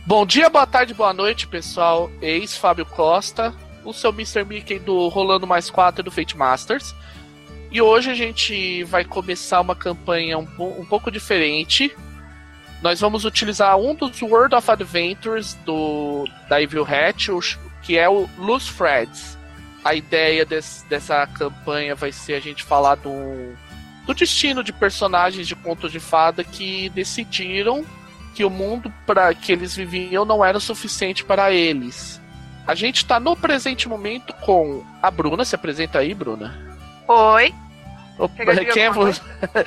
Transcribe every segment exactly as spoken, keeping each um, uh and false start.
Bom dia, boa tarde, boa noite, pessoal. Ex Fábio Costa, o seu mister Mickey do Rolando Mais quatro do Fate Masters. E hoje a gente vai começar uma campanha um, um pouco diferente. Nós vamos utilizar um dos World of Adventures do, da Evil Hat, que é o Loose Threads. A ideia desse, dessa campanha vai ser a gente falar do, do destino de personagens de contos de fada que decidiram que o mundo para que eles viviam não era o suficiente para eles. A gente está no presente momento com a Bruna. Se apresenta aí, Bruna. Oi. Opa, quem é você?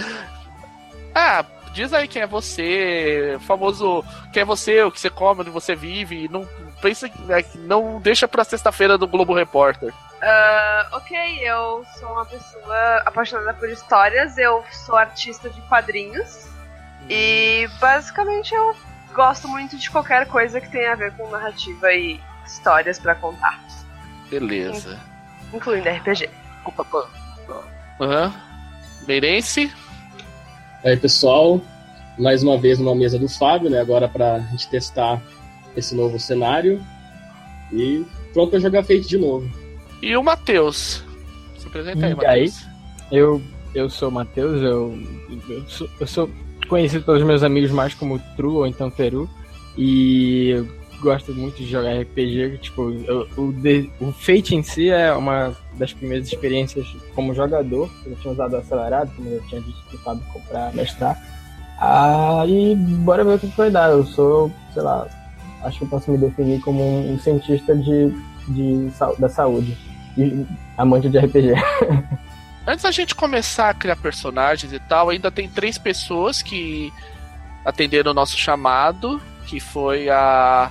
Ah, diz aí quem é você, famoso, quem é você, o que você come, onde você vive. Não pensa, não deixa pra sexta-feira do Globo Repórter. Uh, ok, eu sou uma pessoa apaixonada por histórias. Eu sou artista de quadrinhos. Hum. E basicamente eu gosto muito de qualquer coisa que tenha a ver com narrativa e histórias pra contar. Beleza. Incluindo R P G. Aham. Uhum. Meirense. E aí, pessoal, mais uma vez numa mesa do Fábio, né? Agora pra gente testar esse novo cenário. E pronto pra jogar Fate de novo. E o Matheus. Se apresenta aí, e Matheus. Aí, eu, eu sou o Matheus, eu, eu, sou, eu sou conhecido pelos meus amigos mais como Tru ou então Peru. E eu gosto muito de jogar R P G. Tipo, eu, o, o Fate em si é uma das primeiras experiências como jogador. Eu tinha usado o acelerado, como eu tinha dito que o Fábio comprar mestrar. Ah, e bora ver o que vai dar. Eu sou, sei lá, acho que eu posso me definir como um cientista de, de, da saúde e amante de R P G. Antes da gente começar a criar personagens e tal, ainda tem três pessoas que atenderam o nosso chamado, que foi a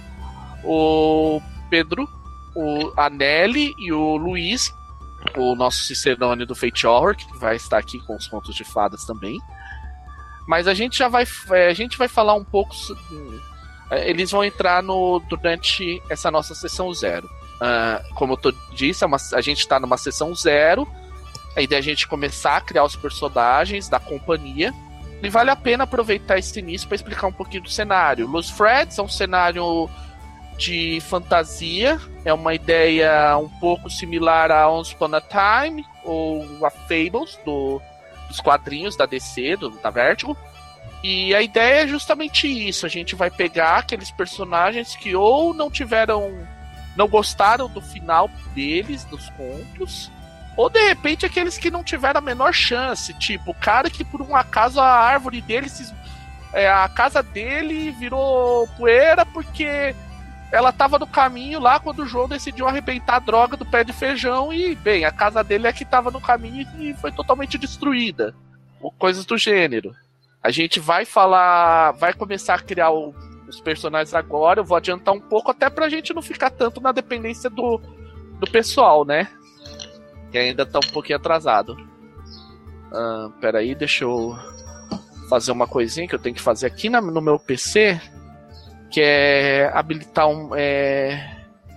o Pedro, o a Nelly e o Luiz, o nosso cicerone do Fate Horror, que vai estar aqui com os contos de fadas também. Mas a gente já vai a gente vai falar um pouco, eles vão entrar no durante essa nossa sessão zero. Uh, como eu disse, é uma, a gente está numa sessão zero. A ideia é a gente começar a criar os personagens da companhia. E vale a pena aproveitar esse início para explicar um pouquinho do cenário. Loose Threads é um cenário de fantasia. É uma ideia um pouco similar a Once Upon a Time ou a Fables do, dos quadrinhos da D C, do, da Vertigo. E a ideia é justamente isso. A gente vai pegar aqueles personagens que ou não tiveram, não gostaram do final deles, dos contos, ou de repente aqueles que não tiveram a menor chance, tipo o cara que por um acaso a árvore dele, se, é, a casa dele virou poeira porque ela estava no caminho lá quando o João decidiu arrebentar a droga do pé de feijão e, bem, a casa dele é que estava no caminho e foi totalmente destruída. Ou coisas do gênero. A gente vai falar, vai começar a criar o, os personagens agora, eu vou adiantar um pouco até pra gente não ficar tanto na dependência do, do pessoal, né? Que ainda tá um pouquinho atrasado. Uh, peraí, deixa eu fazer uma coisinha que eu tenho que fazer aqui na, no meu P C, que é habilitar um... É,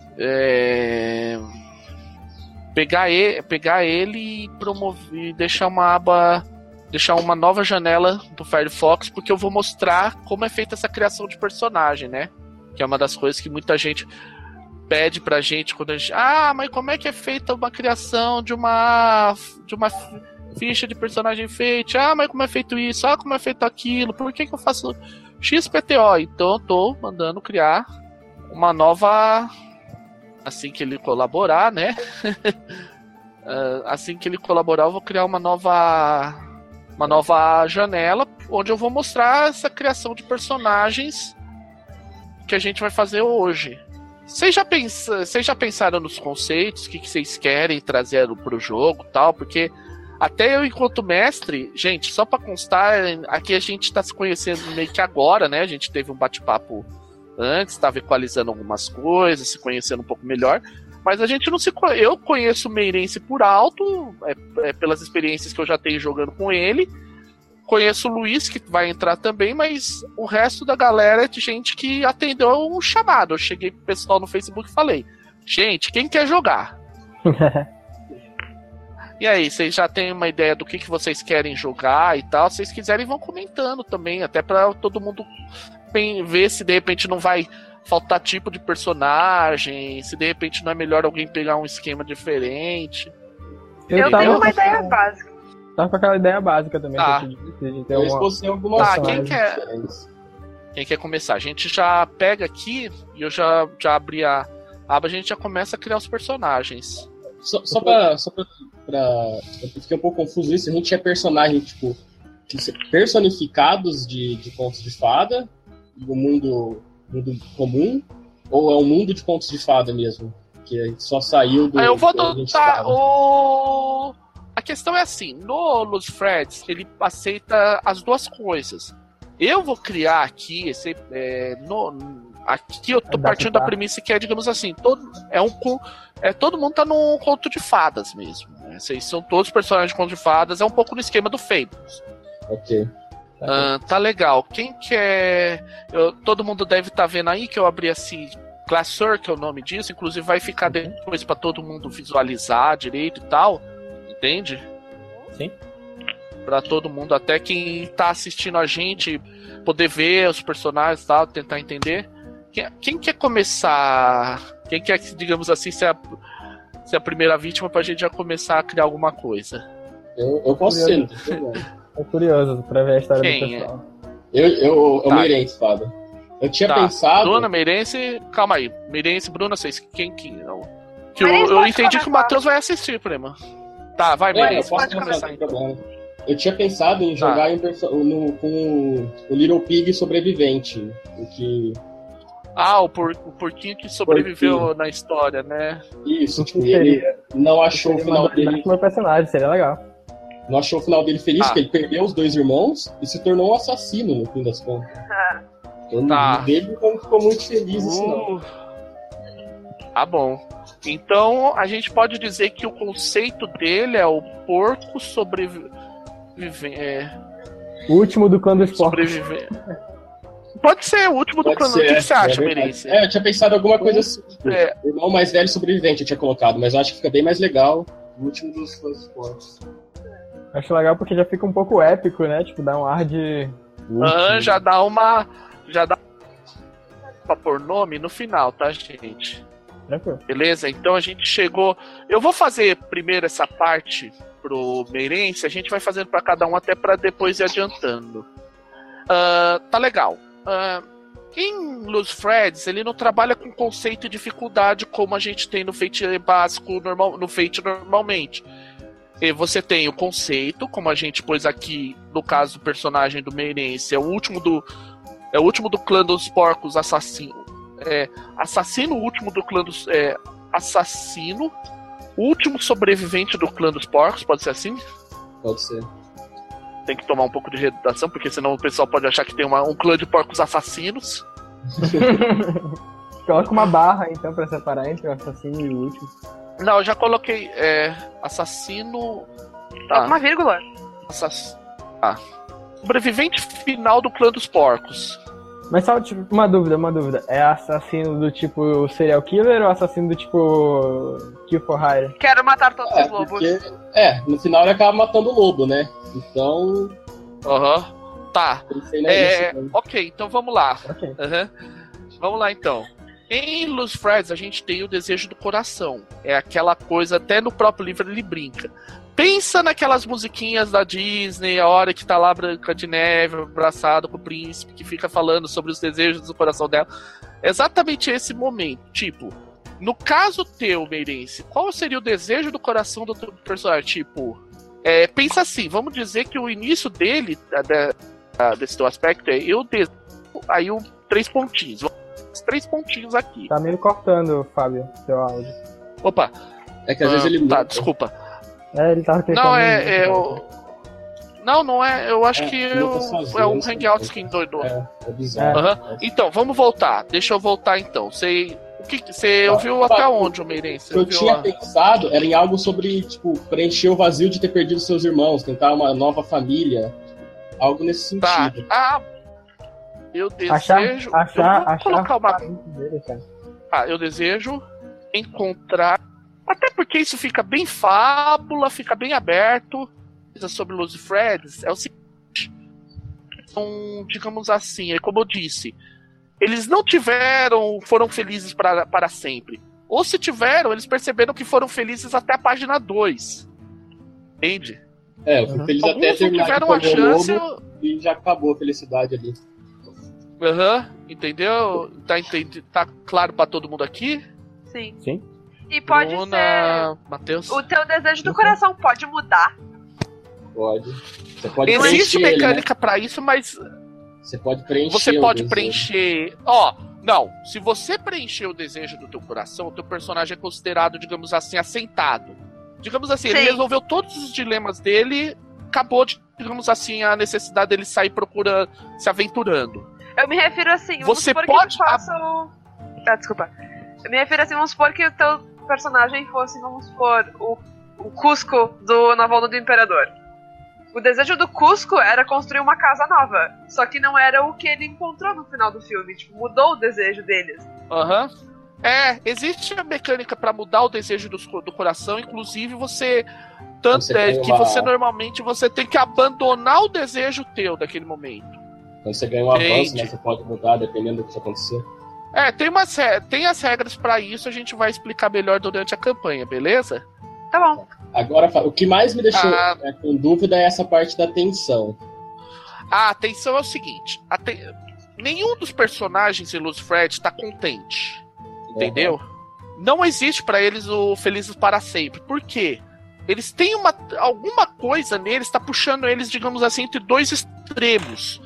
é, pegar, ele, pegar ele e promover, deixar uma aba... deixar uma nova janela do Firefox, porque eu vou mostrar como é feita essa criação de personagem, né? Que é uma das coisas que muita gente pede pra gente quando a gente... Ah, mas como é que é feita uma criação de uma de uma ficha de personagem Fate? Ah, mas como é feito isso? Ah, como é feito aquilo? Por que que eu faço X P T O? Então eu tô mandando criar uma nova... Assim que ele colaborar, né? Assim que ele colaborar, eu vou criar uma nova... uma nova janela, onde eu vou mostrar essa criação de personagens que a gente vai fazer hoje. Vocês já, pens... Vocês já pensaram nos conceitos, o que, que vocês querem trazer pro jogo e tal? Porque até eu, enquanto mestre, gente, só pra constar, aqui a gente tá se conhecendo meio que agora, né? A gente teve um bate-papo antes, tava equalizando algumas coisas, se conhecendo um pouco melhor. Mas a gente não se conhece. Eu conheço o Meirense por alto, é, é pelas experiências que eu já tenho jogando com ele. Conheço o Luiz, que vai entrar também, mas o resto da galera é de gente que atendeu um chamado. Eu cheguei pro pessoal no Facebook e falei: gente, quem quer jogar? E aí, vocês já têm uma ideia do que, que vocês querem jogar e tal? Se vocês quiserem, vão comentando também, até pra todo mundo ver se de repente não vai faltar tipo de personagem, se de repente não é melhor alguém pegar um esquema diferente. Eu Eu tenho tava, uma ideia básica. tava com aquela ideia básica também Tá. que eu te disse, de ter Eu uma... expulsei algumas Tá, quem personagens quer- diferentes. Quem quer começar? A gente já pega aqui e eu já, já abri a aba, a gente já começa a criar os personagens. Só, só pra. Só pra, pra- Eu fiquei um pouco confuso isso. A gente tinha personagens, tipo, que se- personificados de, de contos de fada, do mundo, mundo comum, ou é um mundo de contos de fada mesmo? Que só saiu do. Aí eu vou do que a gente adotar fala. o. A questão é assim: no Los Freds, ele aceita as duas coisas. Eu vou criar aqui, esse, é, no, aqui eu tô Adaptar. partindo da premissa que é, digamos assim, todo, é um, con- é, todo mundo tá num conto de fadas mesmo. Né? Esses são todos personagens de conto de fadas, é um pouco no esquema do Fables. Ok. Ah, tá legal. Quem quer. eu- todo mundo deve estar vendo aí que eu abri assim. Classor, que é o nome disso, inclusive vai ficar depois pra todo mundo visualizar direito e tal. Entende? Sim. Pra todo mundo, até quem tá assistindo a gente, poder ver os personagens e tal, tentar entender. Quem, quem quer começar? Quem quer, digamos assim, ser a, ser a primeira vítima pra gente já começar a criar alguma coisa? Eu, eu posso ser, não tem problema. Tô curioso pra ver a história Quem do pessoal. Eu, eu, eu Tá. Meirense, fada. Eu tinha Tá. pensado. Bruna, Meirense, calma aí. Meirense, Bruna, vocês, quem que. Não. Que eu, Meirense eu pode entendi que o começar. Matheus vai assistir, prima. Tá, vai, É, eu Meirense, posso pode começar, começar não então. tem problema. Eu tinha pensado em jogar em perso- no- com o- o Little Pig sobrevivente. O que. Ah, o, por, o porquinho que sobreviveu na história, né? Isso, O que tipo, ele seria- não achou o Seria final uma dele. dualidade com o meu personagem, seria legal. Não achou o final dele feliz, Ah. porque ele perdeu os dois irmãos e se tornou um assassino no fim das contas. Então, Tá. o dele não ficou muito feliz assim, não. Uh, Tá bom. Então a gente pode dizer que o conceito dele é o porco sobreviver. É, O último do clã dos porcos. sobreviver. Pode ser o último do Pode plano. ser, O que, que é, você acha, é verdade. Meirense? É, eu tinha pensado em alguma coisa assim. Tipo, É. o irmão mais velho sobrevivente eu tinha colocado, mas eu acho que fica bem mais legal o último dos dos esportes. Acho legal porque já fica um pouco épico, né? Tipo, dá um ar de. Ah, já dá uma. Já dá pra pôr nome no final, tá, gente? Tranquilo. Beleza? Então a gente chegou. Eu vou fazer primeiro essa parte pro Meirense, a gente vai fazendo pra cada um até pra depois ir adiantando. Ah, tá legal. Ah, em Los Freds, ele não trabalha com conceito e dificuldade como a gente tem no Fate básico, normal, no Fate normalmente. E você tem o conceito, como a gente pôs aqui, no caso do personagem do Meirense, é o último do. É o último do clã dos porcos assassino. É, assassino, o último do clã dos. É, assassino, o último sobrevivente do clã dos porcos, pode ser assim? Pode ser. Tem que tomar um pouco de redação, porque senão o pessoal pode achar que tem uma, um clã de porcos assassinos. Coloca uma barra, então, pra separar entre o assassino e o último. Não, eu já coloquei. É, assassino. Tá. Tá. Uma vírgula. Assass... Ah. Sobrevivente final do clã dos porcos. Mas só, tipo, uma dúvida, uma dúvida. É assassino do tipo serial killer ou assassino do tipo Kill for Hire? Quero matar todos É, os lobos. porque, é, no final ele acaba matando o lobo, né? Então, Aham. Tá. pensei nisso. É, né? ok, então vamos lá. Ok. Aham. Vamos lá então. Em Los Freds a gente tem o desejo do coração. É aquela coisa, até no próprio livro ele brinca. Pensa naquelas musiquinhas da Disney, a hora que tá lá Branca de Neve, abraçado com o príncipe, que fica falando sobre os desejos do coração dela. Exatamente esse momento. Tipo, no caso teu, Meirense, qual seria o desejo do coração do teu personagem? Tipo, é, pensa assim, vamos dizer que o início dele, da- da- desse teu aspecto, é eu desejo, aí o três pontinhos. Os três pontinhos aqui. Tá meio cortando, Fábio, seu áudio. Opa, É que às ah, vezes ele tá, muda. desculpa. É, ele tava tentando... Não, é, é o... Não, não é. Eu acho É, que ele eu, tá sozinho, é um assim, Hangouts que endoidou. É, é bizarro. Aham. Então, vamos voltar. Deixa eu voltar então. Você, o que, você Tá. ouviu até onde, o Meirense? O que eu Ouviu tinha a- pensado era em algo sobre, tipo, preencher o vazio de ter perdido seus irmãos, tentar uma nova família. Algo nesse Tá. sentido. Ah, eu Achar, desejo. achar, eu vou achar colocar uma. parente dele, cara. Ah, eu desejo encontrar. Até porque isso fica bem fábula, fica bem aberto. Coisa sobre Los Freds é o seguinte. Então, digamos assim, é como eu disse. eles não tiveram, foram felizes para, para sempre. Ou se tiveram, eles perceberam que foram felizes até a página dois. Entende? É, eu fui feliz Alguns até não terminar tiveram de a comer o chance. lobo e já acabou a felicidade ali. Aham, uhum, entendeu? Tá, entendi, tá claro pra todo mundo aqui? Sim. Sim. E pode Bruna, ser... Matheus. O teu desejo do coração pode mudar. Pode. Você pode Existe preencher mecânica ele, né? pra isso, mas Você pode preencher. você o pode desejo. preencher... Ó, não. Se você preencher o desejo do teu coração, o teu personagem é considerado, digamos assim, assentado. Digamos assim, ele Sim. resolveu todos os dilemas dele, acabou, de, digamos assim, a necessidade dele sair procurando, se aventurando. Eu me refiro assim, vamos Você supor pode- que eu faço... Ah, desculpa. Eu me refiro assim, vamos supor que o teu personagem fosse, vamos supor, o, o Cusco do Na Volta do Imperador. O desejo do Cusco era construir uma casa nova, só que não era o que ele encontrou no final do filme, tipo, mudou o desejo deles. Aham. É, existe a mecânica pra mudar o desejo do, do coração, inclusive você... Tanto Você é tem que uma- você normalmente você tem que abandonar o desejo teu daquele momento. Então você ganha um avanço, Entende. né? Você pode mudar dependendo do que acontecer. É, tem, umas, re- tem as regras pra isso, a gente vai explicar melhor durante a campanha, beleza? Tá bom. Agora, o que mais me deixou Ah. é, com dúvida é essa parte da tensão. A atenção é o seguinte: aten- nenhum dos personagens em Luz Fred tá contente. Entendeu? Não existe pra eles o Felizes para Sempre. Por quê? Eles têm uma. Alguma coisa neles tá puxando eles, digamos assim, entre dois extremos.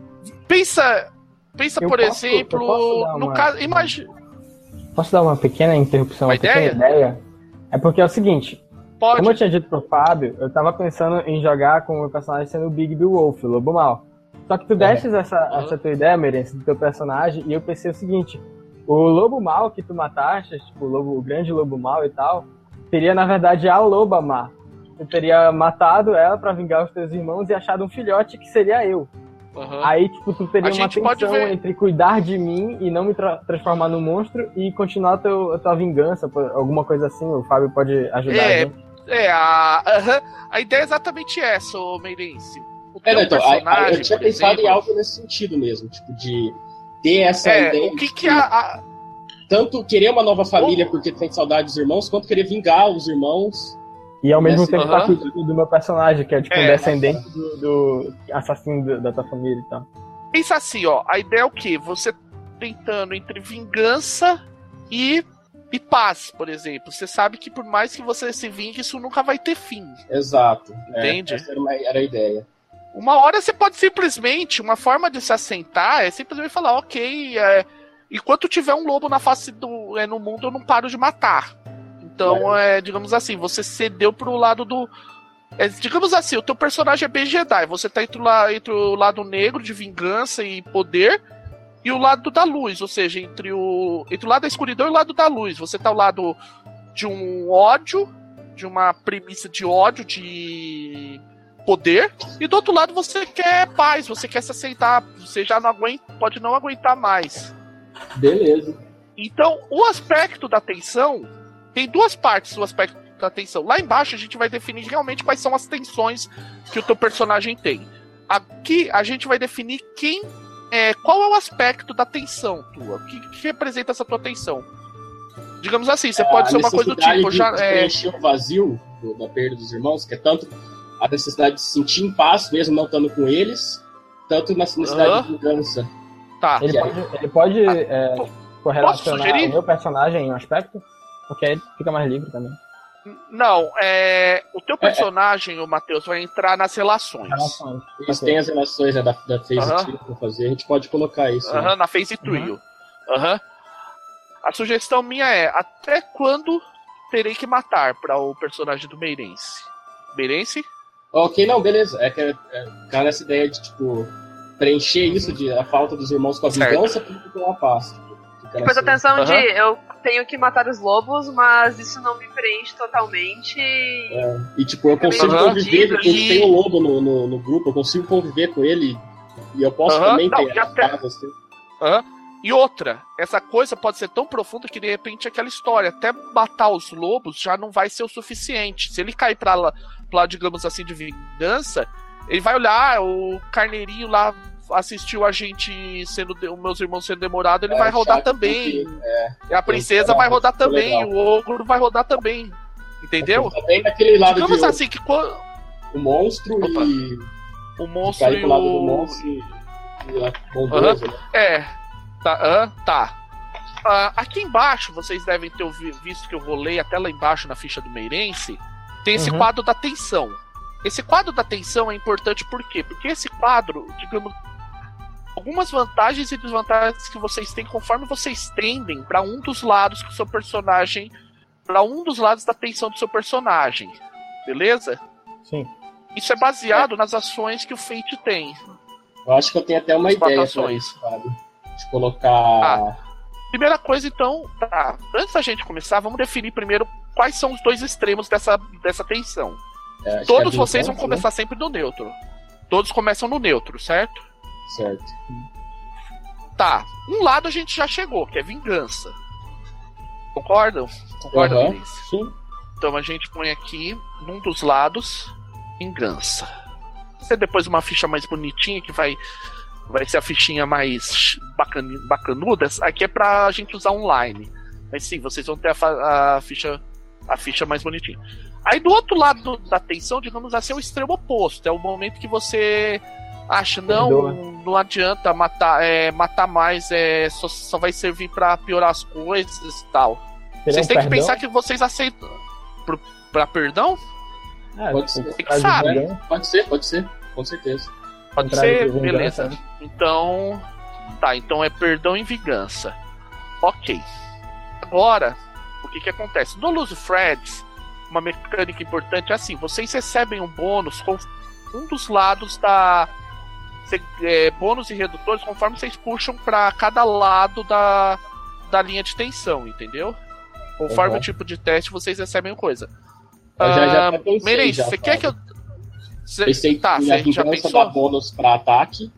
Pensa. Pensa, Eu por posso- eu exemplo, posso dar no uma- caso. Imagina. Posso dar uma pequena interrupção, Uma uma, pequena ideia? ideia? É porque é o seguinte, Pode. como eu tinha dito pro Fábio, eu tava pensando em jogar com o meu personagem sendo o Big do Wolf, o Lobo Mal. Só que tu destes essa, Uhum. essa tua ideia, Merense, do teu personagem, e eu pensei o seguinte, o Lobo Mal que tu mataste, tipo, o, lobo, o grande Lobo Mal e tal, seria na verdade a Loba Má. Tu teria matado ela pra vingar os teus irmãos e achado um filhote que seria eu. Uhum. Aí, tipo, tu teria A uma gente pode tensão ver- entre cuidar de mim e não me tra- transformar num monstro e continuar a, teu, a tua vingança, pô, alguma coisa assim. O Fábio pode ajudar É, a gente. É, a, aham, a ideia é exatamente essa, ô Meirense. O É, teu não, então, a- a- personagem, eu tinha por pensado exemplo, em algo nesse sentido mesmo, tipo, de ter essa É, ideia o que de que a, a- tanto querer uma nova família O- porque tem saudade dos irmãos, quanto querer vingar os irmãos. E ao mesmo Essa- tempo aham. tá cuidando do meu personagem, que é tipo É. um descendente do, do assassino do- da tua família e tal. pensa assim, ó, a ideia é o quê? Você tentando entre vingança e, e paz, por exemplo. Você sabe que por mais que você se vingue, isso nunca vai ter fim. Exato. Entende? É, essa era, uma- era a ideia. Uma hora você pode simplesmente, uma forma de se assentar é simplesmente falar, ok, é, enquanto tiver um lobo na face do, é, no mundo, eu não paro de matar. Então, é, digamos assim, você cedeu pro lado do. É, digamos assim, o teu personagem é bem Jedi. Você tá entre o, la- entre o lado negro de vingança e poder e o lado da luz, ou seja, entre o, entre o lado da escuridão e o lado da luz. Você tá ao lado de um ódio, de uma premissa de ódio, de poder, e do outro lado você quer paz, você quer se aceitar, você já não aguenta, pode não aguentar mais. Beleza. Então, o aspecto da tensão tem duas partes do aspecto da tensão. Lá embaixo a gente vai definir realmente quais são as tensões que o teu personagem tem. Aqui a gente vai definir quem é, qual é o aspecto da tensão tua, o que, que representa essa tua tensão. Digamos assim, você pode A ser uma coisa do necessidade tipo, de, já de é, preencher o vazio do- da perda dos irmãos, que é tanto a necessidade de se sentir em paz, mesmo não estando com eles, tanto na necessidade Aham. de vingança. tá. Ele E aí? pode, ele pode Ah, é, po- correlacionar sugerir? o meu personagem em um aspecto, porque aí ele fica mais livre também. Não, é, o teu personagem, o Matheus, vai entrar nas relações. Relações. Eles Ok. têm as relações, né, da, da Phase Aham. Trio pra fazer, a gente pode colocar isso. né? Aham, na Phase Trio. Aham. A sugestão minha é, até quando terei que matar para o personagem do Meirense? Meirense? Ok, não, beleza. É que é, é, cara, nessa ideia de, tipo, preencher isso, de a falta dos irmãos com a Certo. vingança, tudo com a paz. Tipo, fica Depois a nessa- atenção de Aham. eu tenho que matar os lobos, mas isso não me preenche totalmente. E, tipo, eu consigo Aham. conviver, eu E- tenho o lobo no, no, no grupo, eu consigo conviver com ele, e eu posso Aham. também Não, ter já a tem- paz, assim. Aham. E outra, essa coisa pode ser tão profunda que de repente aquela história, até matar os lobos já não vai ser o suficiente. Se ele cair pra lá, pra lá, digamos assim, de vingança, ele vai olhar, ah, o carneirinho lá assistiu a gente sendo. De, os meus irmãos sendo demorado, ele É, vai rodar chato, também. porque, é, E a princesa é, vai rodar ficou também. legal. O ogro vai rodar também. Entendeu? Também daquele lado Digamos de assim que quando o monstro Opa. e o de monstro cair e pro lado do o. monstro e, e a bondoso, né? É. Tá. ah, tá. Ah, aqui embaixo, vocês devem ter ouvi- visto que eu rolei até lá embaixo na ficha do Meirense. Tem esse Uhum. quadro da tensão. Esse quadro da tensão é importante por quê? Porque esse quadro, digamos, algumas vantagens e desvantagens que vocês têm conforme vocês tendem para um dos lados que o seu personagem, para um dos lados da tensão do seu personagem, beleza? Sim. Isso é baseado nas ações que o Fate tem. Eu acho que eu tenho até uma As ideia pra votações. isso, sabe? De colocar. Ah. Primeira coisa, então, tá. Antes da gente começar, vamos definir primeiro quais são os dois extremos dessa, dessa tensão. é, acho que Todos é vocês vão vingança, começar sempre no neutro. Todos começam no neutro, certo? né? Certo. Tá. Um lado a gente já chegou, que é vingança. Concordam? Concordam, Aham. Vinícius? Sim. Então a gente põe aqui, num dos lados, vingança. Você depois uma ficha mais bonitinha, que vai, vai ser a fichinha mais bacana, bacanuda. Aqui é pra gente usar online. Mas sim, vocês vão ter a, fa- a ficha a ficha mais bonitinha. Aí do outro lado da tensão, digamos assim, é o extremo oposto. É o momento que você acha, não, Perdoa. não adianta matar, é, matar mais, é, só, só vai servir pra piorar as coisas e tal. Seria Vocês um têm que perdão? pensar que vocês aceitam. Pro, pra perdão? Ah, Pode tipo, ser. Tem que faz saber. vingança, Pode ser, pode ser. Com certeza. Pode contrário ser? de vingança, Beleza. né? Então. Tá, então é perdão e vingança. Ok. Agora, o que que acontece? No Lose Threads, uma mecânica importante é assim: vocês recebem um bônus com um dos lados da. cê- é, bônus e redutores conforme vocês puxam pra cada lado da, da linha de tensão, entendeu? Conforme Uhum. o tipo de teste, vocês recebem coisa. Eu já, já Ah, até pensei. Meirelles, já, você sabe? quer que eu. Cê, Pensei tá, que a você já vingança pensou? dá bônus pra ataque.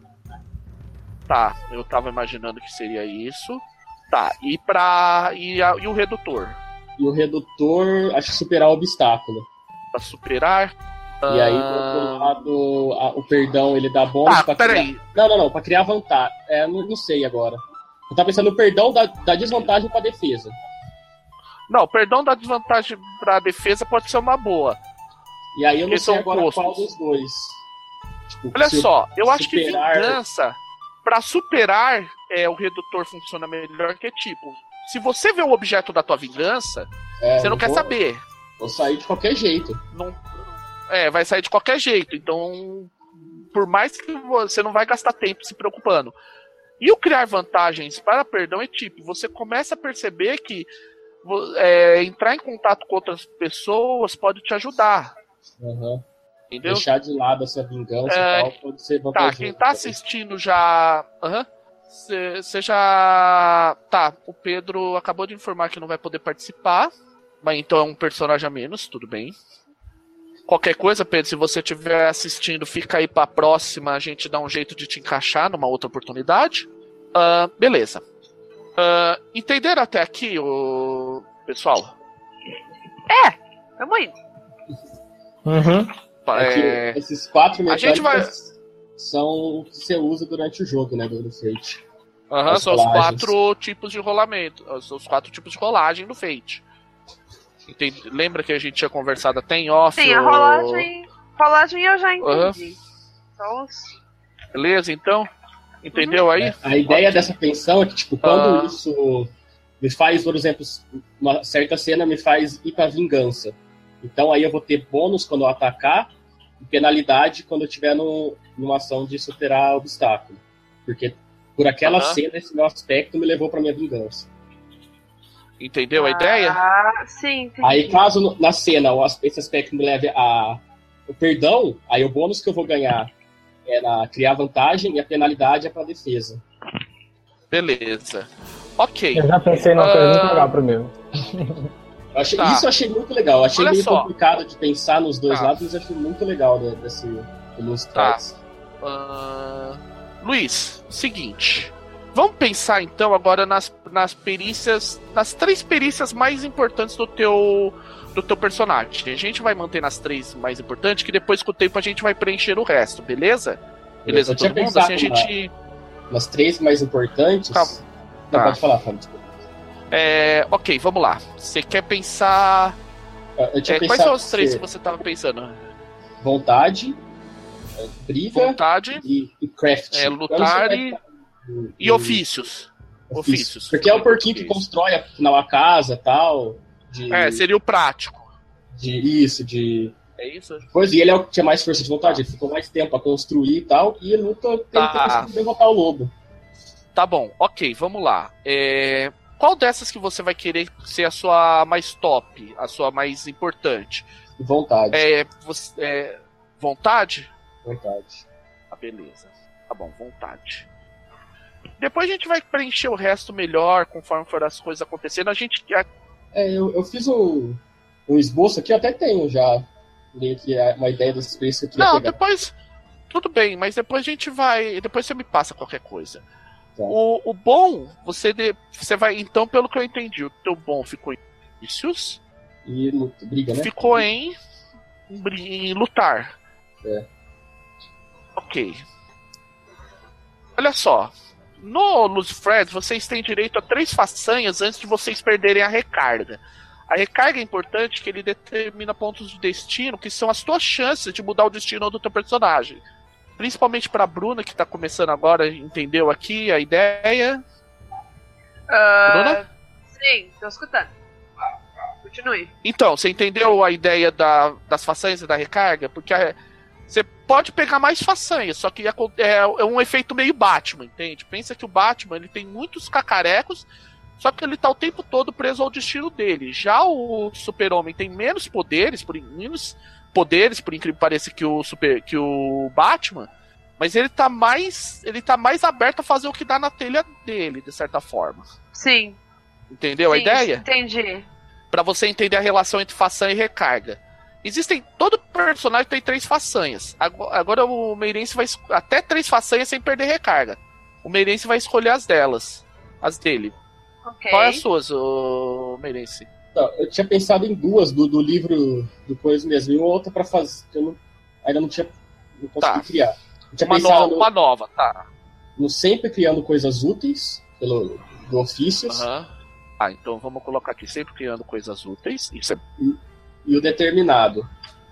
Tá, eu tava imaginando que seria isso. Tá, e pra. E, a- e o redutor? E o redutor, acho que superar o obstáculo. Pra superar? E aí, do Ah, outro lado, a- o perdão, ele dá bônus Tá, pra peraí. criar... Não, não, não, pra criar vantagem. É, não, não sei agora. Eu tava pensando no perdão da, da desvantagem pra defesa. Não, perdão da desvantagem pra defesa pode ser uma boa. E aí eu não Porque sei são agora opostos. qual dos dois. Tipo, Olha se eu- só, eu acho que superar- vingança, pra superar, é, o redutor funciona melhor que tipo. Se você vê o objeto da tua vingança, é, você não quer vou- saber. Vou sair de qualquer jeito. Não, é, vai sair de qualquer jeito. Então, por mais que você não vai gastar tempo se preocupando. E o criar vantagens para perdão é tipo, você começa a perceber que vo- é, entrar em contato com outras pessoas pode te ajudar. Uhum. Entendeu? Deixar de lado essa vingança É, e tal pode ser Tá, vantajoso. quem tá assistindo já. Aham. Você já. Tá, o Pedro acabou de informar que não vai poder participar. Mas então é um personagem a menos, tudo bem. Qualquer coisa, Pedro, se você estiver assistindo, fica aí pra próxima, a gente dá um jeito de te encaixar numa outra oportunidade. Ah, beleza. Ah, entenderam até aqui, o pessoal? Tamo indo. Uhum. É que É, esses quatro A gente mecânicas são o que você usa durante o jogo, né, do Fate. aham, as são os rolagens. quatro tipos de rolamento. São os quatro tipos de rolagem do Fate. Entende? Lembra que a gente tinha conversado até em off? Sim, a o- rolagem. Rolagem eu já Aham. entendi. Então, Beleza, então? Entendeu aí? É, a ideia dessa tensão é que, tipo, quando Ah. isso me faz, por exemplo, uma certa cena me faz ir pra vingança. Então aí eu vou ter bônus quando eu atacar e penalidade quando eu estiver no, numa ação de superar obstáculo. Porque por aquela Aham. cena, esse meu aspecto me levou pra minha vingança. Entendeu a ideia? Ah, sim, entendi. Aí caso no- na cena o as- esse aspecto me leve a o perdão, aí o bônus que eu vou ganhar é na criar vantagem e a penalidade é pra defesa. Beleza. Ok. Eu já pensei numa coisa Ah. muito legal pro meu. Eu achei- Tá. Isso eu achei muito legal. Eu achei Olha meio só. complicado de pensar nos dois Tá. lados, mas eu achei muito legal de- desse dos Tá. threads. Ah, Luiz, seguinte. Vamos pensar então agora nas, nas perícias. Nas três perícias mais importantes do teu. Do teu personagem. A gente vai manter nas três mais importantes, que depois com o tempo a gente vai preencher o resto, beleza? Beleza, eu tinha todo mundo? pensado Assim a gente... nas três mais importantes. Calma. Não, Tá. pode falar, Fábio. desculpa. É, ok, vamos lá. Você quer pensar... Eu tinha É, quais pensado são os três ser que você tava pensando? vontade, é, briga Vontade, e, e craft. é, Eu não lutar sei e, como é que tá. e ofícios. Ofícios. Porque é o porquinho que constrói afinal a casa e tal. De, É, seria o prático. de isso, de. É isso? Pois, e ele é o que tinha mais força de vontade, ele ficou mais tempo a construir e tal, e ele nunca tem Tá. que derrotar o lobo. Tá bom, ok, vamos lá. É, qual dessas que você vai querer ser a sua mais top, a sua mais importante? Vontade. É, você, é, vontade? Vontade. Ah, beleza. Tá bom, vontade. Depois a gente vai preencher o resto melhor, conforme for as coisas acontecendo. A gente... É, eu, eu fiz um, um esboço aqui, eu até tenho já meio que uma ideia dos preços que eu queria Não, pegar. depois... Tudo bem, mas depois a gente vai... Depois você me passa qualquer coisa. Tá. O, o bom, você, de, você vai... Então, pelo que eu entendi, o teu bom ficou em vícios, E luta, briga, né? ficou em, em lutar. É. Ok. Olha só. No Lucifred, vocês têm direito a três façanhas antes de vocês perderem a recarga. A recarga é importante porque ele determina pontos de destino, que são as tuas chances de mudar o destino do teu personagem. Principalmente pra Bruna, que tá começando agora, entendeu aqui a ideia? Ah, Bruna? Sim, tô escutando. Continue. Então, você entendeu a ideia da, das façanhas e da recarga? Porque a- você pode pegar mais façanhas, só que é, é um efeito meio Batman, entende? Pensa que o Batman ele tem muitos cacarecos, só que ele tá o tempo todo preso ao destino dele. Já o Super-Homem tem menos poderes, por menos poderes, por incrível que pareça, que o super, que o Batman, mas ele tá mais, ele tá mais aberto a fazer o que dá na telha dele, de certa forma. Sim. Entendeu a Sim, ideia? Entendi. Pra você entender a relação entre façanha e recarga. Existem. Todo personagem tem três façanhas. Agora, agora o Meirense vai. es- Até três façanhas sem perder recarga. O Meirense vai escolher as delas. As dele. Ok. Qual é as suas, ô Meirense? Não, eu tinha pensado em duas do, do livro do Coisa mesmo, e uma outra pra fazer, que eu não, ainda não tinha não consegui Tá. criar. Eu tinha Uma, pensado no- no, uma nova, tá. no sempre criando coisas úteis, pelo do ofícios, Aham. Ah, então vamos colocar aqui, sempre criando coisas úteis. Isso é e o determinado.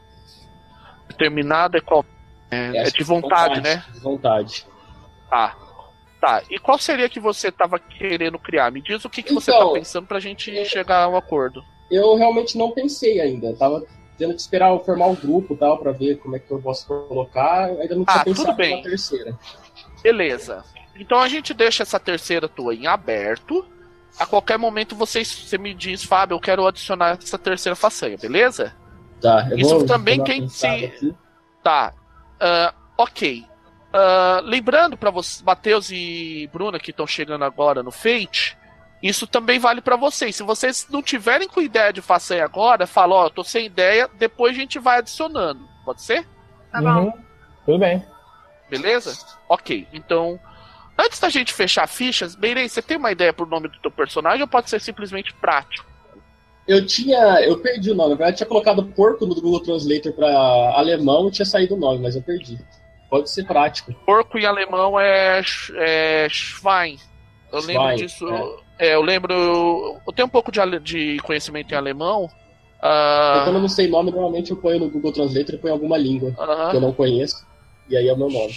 determinado, é qual? É, é Acho de que vontade, né? De vontade. Tá. Tá. E qual seria que você tava querendo criar? Me diz o que, que você Então, tá pensando pra gente chegar a um acordo. Eu realmente não pensei ainda. Eu tava tendo que esperar eu formar um grupo e tal, pra ver como é que eu posso colocar. Ainda não tinha Ah, tudo pensado bem. na terceira. Beleza. Então a gente deixa essa terceira tua em aberto. A qualquer momento você, você me diz, Fábio, eu quero adicionar essa terceira façanha, beleza? Tá, eu Isso vou também dar uma quem pensada se- aqui. Tá. Ah, ok. Ah, lembrando pra vocês, Matheus e Bruna, que estão chegando agora no Fate, isso também vale pra vocês. Se vocês não tiverem com ideia de façanha agora, fala, ó, eu tô sem ideia, depois a gente vai adicionando. Pode ser? Tá bom. Uhum. Tudo bem. Beleza? Ok, então... Antes da gente fechar fichas, Beirei, você tem uma ideia pro nome do teu personagem ou pode ser simplesmente prático? Eu tinha. Eu perdi o nome. Na verdade, eu tinha colocado porco no Google Translator pra alemão e tinha saído o nome, mas eu perdi. Pode ser prático. Porco em alemão é, sch- é Schwein. Eu lembro Schwein, disso. É, eu lembro. Eu tenho um pouco de, ale- de conhecimento em alemão. Ah, Então, quando eu não sei nome, normalmente eu ponho no Google Translator e ponho alguma língua aham. que eu não conheço. E aí é o meu nome.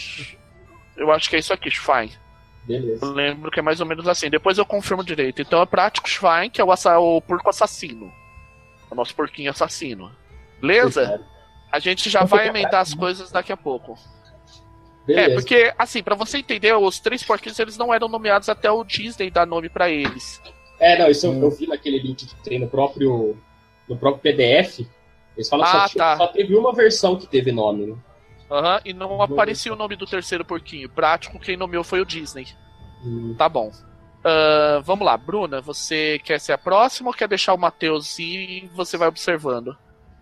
Eu acho que é isso aqui, Schwein. Beleza. Eu lembro que é mais ou menos assim. Depois eu confirmo direito. Então é prático Schwein, que é o, assa- o porco assassino. O nosso porquinho assassino. Beleza? Fechado. A gente já Então vai fica emendar as coisas daqui a pouco. Beleza. É, porque, assim, pra você entender, os três porquinhos eles não eram nomeados até o Disney dar nome pra eles. É, não, isso eu, Hum. eu vi naquele link que tem no próprio, no próprio P D F. Eles falam que Ah, só, tinha- tá. só teve uma versão que teve nome. Né? Aham, e não aparecia o nome do terceiro porquinho. Prático, quem nomeou foi o Disney. Hum, Tá bom. Ah, vamos lá, Bruna, você quer ser a próxima ou quer deixar o Matheus ir e você vai observando?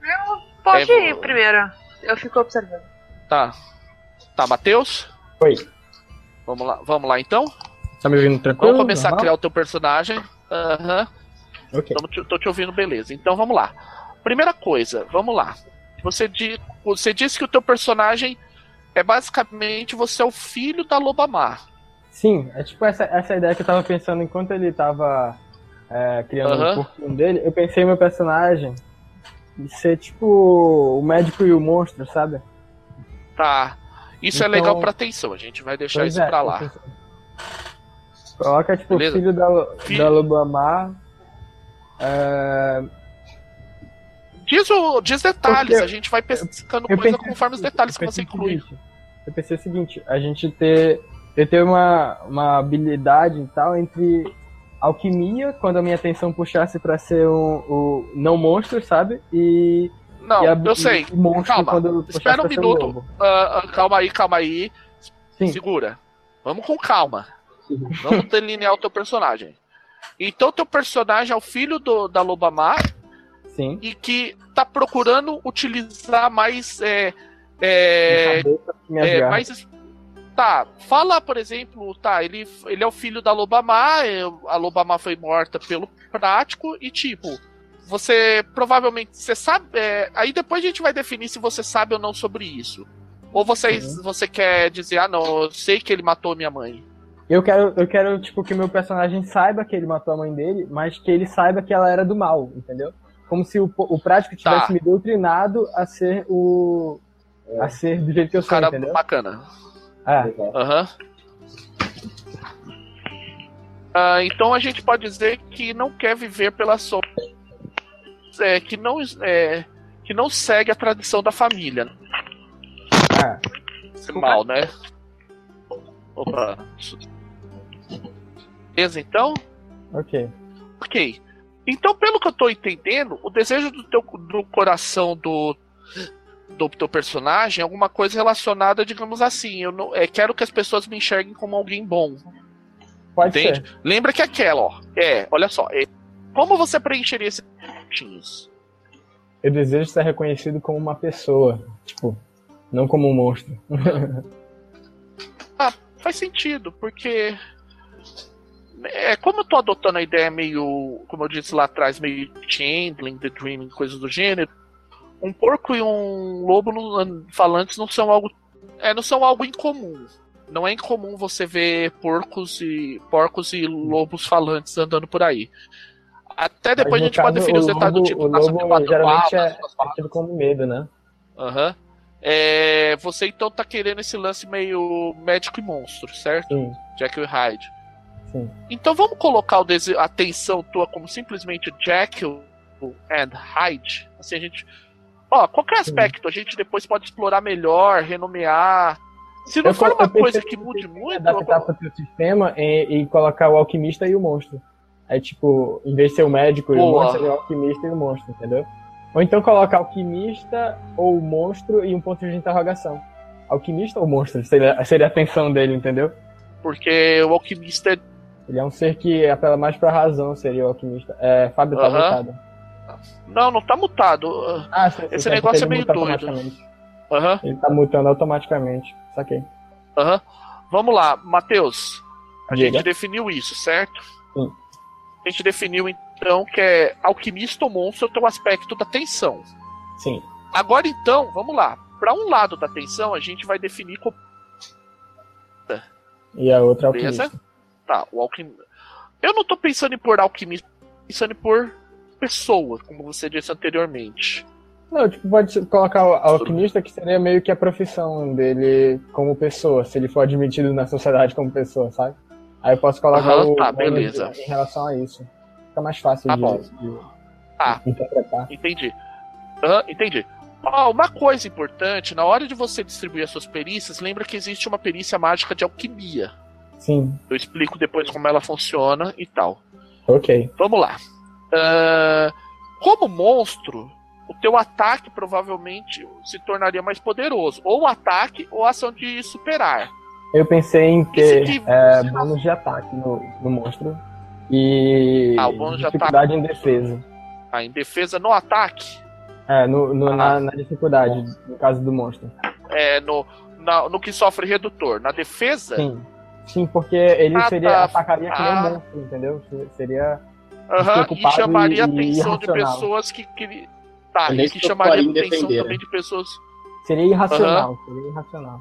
Pode É, ir vou- primeiro. Eu fico observando. Tá. Tá, Matheus? Oi. Vamos lá, vamos lá então? Tá me ouvindo tranquilo? Vamos começar a Normal? criar o teu personagem. Aham. Ok. Tamo te- tô te ouvindo, beleza. Então vamos lá. Primeira coisa, vamos lá. Você, di- você disse que o teu personagem é basicamente você é o filho da Loba Má. Sim, é tipo essa, essa ideia que eu tava pensando enquanto ele tava é, criando Aham. o corpinho dele. Eu pensei no meu personagem de ser tipo o médico e o monstro, sabe? Tá. Isso é Então- legal pra atenção, a gente vai deixar Pois isso é, pra eu lá. pensei- Coloca tipo o Beleza? filho da, Filho. da Loba Má. É, Diz, o, diz detalhes, Porque a gente vai pescando eu coisa pensei- conforme os detalhes que eu você pensei o inclui. seguinte, Eu pensei o seguinte, a gente ter, eu ter uma, uma habilidade e tal entre alquimia, quando a minha atenção puxasse pra ser um, o não monstro, sabe? E, Não, e a, eu sei. e monstro Calma, quando eu puxasse espera um pra ser minuto. lobo. Ah, ah, calma aí, calma aí. Sim. Segura. Vamos com calma. Vamos delinear o teu personagem. Então, teu personagem é o filho do, da Loba Má Sim. e que tá procurando utilizar mais. É, é, Minha cabeça, minhas é, garras. mais. Tá, fala, por exemplo, tá, ele, ele é o filho da Loba Má, é, a Loba Má foi morta pelo prático e tipo. Você provavelmente. Você sabe. é, aí depois a gente vai definir se você sabe ou não sobre isso. Ou você, Sim. você quer dizer, ah não, eu sei que ele matou minha mãe. Eu quero, eu quero, tipo, que meu personagem saiba que ele matou a mãe dele, mas que ele saiba que ela era do mal, entendeu? Como se o, o prático tivesse Tá. me doutrinado a ser o. a ser do jeito que eu sou, Cara entendeu? bacana. É. Legal. Aham. Ah, então a gente pode dizer que não quer viver pela sua. É, que, não, é, que não segue a tradição da família. É. Isso é mal, né? Opa. Beleza, então? Ok. Ok. Então, pelo que eu tô entendendo, o desejo do teu do coração do, do teu personagem é alguma coisa relacionada, digamos assim, eu não, é, quero que as pessoas me enxerguem como alguém bom. Pode Entende? ser. Lembra que aquela, ó. É, olha só. É, como você preencheria esses pontinhos? Eu desejo ser reconhecido como uma pessoa. Tipo, não como um monstro. Ah, faz sentido, porque. É, como eu tô adotando a ideia meio, como eu disse lá atrás, meio Changeling, The Dreaming, coisas do gênero, um porco e um lobo não- falantes não são algo. É, não são algo incomum. Não é incomum você ver porcos e porcos e lobos falantes andando por aí. Até depois Mas, a no gente pode caso, definir os o detalhes do lobo, tipo. o nasce lobo de quatro geralmente patas, é, duas é patas. tido como medo, né? Aham. É, você então tá querendo esse lance meio médico e monstro, certo? Sim, Jekyll e Hyde. sim. Então vamos colocar o dese- a atenção tua como simplesmente Jekyll and Hyde. Assim a gente. Ó, qualquer aspecto a gente depois pode explorar melhor, renomear. Se não Eu for co- uma eu pensei coisa que que mude você muito. adaptar para o seu sistema e, e colocar o alquimista e o monstro. Aí, tipo, em vez de ser o médico e o Boa. monstro, seria o alquimista e o monstro, entendeu? Ou então colocar alquimista ou o monstro e um ponto de interrogação. Alquimista ou monstro? Seria, seria a atenção dele, entendeu? Porque o alquimista é. Ele é um ser que apela mais pra razão, seria o alquimista. É, Fábio tá Aham. mutado. Não, não tá mutado. Ah, sim, sim, Esse é negócio porque é meio muta doido. automaticamente. Aham, Ele tá mutando automaticamente. Saquei. aham. Vamos lá, Matheus. A Diga. gente definiu isso, certo? Sim. A gente definiu então que é alquimista ou monstro tem o aspecto da tensão. Sim. Agora então, vamos lá. Para um lado da tensão, a gente vai definir como. E a outra é Beleza? alquimista. Tá, o alquimista. Eu não tô pensando em pôr alquimista, tô pensando em pôr pessoa, como você disse anteriormente. Não, tipo, pode colocar o alquimista, que seria meio que a profissão dele como pessoa, se ele for admitido na sociedade como pessoa, sabe? Aí eu posso colocar Aham, o tá, nome beleza. em relação a isso. Fica mais fácil Tá de, bom. de Tá. interpretar. Entendi. Aham, entendi. Ó, uma coisa importante, na hora de você distribuir as suas perícias, lembra que existe uma perícia mágica de alquimia. Sim, Eu explico depois como ela funciona e tal. ok. Vamos lá. Ah, como monstro, o teu ataque provavelmente se tornaria mais poderoso. Ou o ataque ou a ação de superar. Eu pensei em E ter se que- é, bônus de ataque no, no monstro e Ah, o bônus de dificuldade em defesa. Ah, em defesa no ataque, É, no, no- Ah. na, na dificuldade, no caso do monstro. é, no, na- no que sofre redutor. Na defesa, Sim. Sim, porque ele Ah, seria, tá. atacaria que nem um Ah. monstro, entendeu? Seria. aham, e despreocupado chamaria a e- e atenção de irracional. pessoas que. que tá, Ele e nem se que preocuparia chamaria a em atenção defender, também de pessoas. Seria irracional, seria irracional.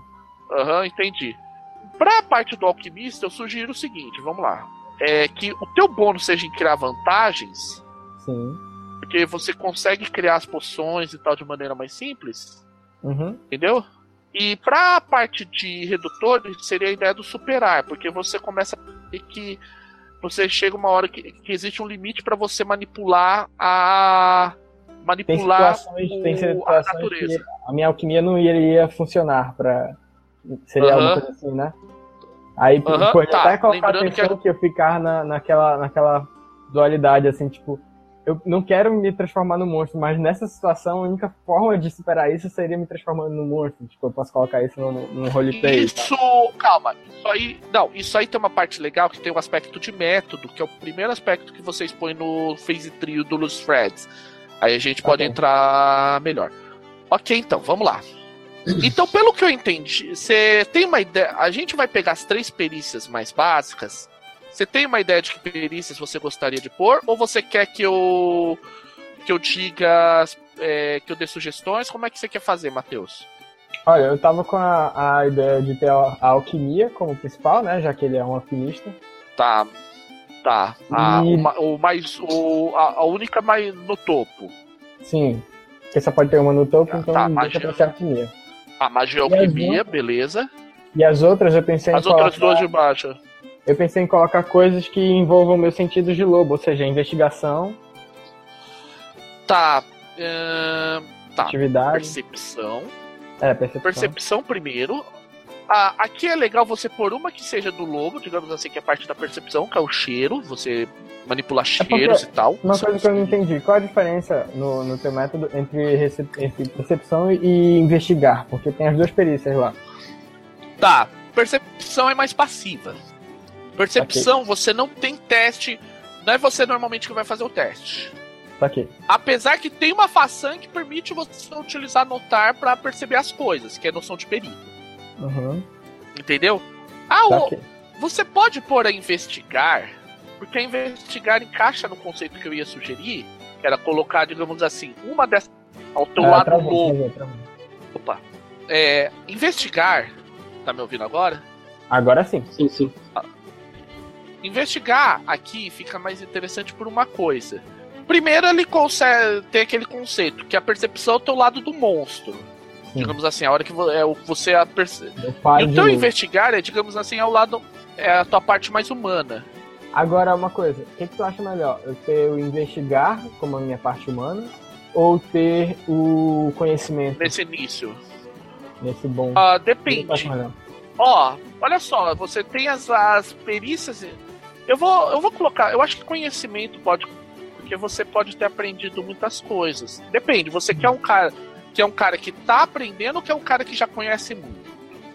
Aham, uhum, entendi. Pra parte do alquimista, eu sugiro o seguinte, vamos lá. É que o teu bônus seja em criar vantagens. Sim. Porque você consegue criar as poções e tal de maneira mais simples. Uhum. Entendeu? E pra parte de redutores, seria a ideia do superar. Porque você começa a ver que você chega uma hora que, que existe um limite pra você manipular a... Manipular tem situações, o, tem situações a natureza. Que a minha alquimia não iria funcionar pra... Seria uhum. alguma coisa assim, né? Aí uhum, pode tá. até colocar Lembrando atenção que... que eu ficar na, naquela, naquela dualidade, assim, tipo, eu não quero me transformar no monstro, mas nessa situação a única forma de superar isso seria me transformando no monstro. Tipo, eu posso colocar isso num, num roleplay. Isso, calma, isso aí. Não, isso aí tem uma parte legal que tem um aspecto de método, que é o primeiro aspecto que vocês põem no Phase Trio do Loose Threads. Aí a gente pode okay. entrar melhor. Ok, então, vamos lá. Então, pelo que eu entendi, você tem uma ideia. A gente vai pegar as três perícias mais básicas. Você tem uma ideia de que perícias você gostaria de pôr? Ou você quer que eu que eu diga, é, que eu dê sugestões? Como é que você quer fazer, Matheus? Olha, eu tava com a, a ideia de ter a, a alquimia como principal, né? Já que ele é um alquimista. Tá, tá. A, e... o, o mais, o, a, a única mais no topo. Sim, porque só pode ter uma no topo, tá, então tá, deixa magia. pra ser alquimia. A magia e alquimia, beleza. E as outras eu pensei as em outras colocar... duas de baixo. Eu pensei em colocar coisas que envolvam meus sentidos de lobo, ou seja, investigação. Tá. Uh, tá. Atividade. Percepção. É, percepção. Percepção primeiro. Ah, aqui é legal você pôr uma que seja do lobo, digamos assim, que é parte da percepção, que é o cheiro. Você manipula cheiros é e tal. Uma coisa que eu não entendi. Qual a diferença no, no teu método entre, recep- entre percepção e investigar? Porque tem as duas perícias lá. Tá. Percepção é mais passiva. Percepção, okay. Você não tem teste. Não é você normalmente que vai fazer o teste. Okay. Apesar que tem uma façanha que permite você utilizar notar pra perceber as coisas, que é noção de perigo. Uhum. Entendeu? Ah, okay. o, você pode pôr a investigar, porque a investigar encaixa no conceito que eu ia sugerir, que era colocar, digamos assim, uma dessas ao teu ah, lado travou, lobo. travou, travou. Opa. É, investigar. Tá me ouvindo agora? Agora sim. Sim, sim. Ah. Investigar aqui fica mais interessante por uma coisa. Primeiro, ele consegue ter aquele conceito, que a percepção é o teu lado do monstro. Sim. Digamos assim, a hora que você a perce... E o teu investigar é, digamos assim, é o lado. É a tua parte mais humana. Agora, uma coisa, o que, que tu acha melhor? Eu ter o investigar como a minha parte humana ou ter o conhecimento? Nesse início. Nesse bom. Ah, depende. Ó, olha só, você tem as, as perícias. Eu vou, eu vou colocar. Eu acho que conhecimento pode. Porque você pode ter aprendido muitas coisas. Depende, você quer um cara que é um cara que tá aprendendo ou quer um cara que já conhece muito?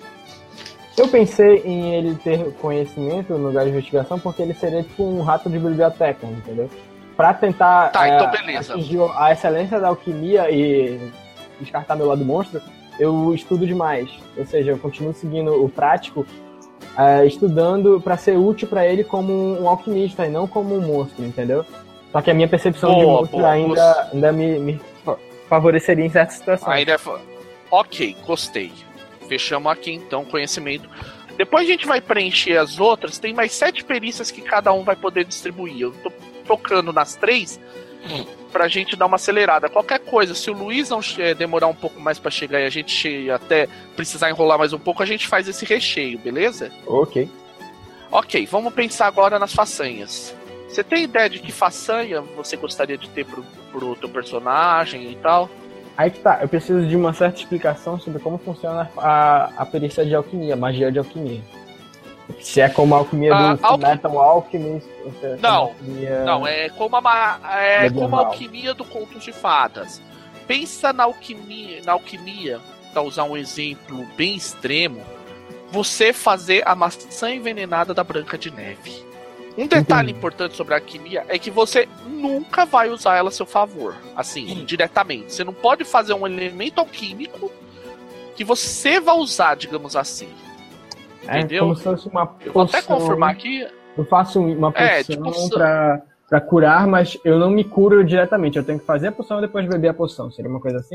Eu pensei em ele ter conhecimento no lugar de investigação porque ele seria tipo um rato de biblioteca, entendeu? Pra tentar tá, é, então beleza. atingir a excelência da alquimia e descartar meu lado monstro, eu estudo demais. Ou seja, eu continuo seguindo o prático, é, estudando pra ser útil pra ele como um alquimista e não como um monstro, entendeu? Só que a minha percepção boa, de monstro boa, ainda, ainda me, me favoreceria em certas situações. Ainda é... Ok, gostei. Fechamos aqui então conhecimento. Depois a gente vai preencher as outras. Tem mais sete perícias que cada um vai poder distribuir. Eu tô tocando nas três hum. pra gente dar uma acelerada. Qualquer coisa, se o Luiz não demorar um pouco mais pra chegar e a gente até precisar enrolar mais um pouco, a gente faz esse recheio, beleza? Ok. Ok, vamos pensar agora nas façanhas. Você tem ideia de que façanha você gostaria de ter pro, pro teu personagem e tal? Aí que tá, eu preciso de uma certa explicação sobre como funciona a, a perícia de alquimia, magia de alquimia. Se é como a alquimia ah, do alqui... Metal Alchemist... É não, alquimia... não, é como a, é como a alquimia do Contos de Fadas. Pensa na alquimia, na alquimia, pra usar um exemplo bem extremo, você fazer a maçã envenenada da Branca de Neve. Um detalhe Entendi. importante sobre a alquimia é que você nunca vai usar ela a seu favor, assim, Sim. diretamente. Você não pode fazer um elemento alquímico que você vai usar, digamos assim. É Entendeu? Como se fosse uma poção. Eu vou até confirmar aqui. Eu faço uma poção é, tipo, pra, pra curar, mas eu não me curo diretamente. Eu tenho que fazer a poção e depois beber a poção. Seria uma coisa assim?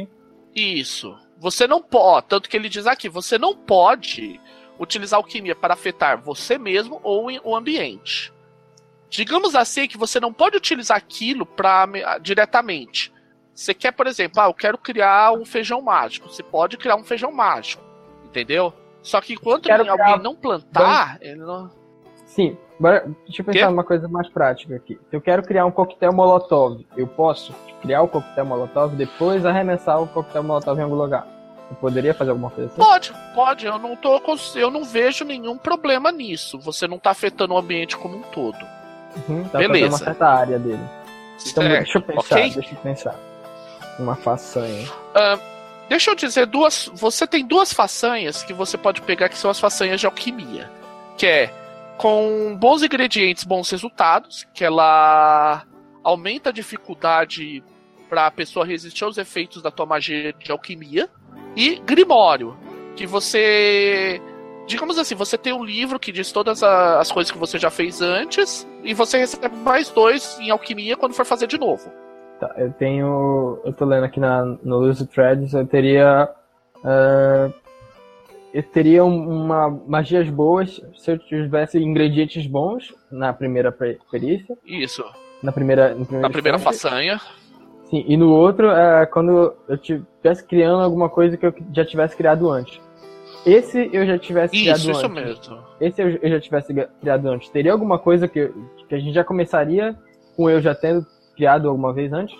Isso. Você não pode, tanto que ele diz aqui, você não pode utilizar alquimia para afetar você mesmo ou o ambiente. Digamos assim que você não pode utilizar aquilo pra, diretamente. Você quer, por exemplo, ah, eu quero criar um feijão mágico. Você pode criar um feijão mágico, entendeu? Só que enquanto Quero alguém criar... não plantar, ele não... Sim, agora deixa eu pensar numa coisa mais prática aqui. Se eu quero criar um coquetel molotov, eu posso criar o coquetel molotov depois arremessar o coquetel molotov em algum lugar? Eu poderia fazer alguma coisa assim? Pode, pode. Eu não, tô, eu não vejo nenhum problema nisso. Você não tá afetando o ambiente como um todo. Uhum, tá Beleza. Uma certa área dele. Então certo. deixa eu pensar, okay? deixa eu pensar. Uma façanha. Uh, deixa eu dizer duas. Você tem duas façanhas que você pode pegar que são as façanhas de alquimia. Que é com bons ingredientes, bons resultados, que ela aumenta a dificuldade para a pessoa resistir aos efeitos da tua magia de alquimia. E Grimório, que você... Digamos assim, você tem um livro que diz todas as coisas que você já fez antes, e você recebe mais dois em alquimia quando for fazer de novo. Tá, eu tenho... Eu tô lendo aqui na, no Lucid Threads, eu teria... Uh, eu teria uma magias boas se eu tivesse ingredientes bons na primeira perícia. Isso. Na primeira, na primeira, na primeira façanha. Sim, e no outro é quando eu estivesse criando alguma coisa que eu já tivesse criado antes. Esse eu já tivesse isso, criado isso antes. Isso mesmo. Esse eu, eu já tivesse criado antes. Teria alguma coisa que, que a gente já começaria com eu já tendo criado alguma vez antes?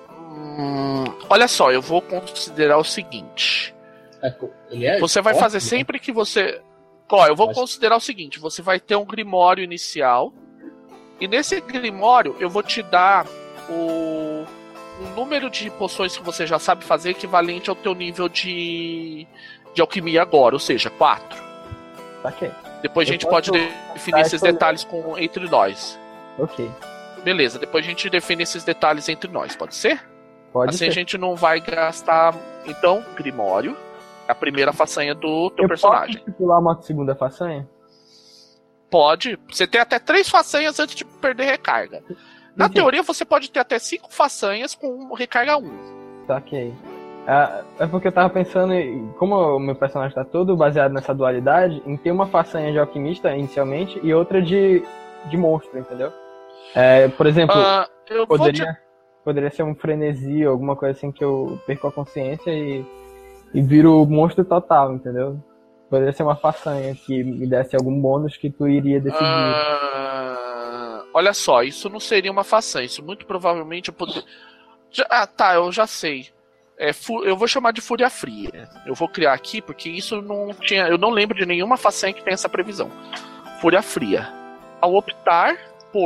Hum, olha só, eu vou considerar o seguinte. É, ele é você vai ótimo, fazer sempre que você... Ó, eu vou Mas... considerar o seguinte. Você vai ter um grimório inicial. E nesse grimório eu vou te dar o... um número de poções que você já sabe fazer equivalente ao teu nível de, de alquimia agora, ou seja, quatro. Ok. Depois a gente posso... pode definir esses detalhes com, entre nós. Ok. Beleza, depois a gente define esses detalhes entre nós, pode ser? Pode assim ser. A gente não vai gastar... Então, Grimório, a primeira façanha do teu Eu personagem. Posso estipular uma segunda façanha? Pode. Você tem até três façanhas antes de perder recarga. Na Sim. teoria, você pode ter até cinco façanhas com recarga um. Tá, ok. É, é porque eu tava pensando, como o meu personagem tá todo baseado nessa dualidade, em ter uma façanha de alquimista inicialmente e outra de, de monstro, entendeu? É, por exemplo, uh, eu poderia, te... poderia ser um frenesi ou alguma coisa assim que eu perco a consciência e, e viro monstro total, entendeu? Poderia ser uma façanha que me desse algum bônus que tu iria decidir. Uh... Olha só, isso não seria uma façanha, isso muito provavelmente eu poderia... Ah, tá, eu já sei. É, fu... Eu vou chamar de Fúria Fria. Eu vou criar aqui porque isso não tinha... Eu não lembro de nenhuma façanha que tenha essa previsão. Fúria Fria. Ao optar por...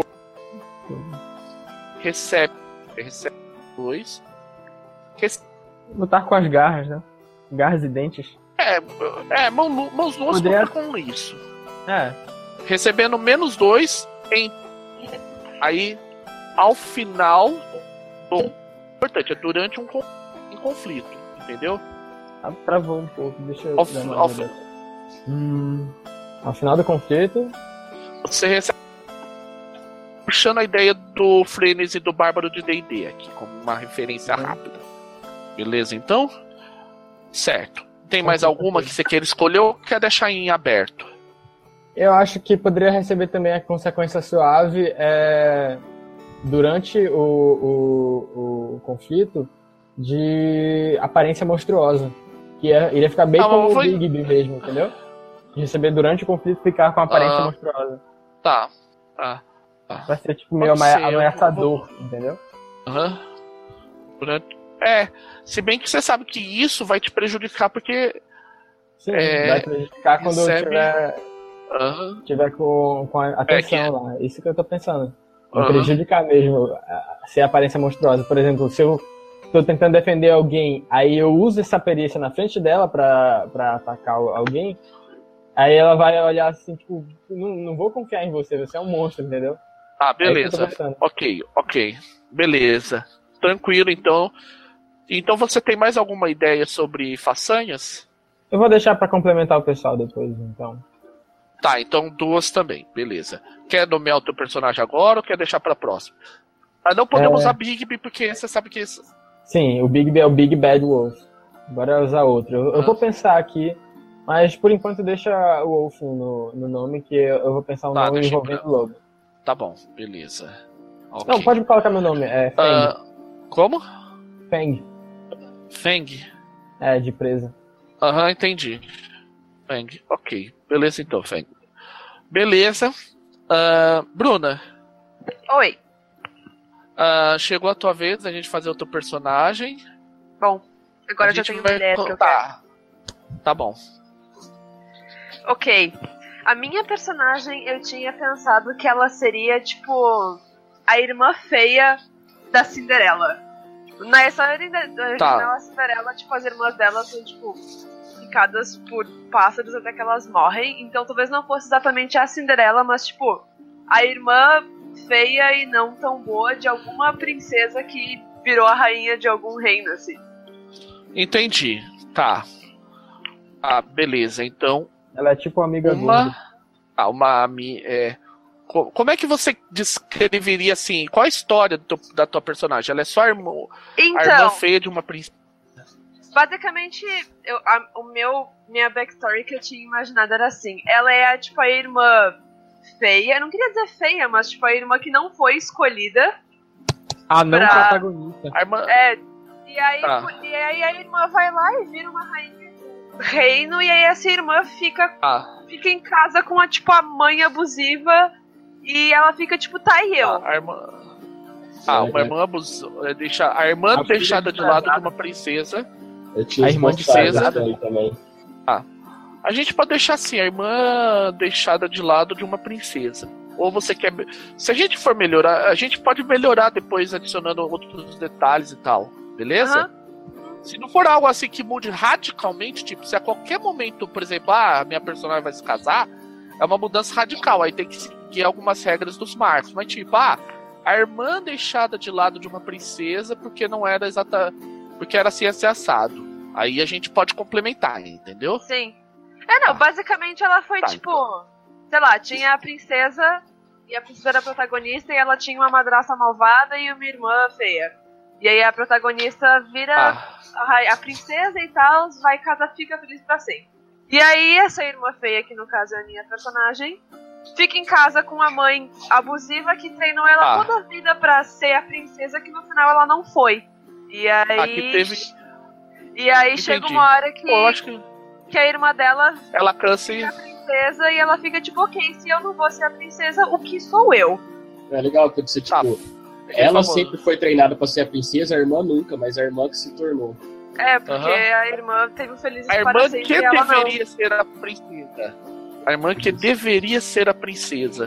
Recebe... Recebe dois... Rece... Lutar com as garras, né? Garras e dentes. É, é mão, mãos nuas Poderia... com isso. É. Recebendo menos dois em... Aí, ao final... Do... Importante, é durante um, um conflito, entendeu? Ah, travou um pouco, deixa eu... Ao, dar uma ao, hum, ao final do conflito... Você recebe... Puxando a ideia do Frenesi e do Bárbaro de D e D aqui, como uma referência uhum. rápida. Beleza, então? Certo. Tem mais Com alguma certeza. Que você queira escolher ou quer deixar em aberto? Eu acho que poderia receber também a consequência suave é, durante o, o, o conflito de aparência monstruosa. Que é, iria ficar bem ah, como foi... o Bigby mesmo, entendeu? De receber durante o conflito ficar com aparência ah, monstruosa. Tá, tá. tá. Vai ser tipo meio ameaçador, vou... entendeu? Aham. Uhum. É, se bem que você sabe que isso vai te prejudicar porque... Sim, é, vai prejudicar quando recebe... eu tiver... Uhum. tiver com, com a atenção é que... lá. Isso que eu tô pensando. Vai uhum. prejudicar mesmo se a aparência monstruosa. Por exemplo, se eu tô tentando defender alguém, aí eu uso essa perícia na frente dela pra, pra atacar alguém, aí ela vai olhar assim, tipo, não, não vou confiar em você, você é um monstro, entendeu? Ah, beleza. Ok, ok. Beleza. Tranquilo, então. Então você tem mais alguma ideia sobre façanhas? Eu vou deixar pra complementar o pessoal depois, então. Tá, então duas também, beleza. Quer nomear o teu personagem agora ou quer deixar pra próxima? Ah, não podemos é... usar Bigby porque você sabe que isso... Sim, o Bigby é o Big Bad Wolf. Bora usar outro. Eu, eu vou pensar aqui, mas por enquanto deixa o Wolf no, no nome, que eu, eu vou pensar um Tá, nome deixa eu- envolvendo o lobo. Tá bom, beleza. Ok. Não, pode colocar meu nome, é Feng. Ah, como? Feng, Feng. é, de presa. Aham, entendi. Feng, ok. Beleza então, Feng. Beleza. Ah, Bruna, Oi. ah, chegou a tua vez da gente fazer o teu personagem. Bom, agora A eu já gente tenho vai uma ideia do que eu quero. Tá. Tá bom. Ok. A minha personagem, eu tinha pensado que ela seria, tipo, a irmã feia da Cinderela. Tipo, na história original, Tá. a Cinderela, tipo, as irmãs dela são, tipo, picadas por pássaros até que elas morrem. Então talvez não fosse exatamente a Cinderela, mas, tipo, a irmã feia e não tão boa de alguma princesa que virou a rainha de algum reino, assim. Entendi. Tá. Ah, beleza. Então, Ela é tipo amiga gorda. uma. Ah, uma. ami- É... co- Como é que você descreveria assim? Qual a história do teu- da tua personagem? Ela é só a irmã, a irmã Então, feia de uma princesa. basicamente, eu, a, o meu, minha backstory que eu tinha imaginado era assim. Ela é, tipo, a irmã feia. Eu não queria dizer feia, mas, tipo, a irmã que não foi escolhida. Ah, não pra- protagonista. A irmã. É, e aí, Tá. e aí a irmã vai lá e vira uma rainha do reino. E aí essa irmã fica, Ah, fica em casa com a, tipo, a mãe abusiva. E ela fica, tipo, tá e eu. a irmã. Ah, uma irmã abus... é, deixa... A irmã A filha deixada de lado de desprezada. uma princesa. Eu tinha A os irmã pontos fracos desprezada. aí também. A gente pode deixar assim, a irmã deixada de lado de uma princesa. Ou você quer. Se a gente for melhorar, a gente pode melhorar depois adicionando outros detalhes e tal. Beleza? Aham. Se não for algo assim que mude radicalmente, tipo, se a qualquer momento, por exemplo, ah, a minha personagem vai se casar, é uma mudança radical. Aí tem que seguir algumas regras dos marcos. Mas tipo, ah, a irmã deixada de lado de uma princesa porque não era exata. Porque era assim, assim assado. Aí a gente pode complementar, entendeu? Sim. É, não, Tá. basicamente ela foi, Tá, tipo... Sei lá, tinha a princesa... E a princesa era a protagonista e ela tinha uma madrasta malvada e uma irmã feia. E aí a protagonista vira Ah, a, ra- a princesa e tal, vai casar, fica feliz pra sempre. E aí essa irmã feia, que no caso é a minha personagem, fica em casa com a mãe abusiva que treinou ela Ah. toda a vida pra ser a princesa que no final ela não foi. E aí... aqui teve. E aí Entendi. chega uma hora que, Pô, eu acho que que a irmã dela ela cansa e. é a princesa e ela fica tipo, ok, se eu não vou ser a princesa, o que sou eu? É legal que você, tipo, Tá. ela Por favor. sempre foi treinada pra ser a princesa, a irmã nunca, mas a irmã que se tornou. É, porque Aham. a irmã teve felizes A para irmã sempre que e ela não. deveria ser a princesa. A irmã que deveria ser a princesa.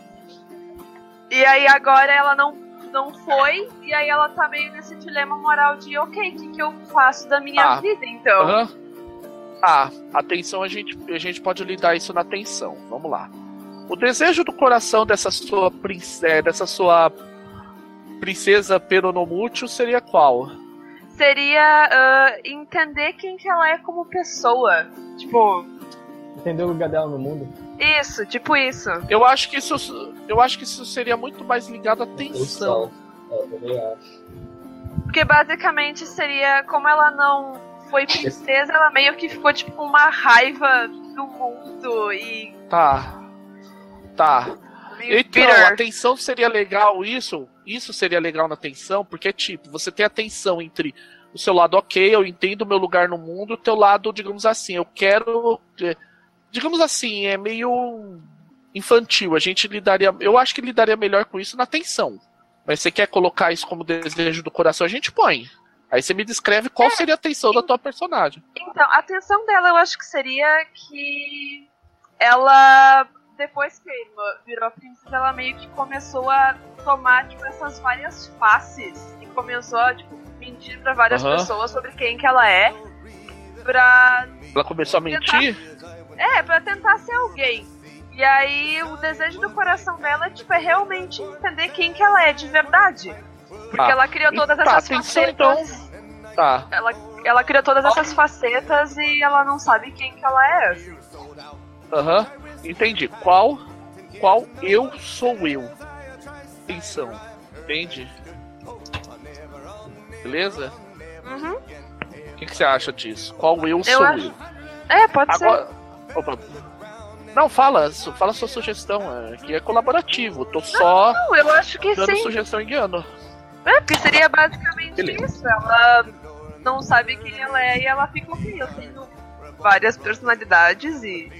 E aí agora ela não, não foi, e aí ela tá meio nesse dilema moral de, ok, o que, que eu faço da minha Ah. vida então? Aham. Ah, atenção, a gente, a gente pode lidar isso na atenção. Vamos lá. O desejo do coração dessa sua princesa, dessa sua princesa peronomútil seria qual? Seria ah, entender quem que ela é como pessoa. Tipo, Entendeu o lugar dela no mundo? isso, tipo isso. Eu acho que isso, eu acho que isso seria muito mais ligado à atenção. É, eu também acho. Porque basicamente seria, como ela não foi princesa, ela meio que ficou tipo com uma raiva do mundo e Tá. Tá. meio Então, bitter. a tensão seria legal isso. Isso seria legal na tensão, porque tipo, você tem a tensão entre o seu lado, ok, eu entendo o meu lugar no mundo, o teu lado, digamos assim, eu quero. é, digamos assim, é meio infantil. A gente lidaria. Eu acho que lidaria melhor com isso na tensão. Mas você quer colocar isso como desejo do coração, a gente põe. Aí você me descreve qual seria a tensão da tua personagem. Então, a atenção dela eu acho que seria que ela, depois que a irmã virou a princesa, ela meio que começou a tomar tipo, essas várias faces e começou a tipo, mentir pra várias Aham. pessoas sobre quem que ela é, pra, Ela começou a mentir? é, pra tentar ser alguém. E aí o desejo do coração dela tipo, é realmente entender quem que ela é de verdade. Porque Ah, ela criou todas tá, essas atenção, facetas. Tá. Ela, ela criou todas essas facetas e ela não sabe quem que ela é. Assim. Aham. Entendi. Qual. Qual eu sou eu? Atenção. Entende? Beleza? Uhum. O que, que você acha disso? Qual eu sou Eu eu? acho- É, pode Agora. Opa. Não, fala, su- fala sua sugestão. é, Que é colaborativo. Tô só ser. Não, eu acho que dando sim. sugestão e guiando. É, porque seria basicamente Beleza. isso. Ela não sabe quem ela é e ela fica ok. Eu tenho várias personalidades e.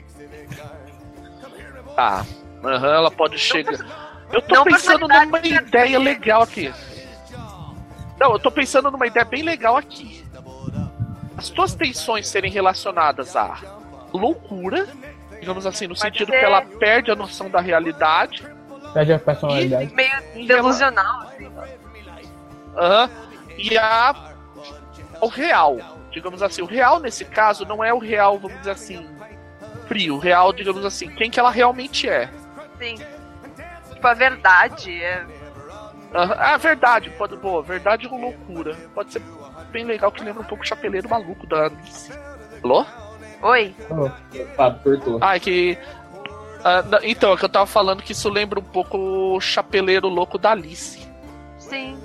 Tá. Aham, ela pode chegar. Eu tô não pensando numa personalidade, ideia né? legal aqui. Não, eu tô pensando numa ideia bem legal aqui. As tuas tensões serem relacionadas à loucura, digamos assim, no Pode sentido ser. que ela perde a noção da realidade. Perde a personalidade. Meio Em delusional, assim. Aham. E a. O real. Digamos assim, o real nesse caso não é o real, vamos dizer assim, frio. O real, digamos assim, quem que ela realmente é. Sim. Tipo, a verdade é. Aham. Ah, verdade, pode. Boa, verdade com loucura. Pode ser bem legal, que lembra um pouco o Chapeleiro Maluco da Alice. Alô? Oi? Oh, Fábio, cortou. Ah, é que. ah, não, então, é que eu tava falando que isso lembra um pouco o Chapeleiro Louco da Alice. Sim.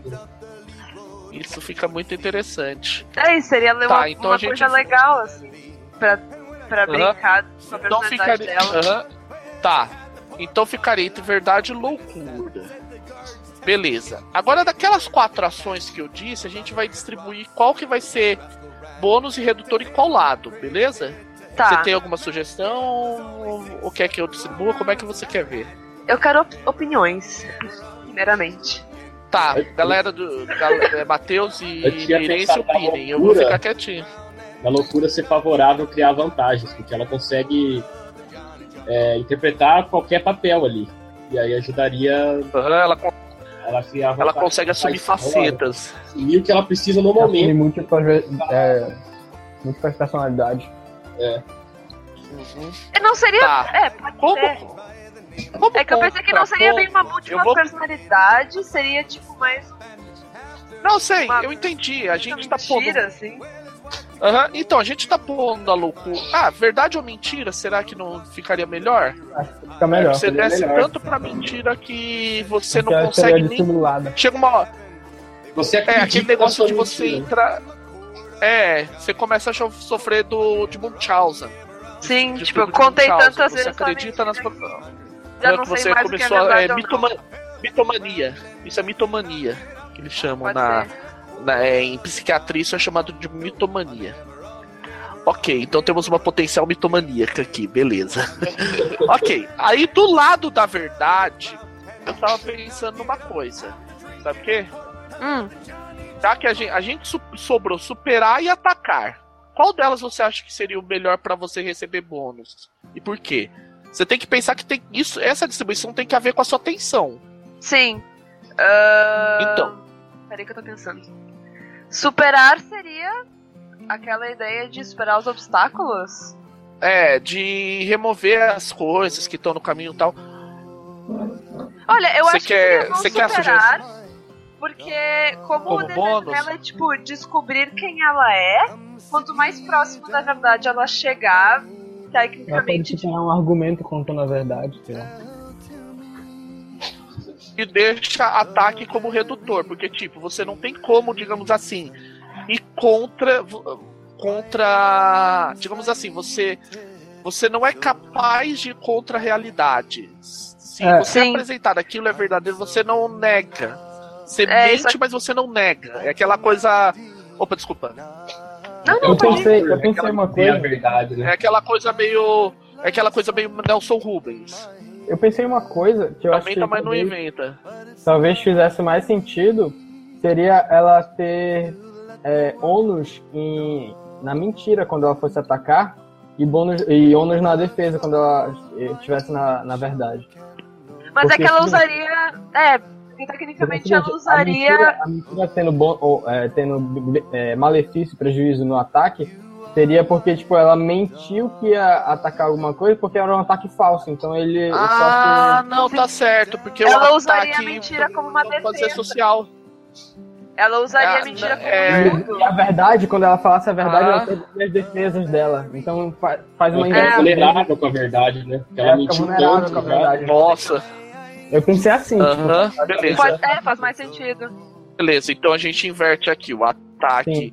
Isso fica muito interessante. É isso, seria uma, Tá, então uma a gente- coisa legal, assim. Pra, pra Aham. brincar com a Então personalidade ficaria. dela. Aham. Tá. Então ficaria entre verdade e loucura. Beleza. Agora, daquelas quatro ações que eu disse, a gente vai distribuir qual que vai ser bônus e redutor em qual lado, beleza? Tá. Você tem alguma sugestão? Ou quer que eu distribua? Como é que você quer ver? Eu quero op- opiniões, primeiramente. Tá, galera do gal- é, Matheus e Eu tinha Meirense pensado na opinem. Eu vou loucura. ficar quietinho. Na loucura ser favorável criar vantagens, porque ela consegue é, interpretar qualquer papel ali. E aí ajudaria Aham, ela, con- ela a criar ela vantagens. consegue assumir facetas. Assumir o que ela precisa no Assume momento. múltiplas, ve- é, múltiplas personalidades. Uhum. E não seria. Tá. É, pode Como, ser. como É que eu pensei que não seria bem uma contraponto, múltipla eu vou- personalidade, seria tipo mais Não sei, uma- eu entendi. A gente uma tá pondo. mentira, assim. Aham, então, a gente tá pondo a loucura. Ah, verdade ou mentira? Será que não ficaria melhor? Acho que fica melhor. Você seria desce melhor. tanto pra mentira que você Porque não ela seria consegue nem. dissimulada. Chega uma hora. Você É, acredita aquele na negócio sua de você mentira. entrar. É, você começa a so- sofrer do de Munchausen. Sim, De tipo, eu tudo de contei Munchausen. tantas Você vezes sua acredita nas. mentira, já não que sei você mais o que é começou a. verdade É, ou não. mitoma- mitomania. Isso é mitomania. Que eles chamam Pode na, ser. na- é, em psiquiatria, isso é chamado de mitomania. Ok, então temos uma potencial mitomaníaca aqui, beleza. Ok, aí do lado da verdade, eu tava pensando numa coisa. Sabe o quê? Hum, Já que a gente, a gente su- sobrou superar e atacar, qual delas você acha que seria o melhor pra você receber bônus? E por quê? Você tem que pensar que tem isso, essa distribuição tem que haver com a sua tensão. sim. Ah, Então. Peraí que eu tô pensando. Superar seria aquela ideia de superar os obstáculos? É, de remover as coisas que estão no caminho e tal. Olha, eu Você acho quer- que seria bom você quer a superar, porque como, Como o desejo bônus? dela é, tipo, descobrir quem ela é, quanto mais próximo da verdade ela chegar, Ela pode tecnicamente, se tornar um argumento contando a verdade. Sei lá. E deixa ataque como redutor, porque tipo, você não tem como, digamos assim, ir contra contra, digamos assim, você você não é capaz de ir contra a realidade. Se É. você Sim. apresentar aquilo é verdadeiro, você não nega. Você É, mente, isso aqui- mas você não nega. É aquela coisa. Opa, desculpa. não, Eu não pode. pensei, eu pensei Aquela uma que tem a coisa. verdade, né? É aquela coisa meio. É aquela coisa meio Nelson Rubens. Eu pensei uma coisa que eu acho que Aumenta, mas não talvez, inventa. talvez fizesse mais sentido, seria ela ter é, ônus em, na mentira quando ela fosse atacar e, bônus, e ônus na defesa quando ela estivesse na, na verdade. Mas é Porque que ela se- usaria. É, porque tecnicamente ela A usaria. mentira, a mentira tendo, bom, ou, é, tendo é, malefício, prejuízo no ataque, seria porque tipo, ela mentiu que ia atacar alguma coisa porque era um ataque falso. Então ele Ah, só não, tá certo, porque Ela o usaria ataque a mentira como uma pode ser defesa. social. Ela usaria Ah, a mentira como é- um que. E a verdade, quando ela falasse a verdade, Ah. ela teria as defesas dela. Então fa- faz uma Ela fica É. vulnerável com a verdade, né? Porque ela Ela fica mentiu vulnerável tanto com a já. verdade. Nossa, Eu pensei assim, aham, tipo, beleza. Pode- É, faz mais sentido. Beleza, então a gente inverte aqui o ataque Sim.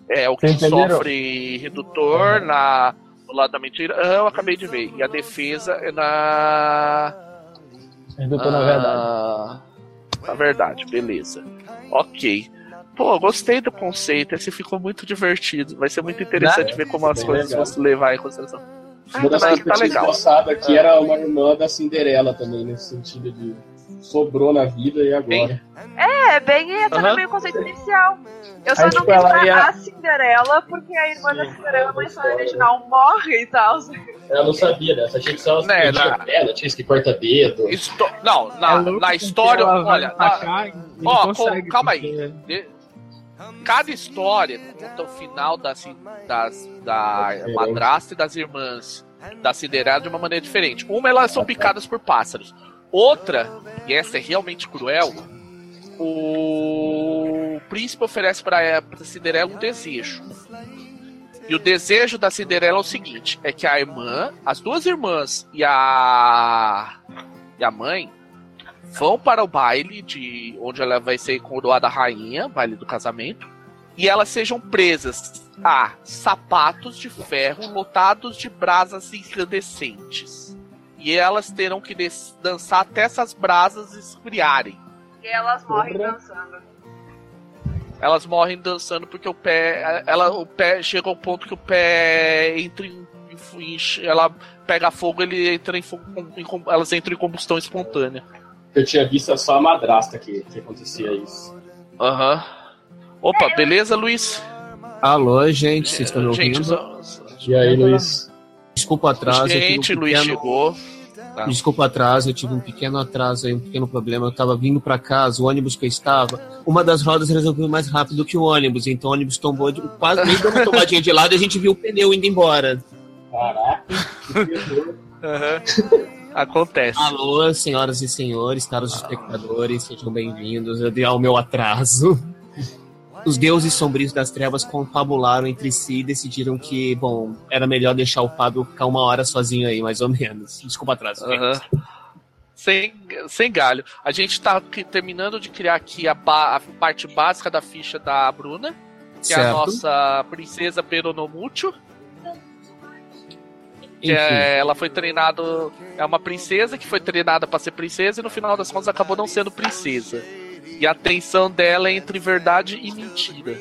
É o que Vocês entenderam? sofre redutor Uhum. na, no lado da mentira. Ah, eu acabei de ver. E a defesa é na. Redutor na verdade. Ah, na verdade, beleza. Ok. Pô, gostei do conceito. Esse ficou muito divertido. Vai ser muito interessante Né? ver como as Bem coisas legal. vão se levar em consideração. Uma das tá coisas que eu tinha legal. gostado aqui Ah. era uma irmã da Cinderela também, nesse sentido de sobrou na vida e agora. É, bem, entra Aham. no meu conceito inicial. Eu só Aí, não tipo, quis ela dar ia- a Cinderela, porque a irmã da Cinderela na história original morre e tal. Ela não sabia dessa, achei que só ela Né, tinha na- pedra, tinha isso que corta dedo. Histo- Não, na, É louco na porque história. ela vai Olha, na- atacar e não ó, consegue, com- calma aí. porque- de- cada história conta o final das, das, da madrasta e das irmãs da Cinderela de uma maneira diferente. Uma, elas são picadas por pássaros. Outra, e essa é realmente cruel, o príncipe oferece para a Cinderela um desejo. E o desejo da Cinderela é o seguinte: é que a irmã, as duas irmãs e a e a mãe vão para o baile de onde ela vai ser coroada rainha, baile do casamento, e elas sejam presas a sapatos de ferro lotados de brasas incandescentes. E elas terão que des- dançar até essas brasas esfriarem. E elas morrem Porra. dançando. Elas morrem dançando porque o pé, ela, o pé chega ao ponto que o pé entra em, em- em- ela pega fogo, ele entra em, fogo, em, em- elas entram em combustão espontânea. Eu tinha visto só a madrasta que, que acontecia isso. Aham. Opa, beleza, Luiz? Alô, gente, vocês estão me Gente, ouvindo? só- E aí, Luiz? Desculpa o atraso. eu tive um gente, Luiz pequeno- chegou. Tá. Desculpa o atraso, eu tive um pequeno atraso aí, um pequeno problema. Eu tava vindo pra casa, o ônibus que eu estava, uma das rodas resolveu ir mais rápido que o ônibus, então o ônibus tombou, de, quase nem deu uma tombadinha de lado e a gente viu o pneu indo embora. Caraca, que terror. Aham. Acontece. Alô, senhoras e senhores, caros espectadores, sejam bem-vindos eu dei ao meu atraso. Os deuses sombrios das trevas confabularam entre si e decidiram que, bom, era melhor deixar o Fábio ficar uma hora sozinho aí, mais ou menos. Desculpa o atraso. gente. Aham. Sem, sem galho. A gente tá aqui terminando de criar aqui a, ba- a parte básica da ficha da Bruna, que é a Certo. nossa princesa Peronomútil. Que Enfim. é, ela foi treinada. É uma princesa que foi treinada pra ser princesa e no final das contas acabou não sendo princesa. E a tensão dela é entre verdade e mentira.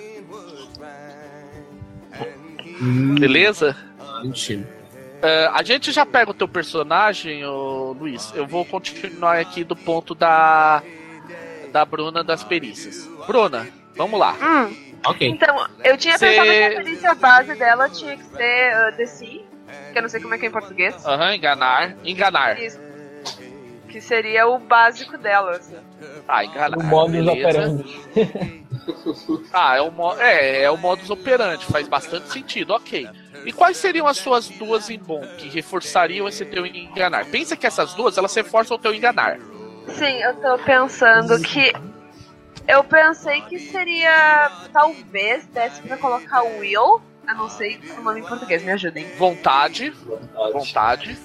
Hum, Beleza? mentira. É, a gente já pega o teu personagem, ô, Luiz. Eu vou continuar aqui do ponto da. Da Bruna das perícias. Bruna, vamos lá. Hum, Ok. então, eu tinha Cê- pensado que a perícia base dela tinha que ser uh, Deceive, que eu não sei como é que é em português. Aham, enganar. Enganar. Isso. Que seria o básico dela, assim. Ah, enganar. O modus beleza. operandi. Ah, é o, mo- é, é o modus operandi, faz bastante sentido, ok. E quais seriam as suas duas em bom, que reforçariam esse teu enganar? Pensa que essas duas, elas reforçam o teu enganar. Sim, eu tô pensando que. Eu pensei que seria. Talvez desse pra colocar o Will. Eu não sei o nome em português, me ajudem. Vontade, vontade.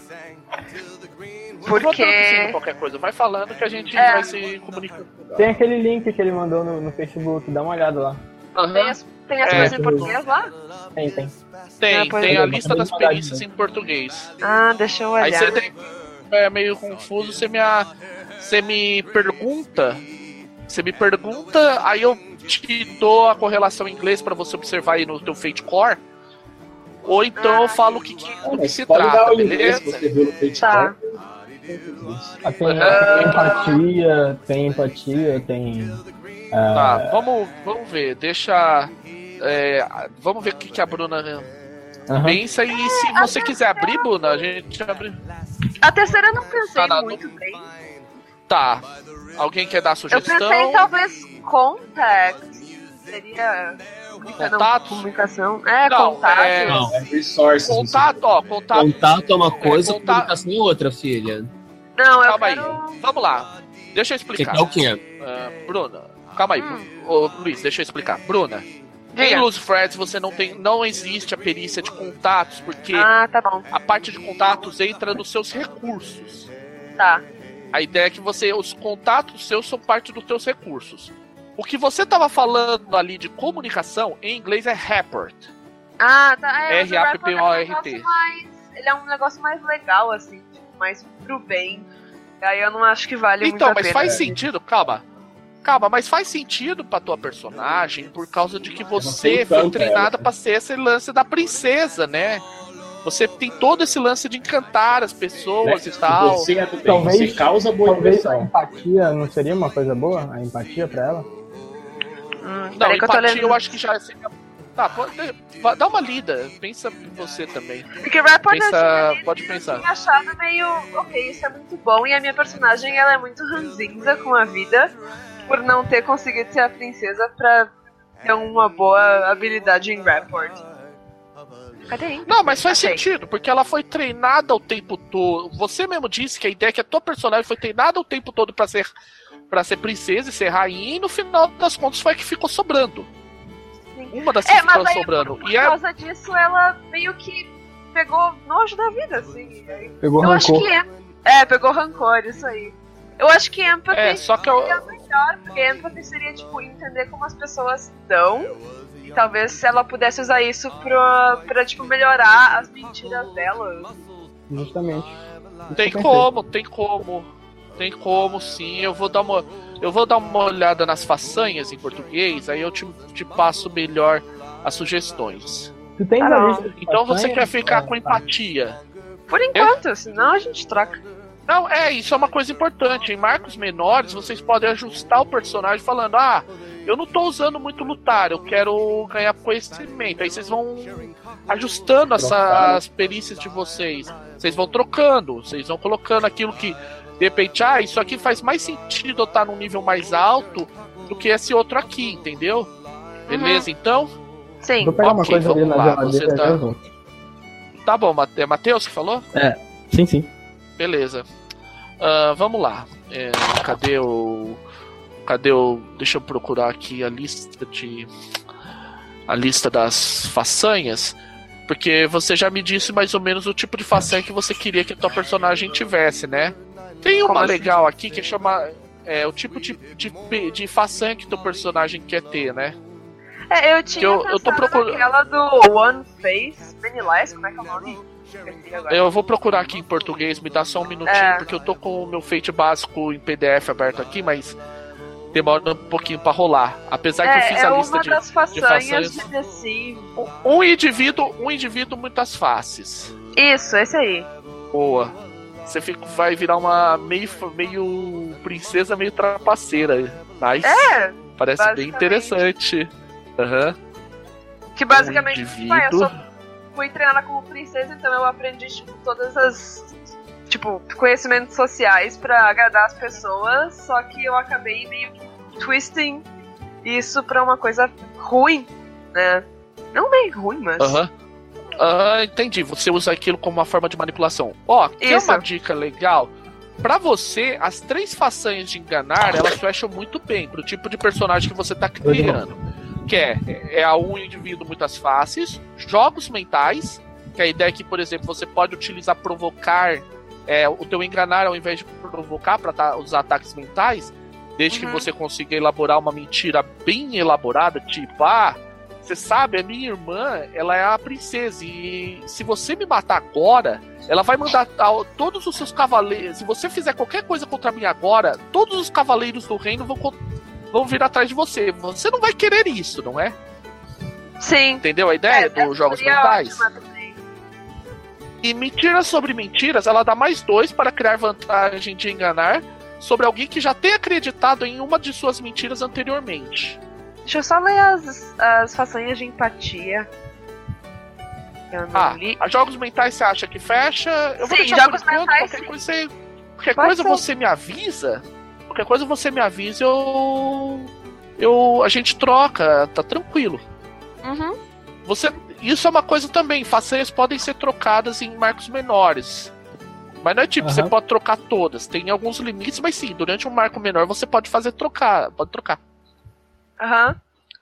Vou Porque. traduzindo qualquer coisa, vai falando que a gente É. vai se comunicando. Tem aquele link que ele mandou no, no Facebook, dá uma olhada lá. Tem Aham. as, tem as É. coisas em português lá? Tem, tem. Tem, Ah, pois tem é. a lista das Mandar perícias de em português. Ah, deixa eu Aí olhar. você tem, é meio confuso, você me, a- você me pergunta, você me pergunta, aí eu te dou a correlação em inglês pra você observar aí no teu Fate Core, ou então eu falo o que, que, Ah, do que mas se pode dar trata, o inglês que beleza? você viu no Fate Tá. Core. Ah, Tem, tem empatia, tem empatia, tem. ah, Tá, vamos, vamos ver, deixa, é, vamos ver o que, que a Bruna aham. pensa e se você quiser abrir, Bruna, a gente abre. A terceira eu não pensei Tá, não. muito bem. Tá, alguém quer dar Eu sugestão? pensei talvez contact. Seria. comunica- não, Contato? comunicação. É, Não, contato. é- Não. É resources. Contato, ó, contato. Contato é uma coisa, contato- comunicação é outra, filha. Não, eu Calma aí, quero. vamos lá. Deixa eu Você explicar. quer o quê? Ah, Bruna, calma aí. Hum. Ô, Luiz, deixa eu explicar. Bruna, em Diga. Luz Freds você não tem, não existe a perícia de contatos, porque Ah, tá bom. a parte de contatos entra nos seus recursos. Tá. A ideia é que você, os contatos seus são parte dos teus recursos. O que você tava falando ali de comunicação, em inglês é rapport. Ah, tá. É, R A P P O R T. é um negócio mais- Ele é um negócio mais legal, assim, tipo, mais pro bem. Aí eu não acho que vale muito Então, a mas pena. faz sentido, calma. Calma, mas faz sentido pra tua personagem por causa de que você foi encanta treinada ela. pra ser esse lance da princesa, né? Você tem todo esse lance de encantar as pessoas Né? e tal. Você é do bem, Talvez- você causa boa Talvez a impressão. empatia não seria uma coisa boa? A empatia pra ela? Hum, Não, peraí que eu tô empatia lendo. eu acho que já seria... Tá, pode... vai- dá uma lida. Pensa em você também. Porque Rapport Pensa- eu tinha pode lido, pensar. Eu tinha achado meio, ok, isso é muito bom, e a minha personagem ela é muito ranzinza com a vida por não ter conseguido ser a princesa pra ter uma boa habilidade em Rapport. Cadê? Não, mas faz Achei. sentido, porque ela foi treinada o tempo todo. Você mesmo disse que a ideia é que a tua personagem foi treinada o tempo todo pra ser para ser princesa e ser rainha, e no final das contas foi a que ficou sobrando. Sim. Uma das que É, mas ficou aí sobrando. por, por E é causa disso ela meio que pegou nojo da vida, assim. Pegou eu acho rancor. que é, é, pegou rancor, isso aí. Eu acho que empathy É, só que eu- seria melhor, porque empathy seria, tipo, entender como as pessoas estão. E talvez se ela pudesse usar isso pra, pra tipo, melhorar as mentiras dela. Justamente. Isso Tem é perfeito. como, tem como. Tem como, sim. Eu vou dar uma, eu vou dar uma olhada nas façanhas em português, aí eu te, te passo melhor as sugestões. Tu tens Ah, a não. lista de Então você façanhas? quer ficar Ah, com tá. empatia. Por enquanto, senão a gente troca. Não, é, isso é uma coisa importante. Em marcos menores, vocês podem ajustar o personagem falando, ah, eu não tô usando muito lutar, eu quero ganhar conhecimento. Aí vocês vão ajustando essas perícias de vocês. Vocês vão trocando, vocês vão colocando aquilo que, de repente, ah, isso aqui faz mais sentido eu estar num nível mais alto do que esse outro aqui, entendeu? Beleza, então? Sim. Vou pegar uma Ok, coisa ali vamos na lá, geladeira você e tá- já volto. Tá bom, Mate- é Matheus que falou? Sim, sim. Beleza. Ah, vamos lá. É, cadê o. Cadê o. Deixa eu procurar aqui a lista de. A lista das façanhas. Porque você já me disse mais ou menos o tipo de façanha que você queria que a tua personagem tivesse, né? Tem Como uma assim? legal aqui que chama. É o tipo de, de, de façanha que teu personagem quer ter, né? É, eu tinha eu- eu tô pensado procurando- naquela do One Face, Many Lies, como é que é o nome? Esqueci agora. Eu vou procurar aqui em português, me dá só um minutinho, É. porque eu tô com o meu Fate básico em P D F aberto aqui, mas demora um pouquinho pra rolar. Apesar que eu É, fiz é a uma lista de, das de façanhas façanhas. de The Sims. Um indivíduo, um indivíduo, muitas faces. Isso, esse aí. Boa. Você fica, vai virar uma meio, meio princesa, meio trapaceira. Nice. É, Parece bem basicamente. interessante. Aham. que basicamente, Um tipo, ah, eu indivíduo. só fui treinada como princesa, então eu aprendi, tipo, todas as, tipo, conhecimentos sociais pra agradar as pessoas, só que eu acabei meio que twisting isso pra uma coisa ruim, né? Não bem ruim, mas... Aham. Ah, entendi. Você usa aquilo como uma forma de manipulação. Ó, que é Isso. uma dica legal. Pra você, as três façanhas de enganar, elas fecham muito bem pro tipo de personagem que você tá criando. Que é, é a um indivíduo muitas faces, jogos mentais, que a ideia é que, por exemplo, você pode utilizar provocar, é, o teu enganar ao invés de provocar para usar ataques mentais, desde Uhum. que você consiga elaborar uma mentira bem elaborada, tipo, ah, você sabe, a minha irmã, ela é a princesa, e se você me matar agora, ela vai mandar ao- todos os seus cavaleiros, se você fizer qualquer coisa contra mim agora, todos os cavaleiros do reino vão, con- vão vir atrás de você. Você não vai querer isso, não é? Sim. Entendeu a ideia É, dos jogos seria mentais? ótima também. E mentiras sobre mentiras, ela dá mais dois para criar vantagem de enganar sobre alguém que já tenha acreditado em uma de suas mentiras anteriormente. Deixa eu só ler as, as façanhas de empatia. Eu não Ah, li. a jogos mentais você acha que fecha? Eu vou Sim, deixar jogos por enquanto, mentais, qualquer sim. coisa, você, qualquer Pode coisa ser. você me avisa. Qualquer coisa você me avisa, eu eu a gente troca, tá tranquilo. Uhum. Você, isso é uma coisa também, façanhas podem ser trocadas em marcos menores. Mas não é tipo, Aham. você pode trocar todas. Tem alguns limites, mas sim, durante um marco menor você pode fazer trocar, pode trocar. Aham.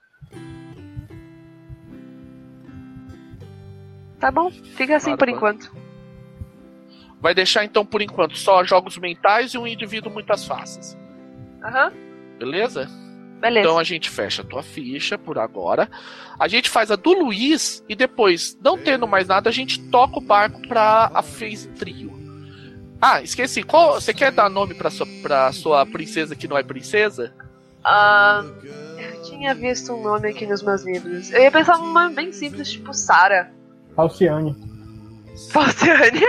Tá bom, fica assim Claro, por claro. enquanto. Vai deixar então por enquanto só jogos mentais e um indivíduo muitas faces. Aham. Beleza? Beleza. Então a gente fecha a tua ficha por agora. A gente faz a do Luiz e depois, não tendo mais nada, a gente toca o barco pra a Phase Trio. Ah, esqueci. Qual, você quer dar nome pra sua, pra sua princesa que não é princesa? Ah, eu tinha visto um nome aqui nos meus livros. Eu ia pensar num nome bem simples, tipo Sarah. Falciane. Falciane.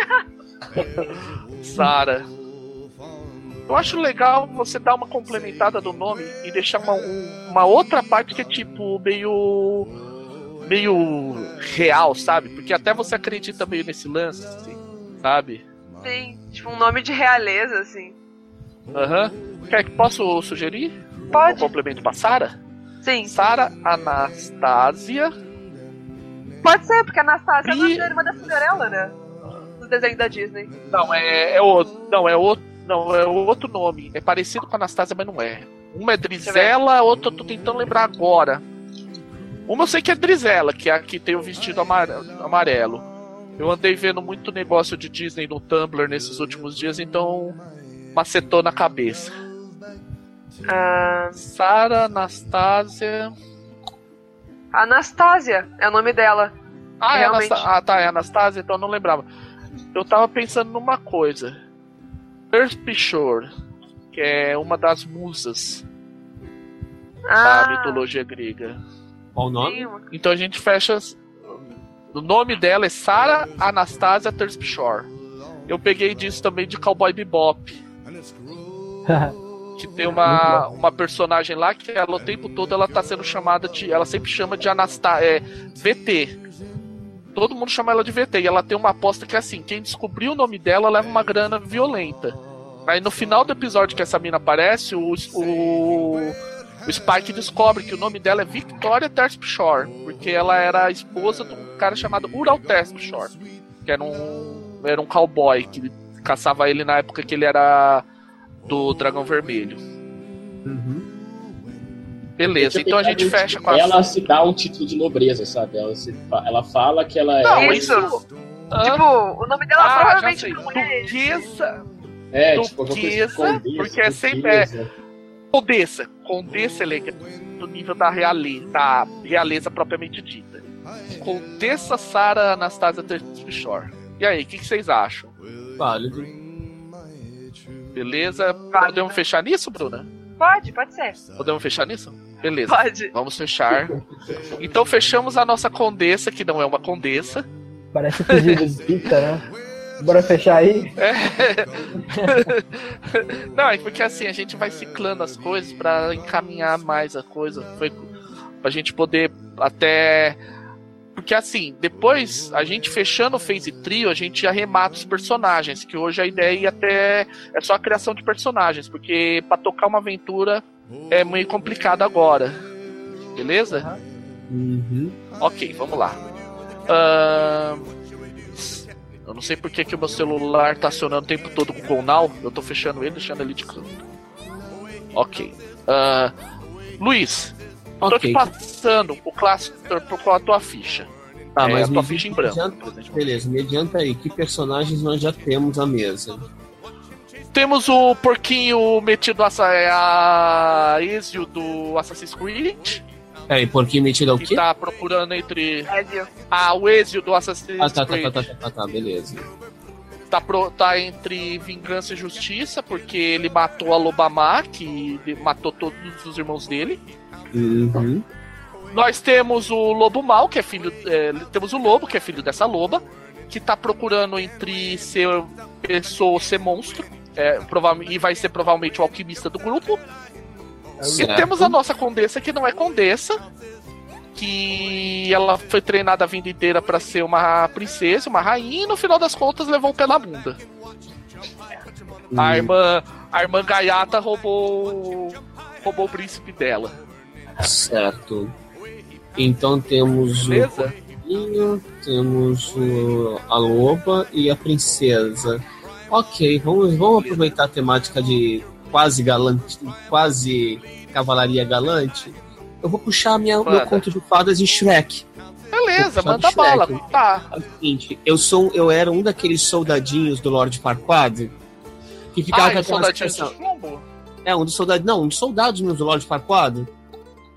Sara. Eu acho legal você dar uma complementada do nome e deixar uma, um, uma outra parte que é tipo meio meio real, sabe? Porque até você acredita meio nesse lance, assim, sabe? Sim, tipo um nome de realeza, assim. Aham. Uhum. Quer que posso sugerir? Pode. Um complemento pra Sara? Sim. Sara Anastasia. Pode ser, porque a Anastasia Pri... é a irmã da Cinderela, né? No desenho da Disney. Não, é, é outro. Não, é outro. Não, é outro nome. É parecido com a Anastasia, mas não é. Uma é Drizella, outra eu tô tentando lembrar agora. Uma eu sei que é Drizella, que é a que tem o vestido amarelo. Eu andei vendo muito negócio de Disney no Tumblr nesses últimos dias, então macetou na cabeça. Ah... Sara Anastasia. Anastasia é o nome dela. Ah, é realmente. Anasta... ah, tá, é Anastasia, então eu não lembrava. Eu tava pensando numa coisa. Terpsichore, que é uma das musas Ah, da mitologia grega. Qual o nome? sim. Então a gente fecha. O nome dela é Sara Anastasia Terpsichore. Eu peguei disso também de Cowboy Bebop. Que tem uma, uma personagem lá que ela o tempo todo ela tá sendo chamada de. Ela sempre chama de Anastasia. É, V T. Todo mundo chama ela de V T. E ela tem uma aposta que é assim: quem descobrir o nome dela leva uma grana violenta. Aí no final do episódio que essa mina aparece, o, o, o Spike descobre que o nome dela é Victoria Terpsichore, porque ela era a esposa de um cara chamado Ural Terpsichore, que era um, era um cowboy que caçava ele na época que ele era do Dragão Vermelho. Uhum. Beleza, então a gente fecha com a... Ela se dá um título de nobreza, sabe? Ela, se, ela fala que ela Não, é... Isso. Ah, Tipo, o nome dela ah, já provavelmente sei. não é esse. Duquesa... É, tipo, Duquesa, condessa, porque é sempre... duquesa. Condessa. Condessa é legal, do nível da realeza, da realeza propriamente dita. Condessa Sara Anastasia Terpsichore. E aí, o que, que vocês acham? Válido. Beleza? Válido. Podemos fechar nisso, Bruna? Pode, pode ser. Podemos fechar nisso? Beleza. Pode. Vamos fechar. Então fechamos a nossa condessa, que não é uma condessa. Parece pedido de pizza, né? Bora fechar aí? É. Não, é porque assim, a gente vai ciclando as coisas pra encaminhar mais a coisa. Foi pra gente poder até... Porque assim, depois, a gente fechando o Phase Trio, a gente arremata os personagens, que hoje a ideia até é só a criação de personagens, porque pra tocar uma aventura é meio complicado agora. Beleza? Uhum. Ok, vamos lá. Ahn... Eu não sei porque que o meu celular tá acionando o tempo todo com o Go Now. Eu tô fechando ele, deixando ele de canto. Ok. Uh, Luiz, Ok. tô te passando o Cluster com a tua ficha. Tá, é, mas a tua me ficha em adianta- branco. por exemplo. Beleza, me adianta aí. Que personagens nós já temos à mesa? Temos o porquinho metido a, é a Ezio do Assassin's Creed. Peraí, porquinho metido ao Que quê? tá procurando entre... Ezio. Ah, o Ezio do Assassin's Ah, tá, tá, Creed. tá, tá, tá, tá, tá, beleza. Tá, pro, tá entre vingança e justiça, porque ele matou a Lobamá, que matou todos os irmãos dele. Uhum. Nós temos o Lobo Mal, que é filho. É, temos o Lobo, que é filho dessa loba, que tá procurando entre ser pessoa ou ser monstro. É, provavelmente, e vai ser provavelmente o alquimista do grupo. Certo. E temos a nossa condessa, que não é condessa, que ela foi treinada a vida inteira pra ser uma princesa, uma rainha, e no final das contas levou o pé na bunda. Hum. A irmã, a irmã Gaiata roubou, roubou o príncipe dela. Certo. Então temos Beleza? o porquinho, temos o, a loba e a princesa. Ok, vamos, vamos aproveitar a temática de quase galante, quase cavalaria galante. Eu vou puxar minha, Manda. meu conto de fadas em Shrek. Beleza, Vou manda puxar do bala. Shrek. Tá. É o seguinte, eu, sou, eu era um daqueles soldadinhos do Lord Farquaad que ficava Ah, com eu aquela soldadinho expressão- de chumbo. É, um dos soldados. Não, um dos soldados meus do Lord Farquaad.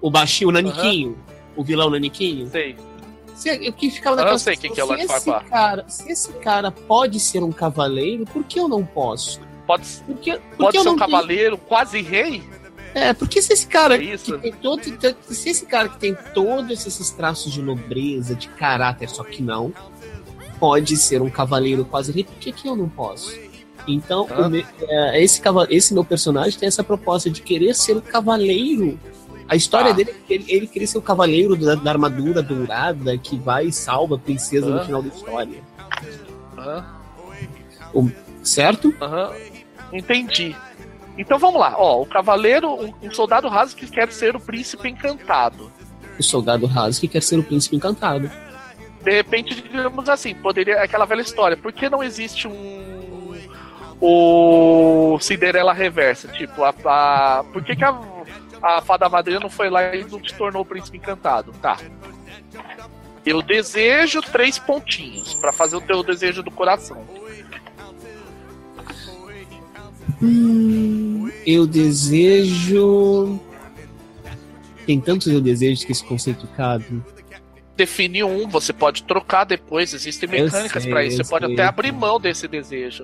O baixinho, o naniquinho. Uhum. O vilão naniquinho. Sei. Eu que ficava naquela eu sei quem que é o Lord Farquaad. Cara, se esse cara pode ser um cavaleiro, por que eu não posso? Pode, porque, porque pode eu ser não um tenho... cavaleiro quase rei? É, porque se esse cara é que tem todo, se esse cara que tem todos esses traços de nobreza, de caráter, só que não, pode ser um cavaleiro quase rei, por que, que eu não posso? Então, ah. o meu, é, esse, esse meu personagem tem essa proposta de querer ser um cavaleiro. A história ah. dele é que ele, ele queria ser o cavaleiro da, da armadura dourada que vai e salva a princesa ah. no final da história. Ah. O, certo? Aham. Entendi. Então vamos lá. Ó, o cavaleiro, um, um soldado raso que quer ser o príncipe encantado. O soldado raso que quer ser o príncipe encantado. De repente, digamos assim, poderia aquela velha história. Por que não existe um o Cinderela reversa? Tipo, a, a por que, que a A fada madrinha não foi lá e não te tornou o príncipe encantado. Tá. Eu desejo três pontinhos pra fazer o teu desejo do coração. Hum, eu desejo... Tem tantos eu desejos que esse conceito cabe. Define um, você pode trocar depois. Existem mecânicas pra isso. Você pode até abrir mão desse desejo.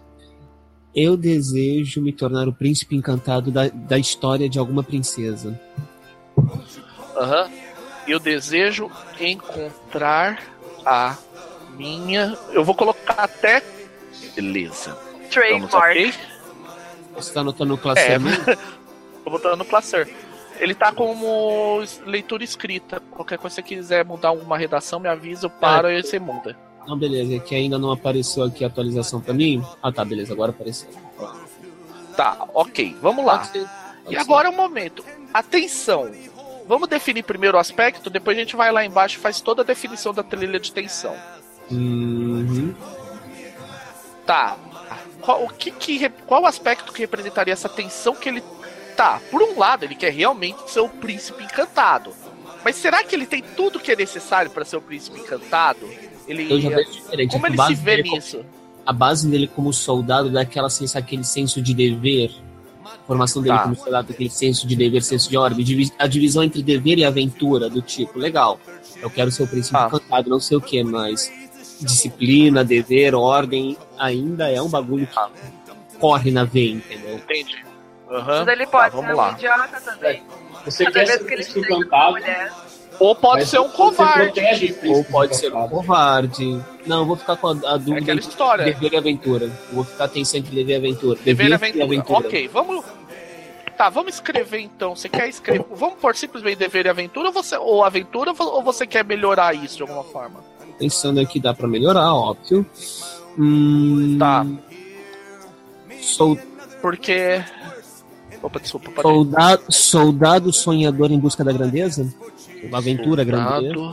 Eu desejo me tornar o príncipe encantado da, da história de alguma princesa. Aham. Uhum. Eu desejo encontrar a minha... Eu vou colocar até... Beleza. Trademark. Okay? Você tá anotando o Classer? É, tô botando no Classer. Ele tá como leitura escrita. Qualquer coisa que você quiser mudar alguma redação, me avisa, eu paro é. e você muda. Não, beleza, é que ainda não apareceu aqui a atualização pra mim. Ah, tá, beleza, agora apareceu. Tá, ok, vamos lá. Pode ser, pode e ser. Agora é o momento. Atenção. Vamos definir primeiro o aspecto, depois a gente vai lá embaixo e faz toda a definição da trilha de tensão. Uhum. Tá. Qual, o que que, qual o aspecto que representaria essa tensão que ele... Tá, por um lado, ele quer realmente ser o príncipe encantado. Mas será que ele tem tudo que é necessário para ser o príncipe encantado? Ele, eu já vejo diferente. Como ele se vê nisso? A base dele como soldado dá aquela sensação, aquele senso de dever. A formação dele tá. como soldado, aquele senso de dever, senso de ordem. A divisão entre dever e aventura, do tipo, legal, eu quero ser o príncipe tá. encantado, não sei o que, mas disciplina, dever, ordem, ainda é um bagulho que tá. corre na veia, entendeu? Entendi. Uhum. Mas ele pode tá, ser um idiota também. Você Cada quer ser o príncipe encantado... Ou pode ser um covarde. Ou pode ser um covarde. Não, eu vou ficar com a, a dúvida é aquela história. entre dever e aventura. Eu vou ficar tensão entre dever e aventura. Dever, dever e aventura. aventura. Ok, vamos... Tá, vamos escrever então. Você quer escrever... Vamos pôr simplesmente dever e aventura ou, você... ou aventura ou você quer melhorar isso de alguma forma? Pensando aqui, dá pra melhorar, óbvio. Hum... Tá. Sou... Porque... Opa, desculpa. Pode soldado, soldado sonhador em busca da grandeza? Uma aventura grande. Na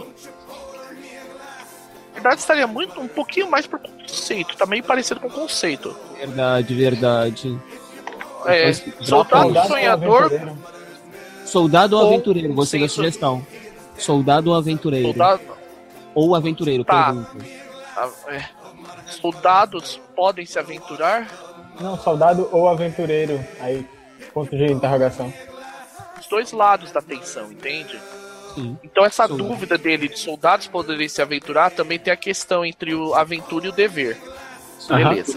verdade, estaria muito, um pouquinho mais por conceito. Tá meio parecido com o conceito. Verdade, verdade. É, então, soldado sonhador. Soldado ou aventureiro? Gostei da sugestão. Soldado ou aventureiro? Soldado... Ou aventureiro, tá. pergunta. É. Soldados podem se aventurar? Não, soldado ou aventureiro. Aí, ponto de interrogação. Os dois lados da tensão, entende? Sim. Então essa Sim. dúvida dele de soldados poderem se aventurar também tem a questão entre o aventura e o dever. Uhum. Beleza.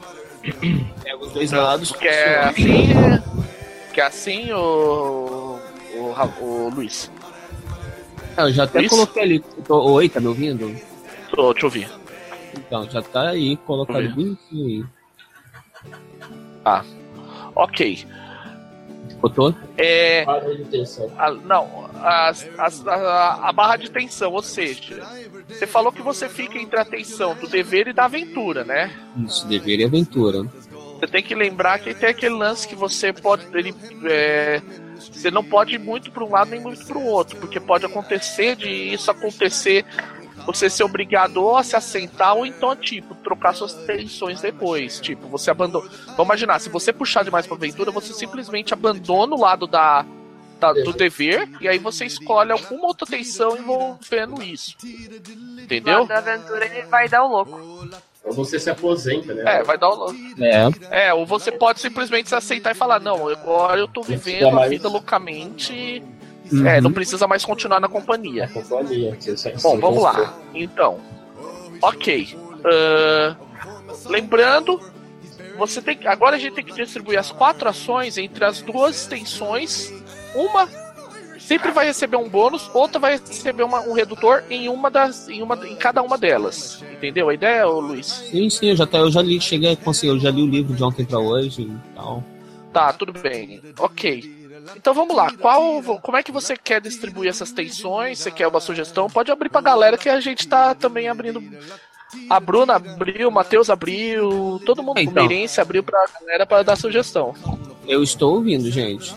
É, os dois lados. Que é assim, que é assim o, o, o Luiz. Eu já até Luiz? coloquei ali. Tô... Oi, tá me ouvindo? Tô, deixa eu ouvir. Então, já tá aí colocado bonitinho aí. Ah, ok. Botou? É. A, não, a, a, a, a barra de tensão, ou seja, você falou que você fica entre a tensão do dever e da aventura, né? Isso, dever e aventura. Você tem que lembrar que tem aquele lance que você pode. Ele, é, você não pode ir muito para um lado nem muito para o outro, porque pode acontecer de isso acontecer. Você ser obrigado a se assentar ou então, tipo, trocar suas tensões depois. Tipo, você abandona. Vamos imaginar, se você puxar demais pra aventura, você simplesmente abandona o lado da, da, do dever e aí você escolhe alguma outra tensão envolvendo isso. Entendeu? O lado da aventura ele vai dar o louco. Ou você se aposenta, né? É, vai dar o louco. É. É, ou você pode simplesmente se aceitar e falar, não, agora eu tô vivendo a vida loucamente. Uhum. É, não precisa mais continuar na companhia. Na companhia. que você- Bom, você vamos gostou. lá. Então, ok. Ahn, lembrando, você tem que- agora a gente tem que distribuir as quatro ações entre as duas extensões. Uma sempre vai receber um bônus, outra vai receber uma- um redutor em uma das, em uma, em cada uma delas. Entendeu a ideia, ô Luiz? Sim, sim, eu já, tá- eu já li, cheguei a conseguir, eu já li o livro de ontem pra hoje e tal. Tá, tudo bem. Ok. Então vamos lá. Qual, como é que você quer distribuir essas tensões? Você quer uma sugestão? Pode abrir pra galera que a gente tá também abrindo. A Bruna abriu, o Matheus abriu, todo mundo, Então. o Meirense abriu pra galera pra dar sugestão. Eu estou ouvindo, gente.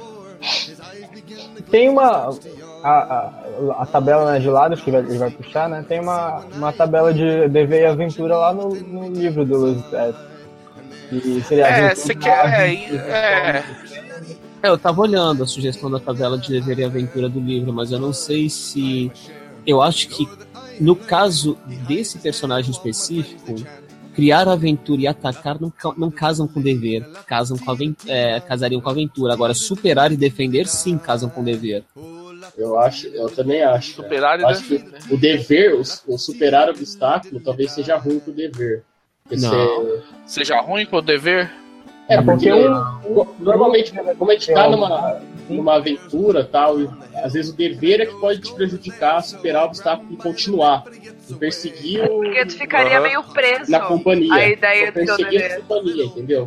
Tem uma. A, a, a tabela, né, de lados que vai, ele vai puxar, né? Tem uma, uma tabela de dever e aventura lá no, no livro do Luiz Pérez. Que seria É, aventura, você quer. É, aventura, é, É, eu tava olhando a sugestão da tabela de dever e aventura do livro, mas eu não sei se. Eu acho que, no caso desse personagem específico, criar aventura e atacar não, ca- não casam com dever, casam com aven- é, casariam com aventura. Agora, superar e defender, sim, casam com dever. Eu acho, eu também acho. cara. Superar e Eu acho que defender. o dever, o, o superar obstáculo, talvez seja ruim pro dever. Porque Não. você- Seja ruim com o dever? É, É porque porque um- normalmente, como a gente tá É, numa, numa aventura tal, e às vezes o dever é que pode te prejudicar a superar o obstáculo e continuar. E perseguir o, Porque tu ficaria Aham. meio preso na companhia. a ideia do teu perseguir a dever. companhia, entendeu?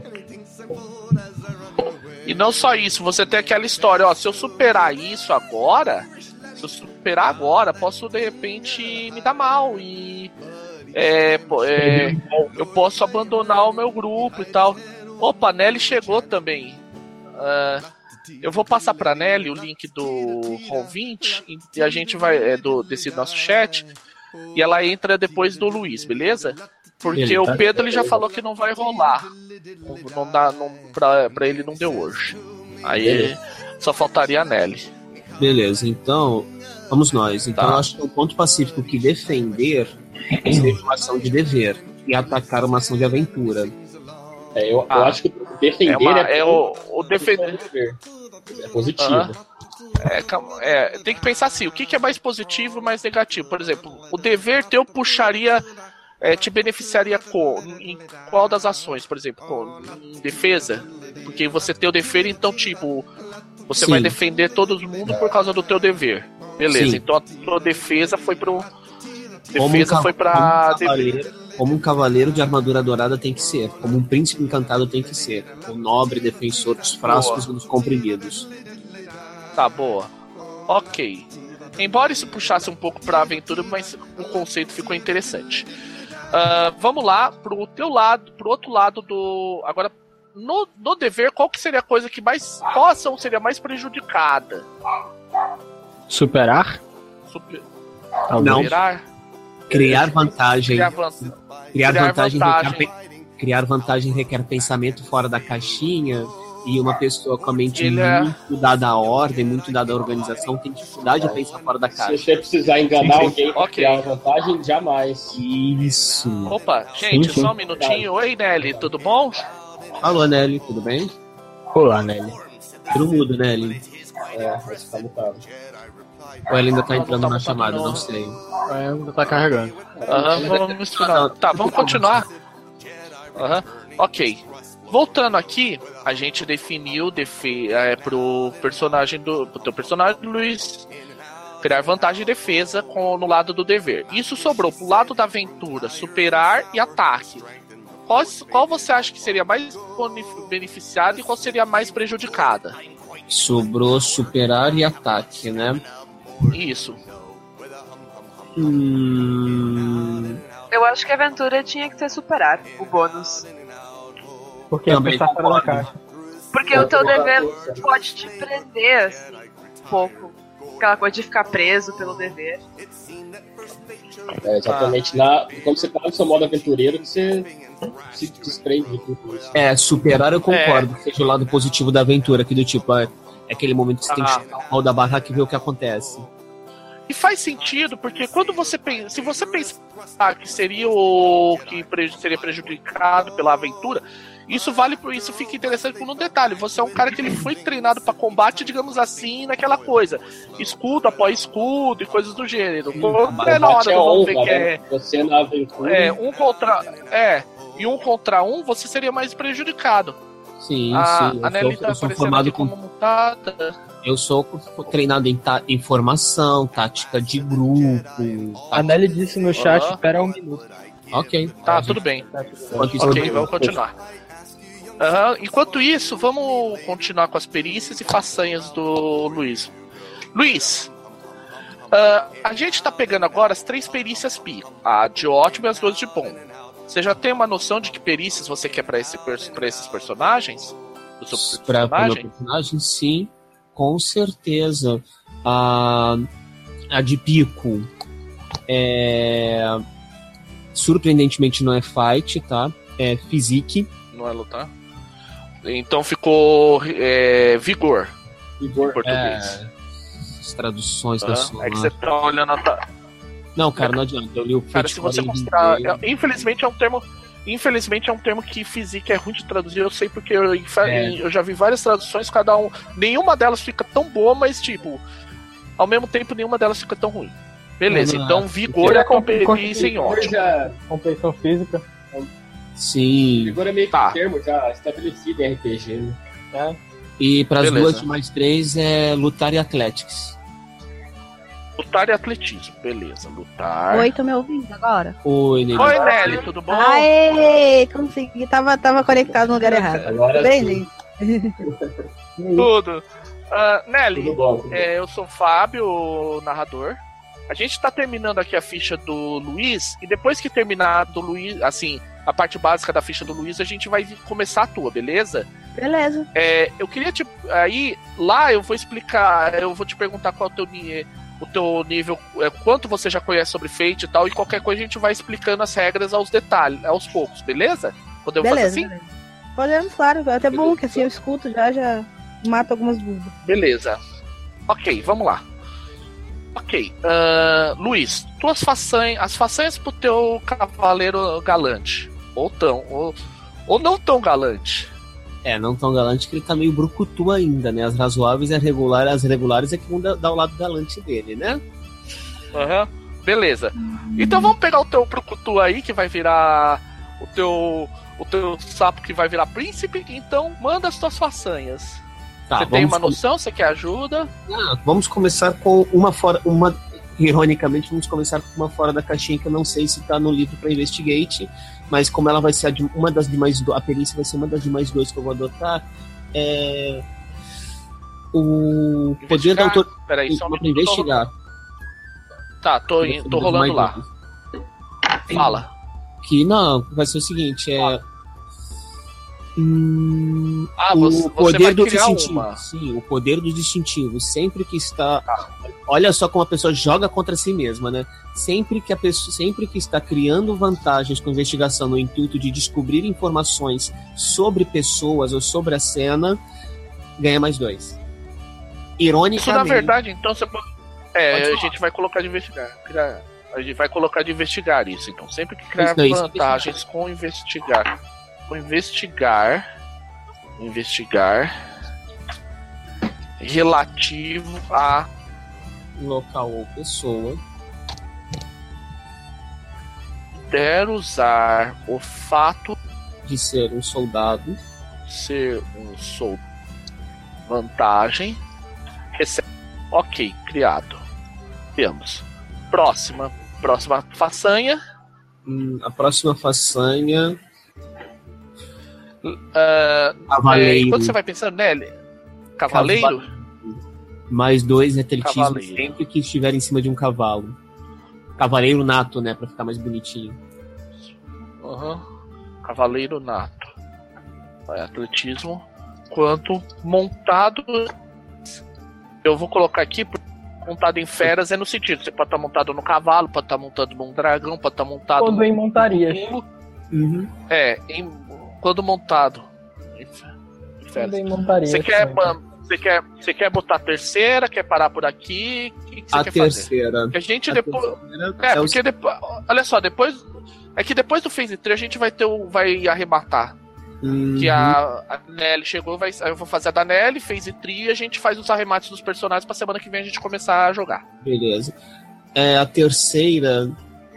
E não só isso, você tem aquela história, ó, se eu superar isso agora, se eu superar agora, posso de repente me dar mal e é, pô, é, eu posso abandonar o meu grupo e tal. Opa, a Nelly chegou também. Ah, eu vou passar pra Nelly o link do Roll vinte e a gente vai, é, do, desse nosso chat, e ela entra depois do Luiz, beleza? Porque Beleza. o Pedro ele já falou que não vai rolar. Não, não dá, não, pra, pra ele não deu hoje. Aí Beleza. só faltaria a Nelly. Beleza, então, vamos nós. Então, Tá. eu acho que o ponto pacífico que defender seja uma ação de dever e atacar uma ação de aventura. É, eu, eu Ah, acho que defender É, uma, é, é o, o defender. dever. É positivo. Aham. É, calma, é, tem que pensar assim, o que, que é mais positivo e mais negativo? Por exemplo, o dever teu puxaria, é, te beneficiaria com, em qual das ações? Por exemplo, com, em defesa? Porque você tem o dever, então, tipo, você Sim. vai defender todo mundo por causa do teu dever. Beleza, Sim. então a tua defesa foi pro... Como um Defesa ca- foi pra... como um dever. cavaleiro, como um cavaleiro de armadura dourada tem que ser, como um príncipe encantado tem que ser, um nobre defensor dos frascos e dos comprimidos. Tá, boa. Ok. Embora isso puxasse um pouco pra aventura, mas o conceito ficou interessante. Ah, vamos lá pro teu lado, pro outro lado do... Agora, no, no dever, qual que seria a coisa que mais... Qual ação seria mais prejudicada? Superar? Super... Não. Superar? Criar vantagem, Criar vantagem. criar criar vantagem, vantagem. Requer, pe- criar vantagem requer pensamento fora da caixinha, e uma pessoa com a mente Ele é- muito dada à ordem, muito dada à organização, tem dificuldade de pensar fora da Se caixa. você precisar enganar alguém pra Ok. criar uma vantagem, jamais. Isso. Opa, gente, Sim, sim. só um minutinho. Oi, Nelly, tudo bom? Alô, Nelly, tudo bem? Olá, Nelly. Tudo mudo, Nelly. É, você tá mutado. Ou ela ainda tá Não, entrando não tá na mutado, chamada, não. não sei. É, ainda tá carregando. Aham, vamos misturar. Tá, vamos continuar. Aham, ok. Voltando aqui, a gente definiu defe é, pro personagem do. Pro teu personagem, Luiz, criar vantagem e defesa com, no lado do dever. Isso sobrou pro lado da aventura, superar e ataque. Qual, qual você acha que seria mais bonif- beneficiada e qual seria mais prejudicada? Sobrou superar e ataque, né? Isso. Hum... Eu acho que a aventura tinha que ter superar o bônus. Porque Também pensar fora da concordo. caixa. Porque o teu dever pode te prender, assim, um pouco. Aquela coisa de ficar preso pelo dever. É, exatamente. Na, quando você tá no seu modo aventureiro, você se desprende de tudo isso. É, superar eu concordo, que seja o lado positivo da aventura, que do tipo, é, é aquele momento que você tem que Ah. chegar ao pau da barraca e ver o que acontece. E faz sentido, porque quando você pensa. Se você pensar que seria o que pre- seria prejudicado pela aventura, isso vale por isso fica interessante por um detalhe. Você é um cara que ele foi treinado pra combate, digamos assim, naquela coisa. Escudo após escudo e coisas do gênero. Quando é na hora do vamos ver que é. Você na aventura. É, um contra. É, e um contra um, você seria mais prejudicado. Sim, A, sim. a Eu Nelly sou, tá eu sou aparecendo formado aqui com. como mutada. Eu sou treinado em, ta... em formação, tática de grupo. A Nelly disse no chat, Aham. espera um minuto. Ok. Tá, tudo bem. Enquanto isso, Ok, vamos continuar. Aham, enquanto isso, vamos continuar com as perícias e façanhas do Luiz. Luiz, ah, a gente tá pegando agora as três perícias pico. A de ótimo e as duas de bom. Você já tem uma noção de que perícias você quer pra, esse, pra esses personagens? Do seu Pra, pra meu personagem? personagem, sim, com certeza. A, a de pico é. Surpreendentemente não é fight, tá? É physique. Não é lutar? Então ficou é, vigor Vigor. em português. É, as traduções da Aham, sua. é que você tá olhando a. Ta... Não, cara, não adianta. Eu li o Cara, se você considerar. é- Infelizmente é um termo. Infelizmente é um termo que física é ruim de traduzir, eu sei porque eu, infa- É. eu já vi várias traduções, cada um. Nenhuma delas fica tão boa, mas tipo. Ao mesmo tempo, nenhuma delas fica tão ruim. Beleza, Não, não, então é. vigor é a Com- competência em Vigor ótimo. já. Compleição física. Sim. Vigor é meio que Tá. um termo já estabelecido em R P G, né? Né? E para as Beleza. duas de mais três é lutar e athletics. Lutar e atletismo, beleza. Lutar. Oi, tô me ouvindo agora? Oi, Nelly. Oi, Nelly, tudo bom? Aê, consegui. Tava, tava conectado no lugar errado. Agora Bem, sim. gente. Tudo. Ah, Nelly, Tudo bom. tudo bom. É, eu sou o Fábio, o narrador. A gente tá terminando aqui a ficha do Luiz, e depois que terminar do Luiz, assim, a parte básica da ficha do Luiz, a gente vai começar a tua, beleza? Beleza. É, eu queria te. Aí, lá eu vou explicar, eu vou te perguntar qual é o teu, ni- o teu nível, é, quanto você já conhece sobre Fate e tal, e qualquer coisa a gente vai explicando as regras aos detalhes, aos poucos, beleza? Podemos Beleza, fazer assim? beleza. Podemos, claro. É até bom que assim eu escuto já, já mato algumas dúvidas. Beleza. Ok, vamos lá. Ok, ah, Luiz, tuas façanhas, as façanhas pro teu cavaleiro galante, ou tão, ou, ou não tão galante. É, não tão galante que ele tá meio brucutu ainda, né? As razoáveis e as regulares, as regulares é que vão dar dar o lado galante dele, né? Aham. Beleza. Então vamos pegar o teu brucutu aí, que vai virar o teu, o teu sapo que vai virar príncipe. Então manda as tuas façanhas. Tá, Você tem vamos uma com- noção? Você quer ajuda? Ah, vamos começar com uma fora, uma ironicamente vamos começar com uma fora da caixinha que eu não sei se tá no livro para Investigate, mas como ela vai ser a de- uma das demais do- a perícia vai ser uma das demais dois que eu vou adotar, é o poder da Investigar? autor Peraí, só um para minuto. tô- investigar. Tá, tô, in- tô rolando lá. Fala. Que não, vai ser o seguinte, é Hum, Ah, o você, você poder vai do criar distintivo. uma. Sim, o poder do distintivo. Sempre que está. Olha só como a pessoa joga contra si mesma, né? Sempre que a pessoa, sempre que está criando vantagens com investigação no intuito de descobrir informações sobre pessoas ou sobre a cena, ganha mais dois. Ironicamente. Isso na verdade, então você pode. É, Pode a falar. gente vai colocar de investigar. criar- A gente vai colocar de investigar isso. Então, sempre que criar Isso, não, isso, vantagens com investigar. Com investigar. Investigar. Relativo a. local ou pessoa. Puder usar o fato De ser um soldado. de ser um soldado. Vantagem. Recebe. Ok, criado. Temos. Próxima. Próxima façanha. Hum, a próxima façanha. Ah, é, Cavaleiro. enquanto você vai pensando, Nelly. Cavaleiro? Mais dois é atletismo Cavaleiro. sempre que estiver em cima de um cavalo. Cavaleiro nato, né? Pra ficar mais bonitinho. Aham. Cavaleiro nato. É, atletismo. Quanto montado. Eu vou colocar aqui. porque Montado em feras é no sentido. Você pode estar montado no cavalo, pode estar montado num dragão, pode estar montado Todo em montarias. no. É, em- quando montado. Em fe- em feras. Todo em montarias. Você quer, sempre. ma- Você quer, você quer botar a terceira? Quer parar por aqui? O que, que você A quer terceira. fazer? Porque a gente A depois. terceira É, é o- porque depois. Olha só, depois. É que depois do Phase três a gente vai ter o. Vai arrematar. Uhum. Que a, a Nelly chegou, vai, eu vou fazer a da Nelly, Phase três e a gente faz os arremates dos personagens pra semana que vem a gente começar a jogar. Beleza. É, a terceira.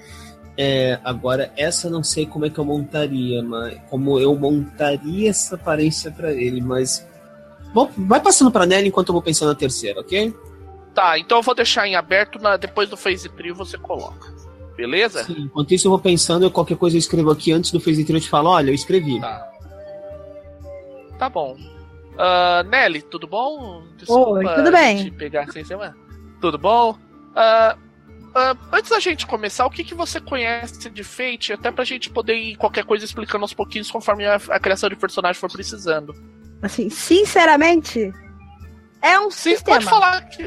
É, agora, essa eu não sei como é que eu montaria, mas como eu montaria essa aparência pra ele, mas. Bom, vai passando pra Nelly enquanto eu vou pensando na terceira, ok? Tá, então eu vou deixar em aberto, na, depois do Phase três você coloca. Beleza? Sim, enquanto isso eu vou pensando, eu, qualquer coisa eu escrevo aqui antes do Phase três eu te falo, olha, eu escrevi. Tá. Tá bom. Uh, Nelly, tudo bom? Desculpa Oi, tudo bem. te pegar sem semana. Tudo bom? Uh, uh, antes da gente começar, o que, que você conhece de Fate? Até pra gente poder ir qualquer coisa explicando aos pouquinhos conforme a, a criação de personagem for precisando. Assim, sinceramente, é um Sim, sistema. pode falar que.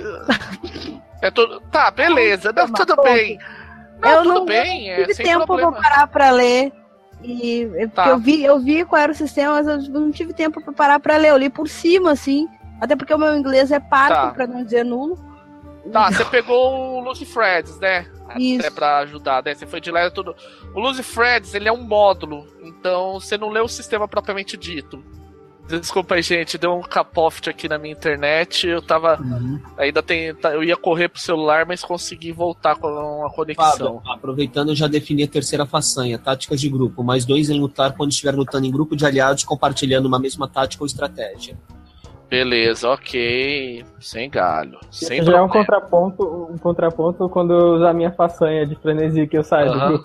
É tudo... Tá, beleza. Não, Sistema, tudo ponto. bem. Não, Eu tudo não bem, é tive sem tempo problema. pra parar pra ler. E eu- Tá. eu vi, eu vi qual era o sistema, mas eu não tive tempo pra parar pra ler. Eu li por cima, assim. Até porque o meu inglês é parco, Tá. pra não dizer nulo. Tá, você pegou o Lucy Freds, né? Isso. Até pra ajudar, né? Você foi de lá e tudo. O Lucy Freds, ele é um módulo, então você não lê o sistema propriamente dito. Desculpa aí, gente, deu um capoft aqui na minha internet. Eu tava. Uhum. Ainda tem. tá- Eu ia correr pro celular, mas consegui voltar com a conexão. Fábio, aproveitando, eu já defini a terceira façanha, táticas de grupo. Mais dois em lutar quando estiver lutando em grupo de aliados, compartilhando uma mesma tática ou estratégia. Beleza, ok. Sem galho. Sem Isso já é um problema. contraponto, um contraponto quando eu usar a minha façanha de frenesi que eu saio do Aham. grupo.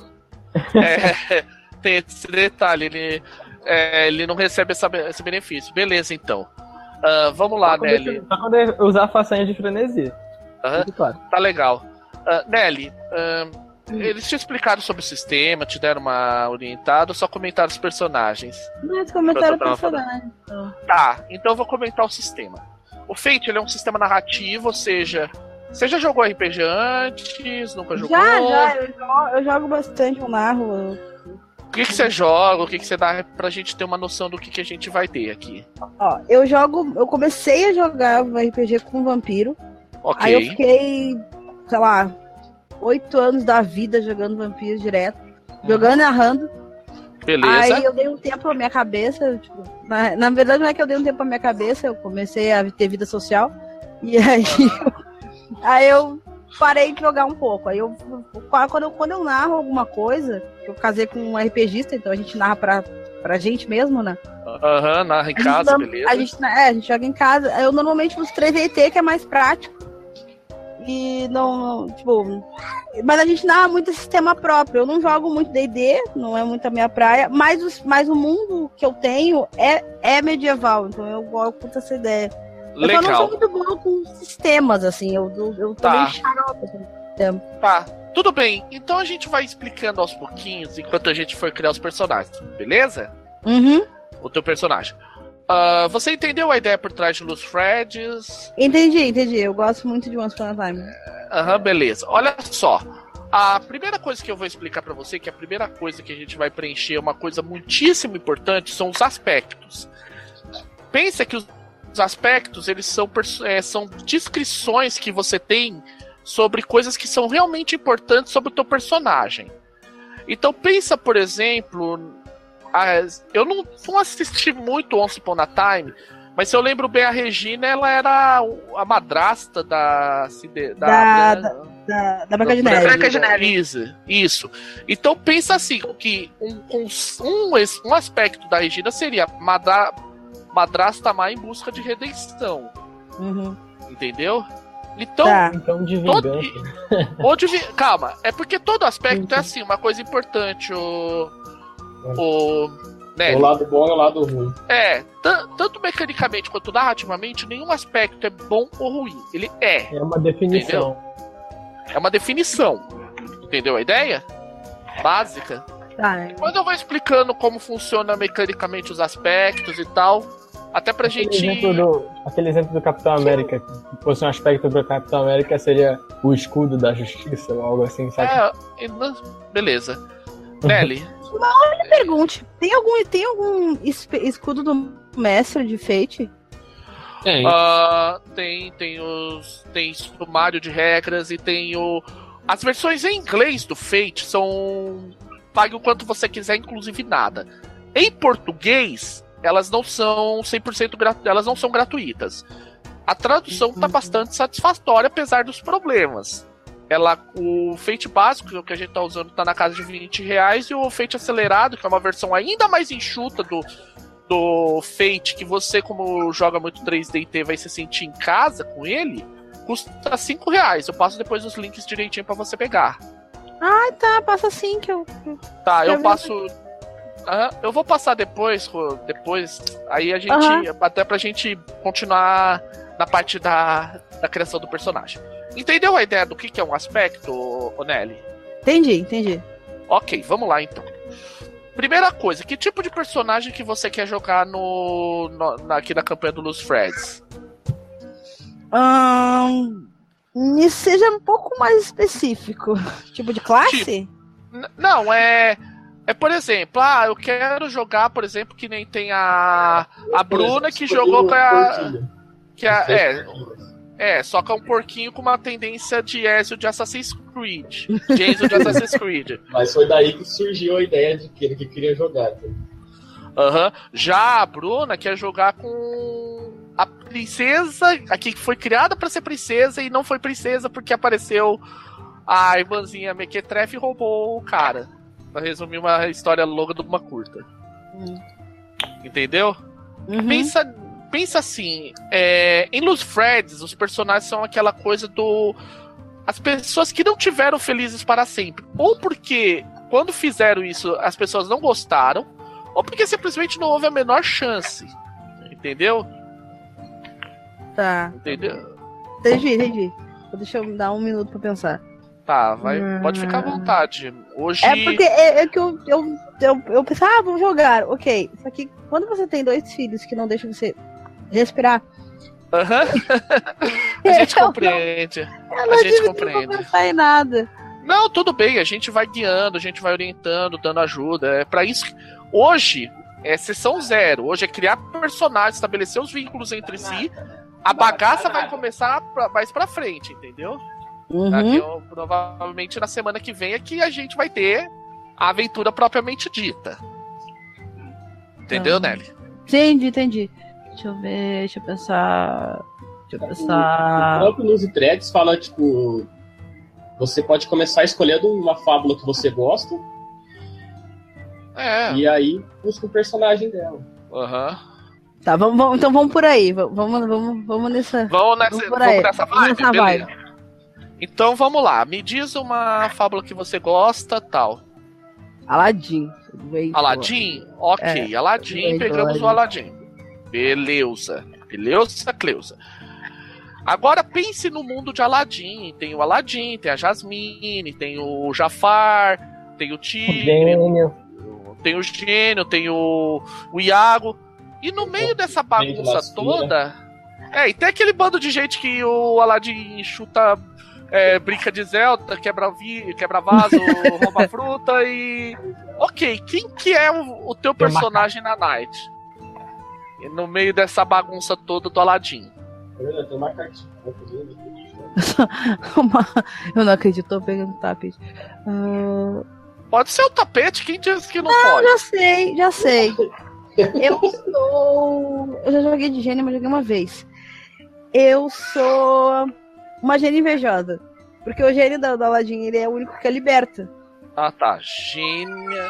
É, tem esse detalhe, ele, é, ele não recebe essa- esse benefício. Beleza, então. Ah, vamos lá, Só quando Nelly. eu- Só quando eu usar a façanha de frenesi. Aham. Tudo claro. Tá legal. Ah, Nelly, ah, eles te explicaram sobre o sistema, te deram uma orientada, ou só comentaram os personagens? Mas comentaram o Eu tô falando. personagem. Então. Tá, então eu vou comentar o sistema. O Fate ele é um sistema narrativo, ou seja, você já jogou R P G antes? Nunca jogou? Já, já, eu jogo, eu jogo bastante, eu narro. eu- O que, que você joga? O que, que você dá pra gente ter uma noção do que, que a gente vai ter aqui? Ó, eu jogo. Eu comecei a jogar R P G com vampiro. Ok. Aí eu fiquei, sei lá, oito anos da vida jogando vampiro direto. Jogando e narrando. Beleza. Aí eu dei um tempo pra minha cabeça. Tipo, na, na verdade, não é que eu dei um tempo pra minha cabeça, eu comecei a ter vida social. E aí, aí eu parei de jogar um pouco. Aí eu, quando eu, quando eu narro alguma coisa, eu casei com um RPGista, então a gente narra pra, pra gente mesmo, né? Aham, narra em A gente casa, não- beleza. A gente, é, a gente joga em casa. Eu normalmente uso três D e T, que é mais prático. E não, não, tipo. Mas a gente narra muito sistema próprio. Eu não jogo muito D e D, não é muito a minha praia. Mas, os, mas o mundo que eu tenho é, é medieval, então eu, eu curto essa ideia. Eu só não sou Legal. muito boa com sistemas, assim. Eu, eu, eu tô Tá. meio xarope com sistema. Tá, tudo bem. Então a gente vai explicando aos pouquinhos enquanto a gente for criar os personagens, beleza? Uhum. O teu personagem. Ah, você entendeu a ideia por trás de Luz Freds? Entendi, entendi. Eu gosto muito de Once Upon a Time. Aham, beleza. Olha só. A primeira coisa que eu vou explicar pra você, que a primeira coisa que a gente vai preencher é uma coisa muitíssimo importante, são os aspectos. Pensa que os aspectos, eles são, perso- é, são descrições que você tem sobre coisas que são realmente importantes sobre o teu personagem. Então pensa, por exemplo, as- eu não, não assisti muito Once Upon a Time, mas se eu lembro bem, a Regina, ela era o- a madrasta da... Cide- Da- Bran- Da, da Branca de da Neve. Branca de Neve. Isso, isso. Então pensa assim, que um, um, um aspecto da Regina seria madra, madrasta má em busca de redenção, Uhum. entendeu? Então, Tá. Então, de todo, vingança. ou de vi- calma, é porque todo aspecto é assim, uma coisa importante, o... o né, O lado bom e o lado ruim. é, tan- tanto mecanicamente quanto narrativamente, nenhum aspecto é bom ou ruim. Ele é. É uma definição. É uma definição. Entendeu a ideia? Básica. Tá, né? Depois eu vou explicando como funciona mecanicamente os aspectos e tal. Até pra Aquele gente. exemplo, do, aquele exemplo do Capitão América, que fosse um aspecto do Capitão América, seria o escudo da justiça ou algo assim, sabe? É, e não- beleza. Nelly, Me pergunte, tem algum, tem algum espe- escudo do mestre de Fate? Tem. Uh, tem, tem os. Tem sumário de regras e tem o. As versões em inglês do Fate são. Pague o quanto você quiser, inclusive nada. Em português, elas não são cem por cento gra... elas não são gratuitas. A tradução está bastante satisfatória, apesar dos problemas. Ela, o Fate básico, que a gente está usando, está na casa de vinte reais, e o Fate acelerado, que é uma versão ainda mais enxuta do, do Fate, que você, como joga muito três D T, vai se sentir em casa com ele, custa cinco reais. Eu passo depois os links direitinho para você pegar. Ah, tá, passa assim que eu... Tá, eu passo... Uhum, eu vou passar depois, depois, aí a gente, uhum. até pra gente continuar na parte da, da criação do personagem. Entendeu a ideia do que, que é um aspecto, Nelly? Entendi, entendi. Ok, vamos lá então. Primeira coisa, que tipo de personagem que você quer jogar no, no na, aqui na campanha do Loose Threads? Um, me seja um pouco mais específico. Tipo de classe? Tipo, n- não, é... É, por exemplo, ah, eu quero jogar, por exemplo, que nem tem a, a Bruna que jogou com a... Que a é, é, só que é um porquinho com uma tendência de Ezio de Assassin's Creed. De Ezio de Assassin's Creed. Mas foi daí que surgiu a ideia de que ele que queria jogar. Aham. Uhum. Já a Bruna quer jogar com a princesa, aqui que foi criada pra ser princesa e não foi princesa porque apareceu a irmãzinha Mequetrefe e roubou o cara. Pra resumir uma história longa de uma curta. Uhum. Entendeu? Uhum. Pensa, pensa assim, é, em Loose Threads, os personagens são aquela coisa do... As pessoas que não tiveram felizes para sempre. Ou porque, quando fizeram isso, as pessoas não gostaram, ou porque simplesmente não houve a menor chance. Entendeu? Tá. Entendeu? Entendi, entendi. Deixa eu me dar um minuto pra pensar. Tá, vai, hum... pode ficar à vontade. Hoje... É porque é, é que eu, eu, eu, eu pensei, ah, vamos jogar, ok. Só que quando você tem dois filhos que não deixam você respirar. Aham. Uhum. A gente eu compreende. Não, eu a gente não compreende. Não pensar em nada. Não, tudo bem, a gente vai guiando, a gente vai orientando, dando ajuda. É para isso. Hoje é sessão zero. Hoje é criar personagens, estabelecer os vínculos entre si. A bagaça vai começar pra, mais pra frente, entendeu? Uhum. Aqui, provavelmente na semana que vem é que a gente vai ter a aventura propriamente dita. Entendeu, ah. Nelly? Entendi, entendi. Deixa eu ver, deixa eu pensar. Deixa eu pensar. O, o próprio Loose Threads fala, tipo, você pode começar escolhendo uma fábula que você gosta. É. E aí busca o personagem dela. Aham. Uhum. Tá, vamos, vamos, então vamos por aí. Vamos, vamos, vamos nessa. Vamos nessa, vamos vamos nessa vibe, vamos nessa beleza. vibe. Então vamos lá, me diz uma fábula que você gosta, tal. Aladdin. Aladdin? Ok, é, Aladdin, pegamos o Aladdin. Beleza, beleza, Cleusa. Agora pense no mundo de Aladdin. Tem o Aladdin, tem a Jasmine, tem o Jafar, tem o Tigre, tem o Gênio, tem o, o Iago. E no meio dessa bagunça toda... É, e tem aquele bando de gente que o Aladdin chuta... É, brinca de Zelda, quebra, vi, quebra vaso, rouba fruta e... Ok, quem que é o, o teu personagem na Night? E no meio dessa bagunça toda do Aladdin. Tem uma cartinha. Eu não acredito, tô pegando o tapete. Uh... Pode ser o tapete, quem disse que não, não pode? Já sei, já sei. Eu sou... Eu já joguei de gênio, mas joguei uma vez. Eu sou... uma gênia invejosa. Porque o gênio da, da Aladdin, ele é o único que é liberta. Ah, tá. Gênia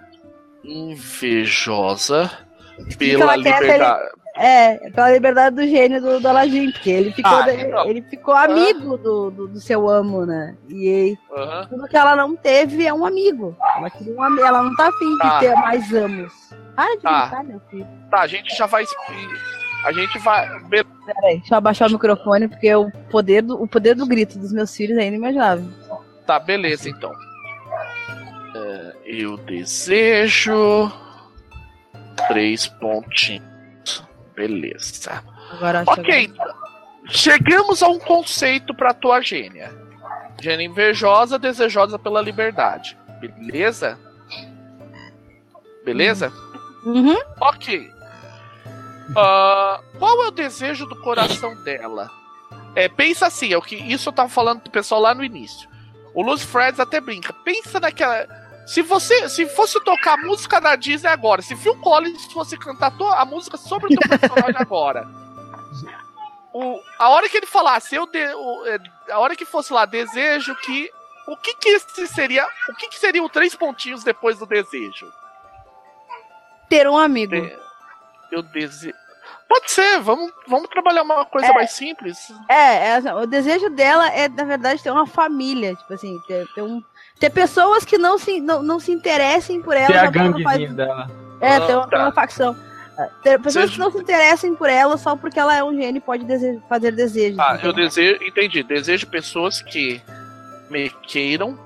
invejosa pela liberdade. Ele, é, pela liberdade do gênio do, do Aladdin. Porque ele ficou, ah, de, então. ele ficou amigo ah. do, do, do seu amo, né? E uhum. tudo que ela não teve é um amigo. Ela queria um amigo. Ela não tá afim tá. de ter mais amos. Para de tá. brincar, meu filho. Tá, a gente já vai... A gente vai... Peraí, deixa eu abaixar o microfone, porque o poder do, o poder do grito dos meus filhos é inimaginável. Tá, beleza, então. Uh, eu desejo... Três pontinhos. Beleza. Agora, ok, agora... chegamos a um conceito pra tua gênia. Gênia invejosa, desejosa pela liberdade. Beleza? Beleza? Uhum. Ok. Uh, qual é o desejo do coração dela? É, pensa assim, é o que isso eu tava falando pro pessoal lá no início. O Luz Freds até brinca. Pensa naquela. Se você se fosse tocar a música da Disney agora, se Phil Collins fosse cantar a música sobre o teu personagem agora, o, a hora que ele falasse, eu de, o, a hora que fosse lá, desejo que. O que que esse seria. O que que seriam três pontinhos depois do desejo? Ter um amigo. Eu desejo. Pode ser, vamos, vamos trabalhar uma coisa é, mais simples. É, é, o desejo dela é, na verdade, ter uma família. Tipo assim, ter, ter, um, ter pessoas que não se, não, não se interessem por ela. Ter a ganguezinha dela. É, ah, ter uma, tá. uma facção. Ter pessoas Seja... que não se interessem por ela só porque ela é um gênio e pode desejo, fazer desejos. Ah, então. eu desejo, entendi. Desejo pessoas que me queiram.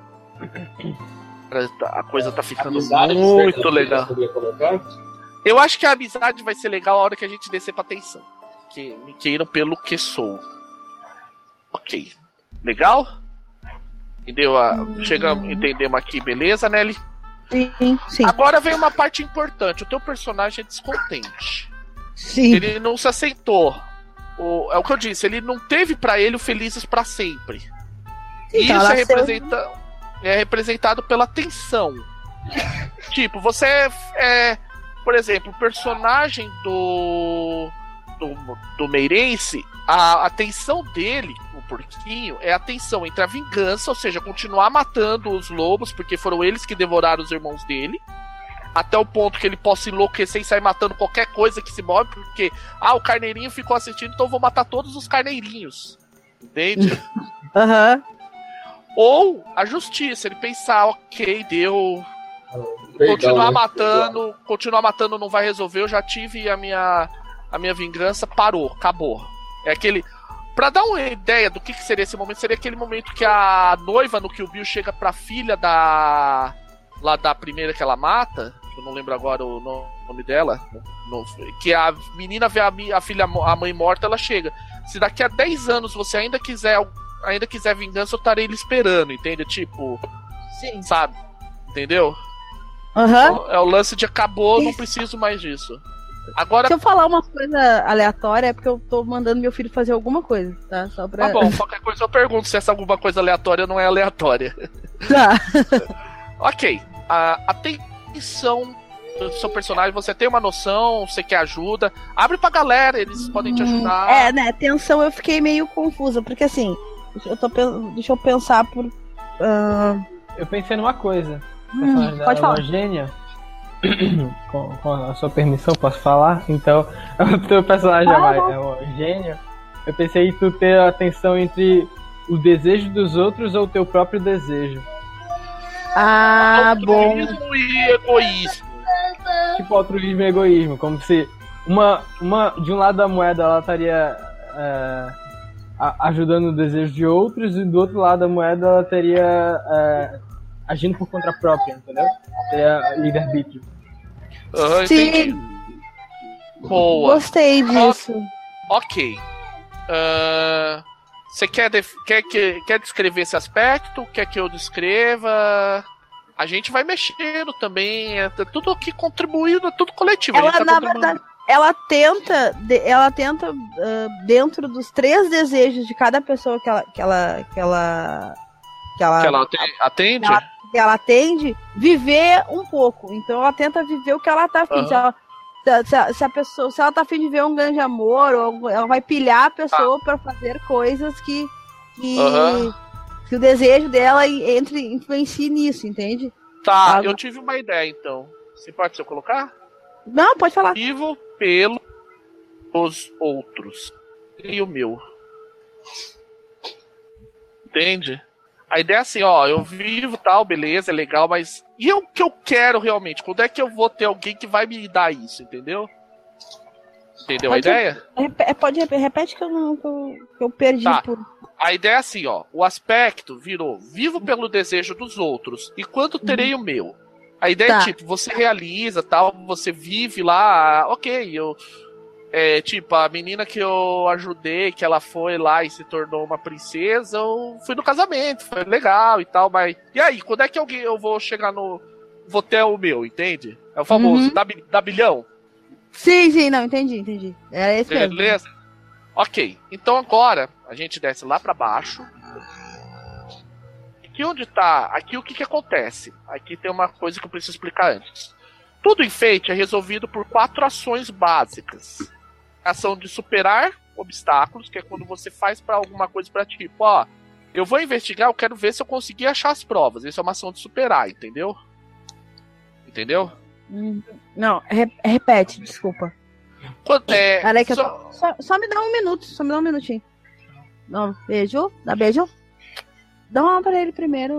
A coisa tá ficando Amizade, muito você legal. Eu acho que a amizade vai ser legal a hora que a gente descer pra tensão. Que me queiram pelo que sou. Ok. Legal? Entendeu? Hum. Chegamos, entendemos aqui, beleza, Nelly? Sim, sim. Agora vem uma parte importante. O teu personagem é descontente. Sim. Ele não se aceitou. O, é o que eu disse, ele não teve pra ele o felizes pra sempre. E então, isso é, representa, é representado pela tensão. Tipo, você é, é por exemplo, o personagem do do, do Meirense, a, a tensão dele, o porquinho, é a tensão entre a vingança, ou seja, continuar matando os lobos, porque foram eles que devoraram os irmãos dele, até o ponto que ele possa enlouquecer e sair matando qualquer coisa que se move, porque, ah, o carneirinho ficou assistindo, então eu vou matar todos os carneirinhos. Entende? Aham. Uhum. Ou a justiça, ele pensar, ok, deu... Perdão, continuar né? matando, continuar matando não vai resolver, eu já tive a minha, a minha vingança, parou, acabou. É aquele... Pra dar uma ideia do que, que seria esse momento, seria aquele momento que a noiva no Kill Bill chega pra filha da... lá da primeira que ela mata, eu não lembro agora o nome dela, no, que a menina vê a, a filha, a mãe morta, ela chega. Se daqui a dez anos você ainda quiser ainda quiser vingança, eu estarei lhe esperando, entende? Tipo, sim, sabe? Entendeu? Uhum. É o lance de acabou, não preciso mais disso. Agora... Se eu falar uma coisa aleatória, é porque eu tô mandando meu filho fazer alguma coisa, tá? Só pra... Tá bom, qualquer coisa eu pergunto se essa alguma coisa aleatória não é aleatória. Tá. Ok. A atenção do seu personagem, você tem uma noção, você quer ajuda, abre pra galera, eles hum, podem te ajudar. É, né, atenção, eu fiquei meio confusa, porque assim, eu tô, deixa eu pensar por... Uh... Eu pensei numa coisa. Hum, pode falar. Gênia. com, com a sua permissão, posso falar? Então, o teu personagem ah, é um gênio. Eu pensei em tu ter a atenção entre o desejo dos outros ou o teu próprio desejo. Ah, bom. Altruísmo e egoísmo. Tipo, altruísmo e egoísmo. Como se uma, uma de um lado da moeda ela estaria é, ajudando o desejo de outros e do outro lado da moeda ela teria é, agindo por conta própria, entendeu? Teria livre-arbítrio. Uhum, sim. Entendi. Boa. Gostei disso. O- ok. Uh, você quer, def- quer, que, quer descrever esse aspecto? Quer que eu descreva? A gente vai mexendo também. É tudo aqui contribuindo, é tudo coletivo. Ela, a gente tá na verdade, ela tenta, ela tenta uh, dentro dos três desejos de cada pessoa que ela, que ela, que ela, que ela, que ela atende, ela, que ela atende, viver um pouco. Então ela tenta viver o que ela tá afim. Uhum. Se, ela, se, a, se a pessoa, se ela tá afim de ver um grande amor, ou ela vai pilhar a pessoa ah. para fazer coisas que, que, uhum. que o desejo dela entre influencie nisso, entende? Tá, ela... eu tive uma ideia então. Você pode se eu colocar? Não, pode falar. Vivo pelos outros e o meu. Entende? A ideia é assim, ó, eu vivo tal, beleza, é legal, mas e o que eu quero realmente? Quando é que eu vou ter alguém que vai me dar isso, entendeu? Entendeu pode, a ideia? Rep- pode repete que eu não que eu, que eu perdi tá. por. A ideia é assim, ó, o aspecto virou vivo pelo desejo dos outros e quando terei uhum. o meu. A ideia tá. é tipo, você realiza tal, você vive lá, ok, eu é, tipo, a menina que eu ajudei, que ela foi lá e se tornou uma princesa, eu fui no casamento, foi legal e tal, mas... E aí, quando é que alguém eu vou chegar no... Vou ter o meu, entende? É o famoso, uhum. dá, dá bilhão? Sim, sim, não, entendi, entendi. Era esse mesmo. Beleza? Ok, então agora a gente desce lá pra baixo. Aqui onde tá. Aqui o que que acontece? Aqui tem uma coisa que eu preciso explicar antes. Tudo enfeite é resolvido por quatro ações básicas. Ação de superar obstáculos, que é quando você faz pra alguma coisa pra tipo, ó, eu vou investigar, eu quero ver se eu conseguir achar as provas. Isso é uma ação de superar, entendeu? Entendeu? Hum, Não, re- repete, desculpa. Quando, é, Peraí que eu só- tô- só, só me dá um minuto, só me dá um minutinho. Dá um beijo, dá beijo. Dá uma pra ele primeiro.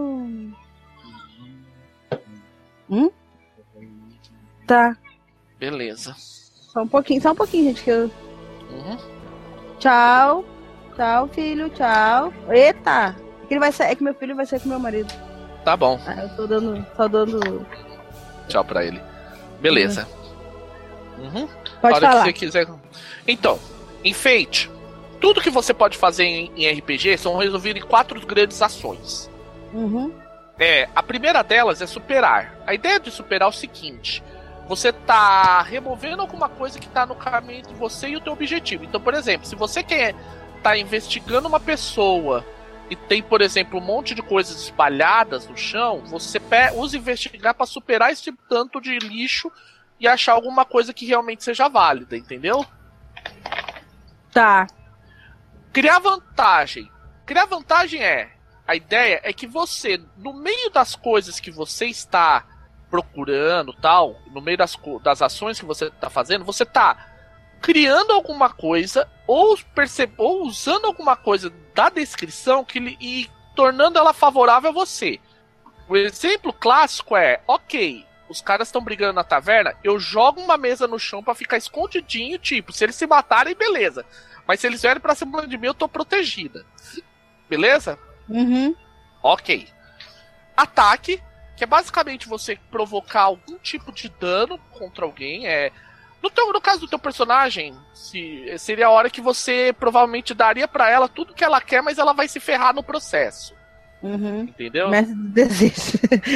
Hum? Tá, Beleza. só um pouquinho, só um pouquinho, gente, que eu... Uhum. Tchau, tchau, filho, tchau. Eita! É que, ele vai sair, é que meu filho vai sair com meu marido. Tá bom. Ah, eu tô dando, só dando... Tchau pra ele. Beleza. Uhum. Pode A hora falar. que você quiser. Então, enfeite. Tudo que você pode fazer em, em R P G são resolvidos em quatro grandes ações. Uhum. É, a primeira delas é superar. A ideia de superar é o seguinte: você tá removendo alguma coisa que tá no caminho entre você e o teu objetivo. Então, por exemplo, se você quer tá investigando uma pessoa e tem, por exemplo, um monte de coisas espalhadas no chão, você pe- usa investigar para superar esse tanto de lixo e achar alguma coisa que realmente seja válida, entendeu? Tá. Criar vantagem. Criar vantagem é... A ideia é que você, no meio das coisas que você está procurando, tal, no meio das, co- das ações que você está fazendo, você está criando alguma coisa ou, perce- ou usando alguma coisa da descrição que lhe- e tornando ela favorável a você. O exemplo clássico é, ok, os caras estão brigando na taverna, eu jogo uma mesa no chão pra ficar escondidinho, tipo, se eles se matarem, beleza. Mas se eles vierem pra cima de mim, eu tô protegida. Beleza? Uhum. Ok. Ataque, que é basicamente você provocar algum tipo de dano contra alguém. É... No, teu, no caso do teu personagem, se, seria a hora que você provavelmente daria pra ela tudo que ela quer, mas ela vai se ferrar no processo. Uhum. Entendeu? Mestre do desejo.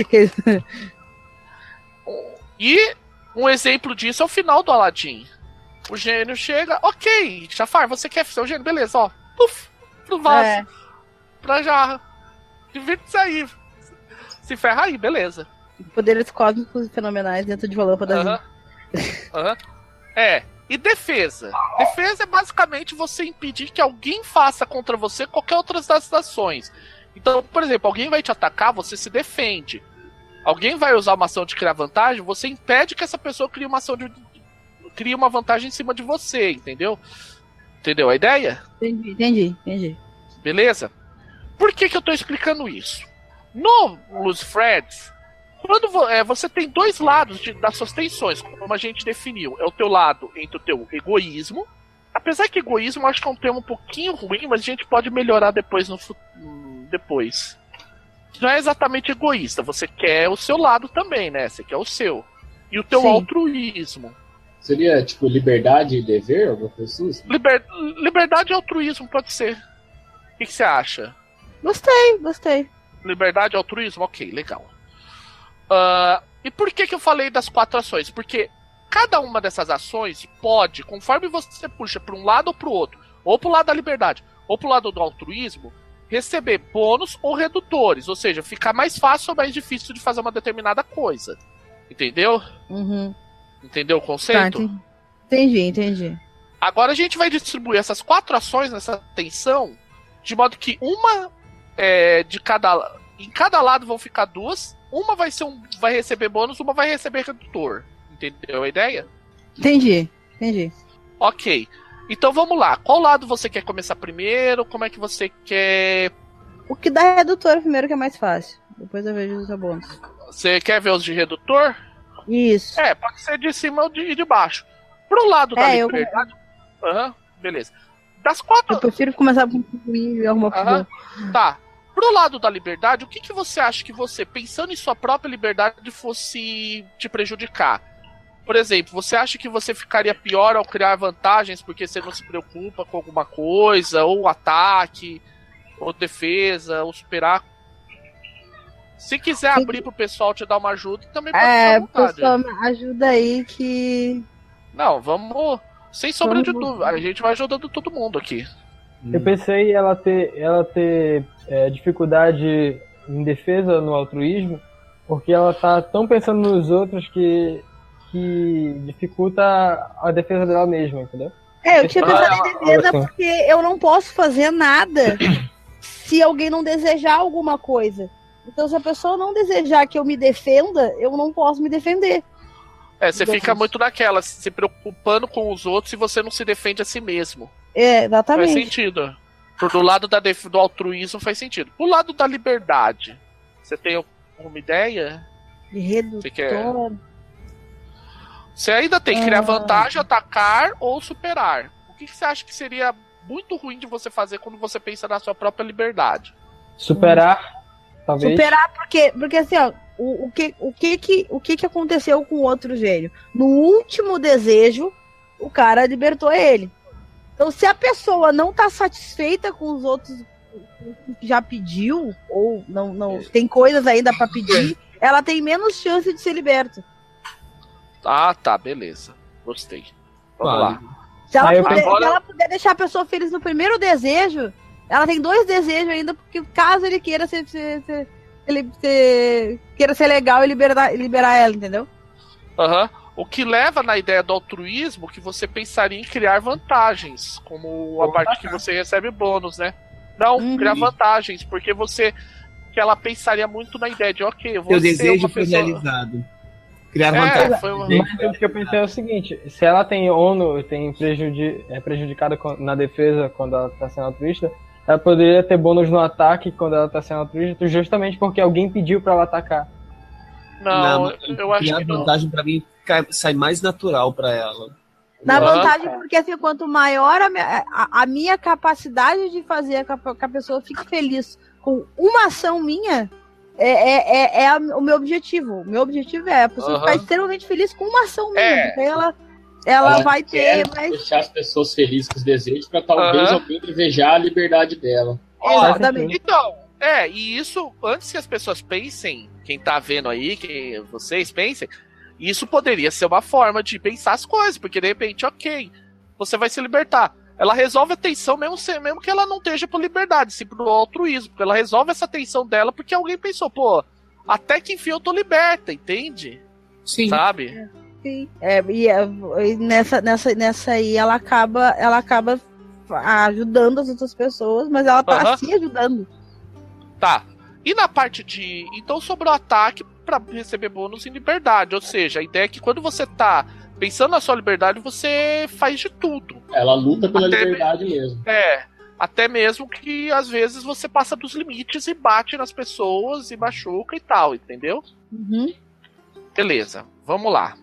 E um exemplo disso é o final do Aladdin. O gênio chega, ok, Jafar, você quer ser o gênio? Beleza, ó. Puf, pro vaso. É. Pra jarra. Divirta-se aí. Se ferra aí, beleza. Poderes cósmicos fenomenais dentro de uma lâmpada Aham. azul. Aham. É. E defesa. Defesa é basicamente você impedir que alguém faça contra você qualquer outra das ações. Então, por exemplo, alguém vai te atacar, você se defende. Alguém vai usar uma ação de criar vantagem, você impede que essa pessoa crie uma ação de. crie uma vantagem em cima de você, entendeu? Entendeu a ideia? Entendi, entendi, entendi. Beleza? Por que, que eu tô explicando isso? No Lucifreds, quando vo- é, você tem dois lados de- das suas tensões, como a gente definiu. É o teu lado entre o teu egoísmo. Apesar que egoísmo eu acho que é um termo um pouquinho ruim, mas a gente pode melhorar depois no fu- hum, depois. Não é exatamente egoísta, você quer o seu lado também, né? Você quer o seu. E o teu Sim. altruísmo. Seria, tipo, liberdade e dever, alguma coisa assim? Liber- liberdade e altruísmo, pode ser. O que, que você acha? Gostei, gostei. Liberdade e altruísmo? Ok, legal. Ah, e por que, que eu falei das quatro ações? Porque cada uma dessas ações pode, conforme você puxa para um lado ou para o outro, ou para o lado da liberdade, ou para o lado do altruísmo, receber bônus ou redutores. Ou seja, ficar mais fácil ou mais difícil de fazer uma determinada coisa. Entendeu? Uhum. Entendeu o Tá, conceito? entendi. Entendi, entendi. Agora a gente vai distribuir essas quatro ações nessa tensão, de modo que uma é, de cada. Em cada lado vão ficar duas. Uma vai ser um. Vai receber bônus, uma vai receber redutor. Entendeu a ideia? Entendi, entendi. Ok. Então vamos lá. Qual lado você quer começar primeiro? Como é que você quer. O que dá redutor primeiro que é mais fácil. Depois eu vejo os bônus. Você quer ver os de redutor? Isso. É, pode ser de cima ou de, e de baixo. Pro lado da É, eu- liberdade. Aham, beleza. Das quatro. Eu prefiro começar com o e arrumar pro Aham. bom. Tá. Pro lado da liberdade, o que, que você acha que você, pensando em sua própria liberdade, fosse te prejudicar? Por exemplo, você acha que você ficaria pior ao criar vantagens porque você não se preocupa com alguma coisa, ou ataque, ou defesa, ou superar? Se quiser Sim. abrir pro pessoal te dar uma ajuda, também pode É, ficar à vontade. pessoal, me ajuda aí que Não, vamos. Sem sombra de dúvida. A gente vai ajudando todo mundo aqui. Eu pensei ela ter, ela ter é, dificuldade em defesa no altruísmo, porque ela tá tão pensando nos outros que, que dificulta a defesa dela mesma, entendeu? É, eu tinha pensado em defesa assim. porque eu não posso fazer nada se alguém não desejar alguma coisa. Então, se a pessoa não desejar que eu me defenda, eu não posso me defender. É, você Defesa. fica muito naquela, se preocupando com os outros e você não se defende a si mesmo. É, Faz exatamente. sentido. Do lado da def... do altruísmo faz sentido. Do lado da liberdade, você tem alguma ideia? Redutor. Você quer... Você ainda tem que criar Ah. vantagem, atacar ou superar. O que, que você acha que seria muito ruim de você fazer quando você pensa na sua própria liberdade? Superar, talvez. Superar, porque, porque assim, ó, o, o, que, o, que, que, o que que aconteceu com o outro gênio? No último desejo, o cara libertou ele. Então, se a pessoa não tá satisfeita com os outros que já pediu, ou não, não tem coisas ainda pra pedir, ela tem menos chance de ser liberta. Ah, tá, beleza. Gostei. Vamos Vale. lá. Se ela, Ah, eu puder, agora- se ela puder deixar a pessoa feliz no primeiro desejo, ela tem dois desejos ainda, porque caso ele queira ser, ser, ser- ele ser- queira ser legal e liberar, liberar ela, entendeu? Aham. O que leva na ideia do altruísmo que você pensaria em criar vantagens, como a parte que você recebe bônus, né? Não, Uhum. criar vantagens, porque você. Que ela pensaria muito na ideia de, ok, eu vou Seu ser desejo uma foi pessoa... realizado. Criar É, vantagem. foi uma... Mas o que eu pensei é o seguinte, se ela tem ONU, tem prejudi é prejudicada con- na defesa quando ela tá sendo altruísta, ela poderia ter bônus no ataque quando ela tá sendo altruísta, justamente porque alguém pediu pra ela atacar. Não, eu acho criar que não. vantagem pra mim cai- sai mais natural pra ela. Na Aham. vantagem, porque assim, quanto maior a minha, a, a minha capacidade de fazer com a, que a pessoa fique feliz com uma ação minha, é, é, é, é a- o meu objetivo. O meu objetivo é a pessoa Aham. ficar extremamente feliz com uma ação minha, É. porque ela, ela, Ela vai quer ter mais. deixar as pessoas felizes com os desejos pra talvez Aham. alguém desejar a liberdade dela. Ó, Exatamente. então, é, e isso, antes que as pessoas pensem, quem tá vendo aí, que vocês pensem, isso poderia ser uma forma de pensar as coisas, porque de repente, ok, você vai se libertar. Ela resolve a tensão, mesmo, se- mesmo que ela não esteja por liberdade, sim por altruísmo, porque ela resolve essa tensão dela porque alguém pensou, pô, até que enfim eu tô liberta, entende? Sim. Sabe? Sim. É, e, é, e nessa, nessa, nessa aí ela acaba, ela acaba ajudando as outras pessoas, mas ela tá Aham. se ajudando. Tá. E na parte de. Então sobrou ataque pra receber bônus em liberdade. Ou seja, a ideia é que quando você tá pensando na sua liberdade, você faz de tudo. Ela luta pela Até liberdade mesmo. É. Até mesmo que às vezes você passa dos limites e bate nas pessoas e machuca e tal, entendeu? Uhum. Beleza, vamos lá.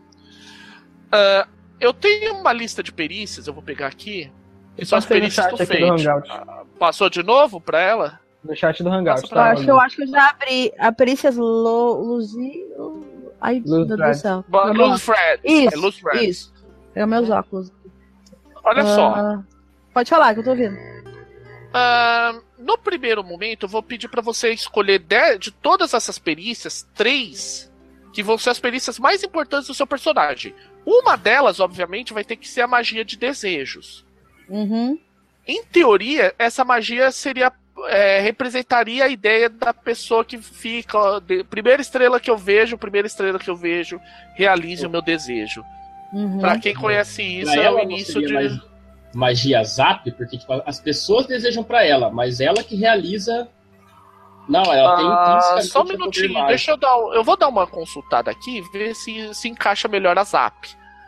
Ah, eu tenho uma lista de perícias, eu vou pegar aqui. Que são as Passei no perícias chat do aqui do Fate. Hangout. Passou de novo pra ela? No chat do Hangout. Passa Eu pra tá? acho, eu acho que eu já abri a perícias Lo, Luzi. Ai, Luz meu Deus do Red. céu. Ba- Vamos lá. Luz Fred. Isso, É Luz Fred. isso. Pega meus óculos. Olha só. Ah, pode falar que eu tô ouvindo. Ah, no primeiro momento, eu vou pedir pra você escolher de, de todas essas perícias, três que vão ser as perícias mais importantes do seu personagem. Uma delas, obviamente, vai ter que ser a magia de desejos. Uhum. Em teoria, essa magia seria é, representaria a ideia da pessoa que fica. Ó, de- primeira estrela que eu vejo, primeira estrela que eu vejo, realize o meu desejo. Uhum. Pra quem conhece isso, Pra é ela o não início seria de. mais magia zap, porque tipo, as pessoas desejam pra ela, mas ela que realiza. Não, ela tem Ah, intrinsecamente só um o poder minutinho, mágico. deixa eu dar. um- Eu vou dar uma consultada aqui, ver se se encaixa melhor a Zap.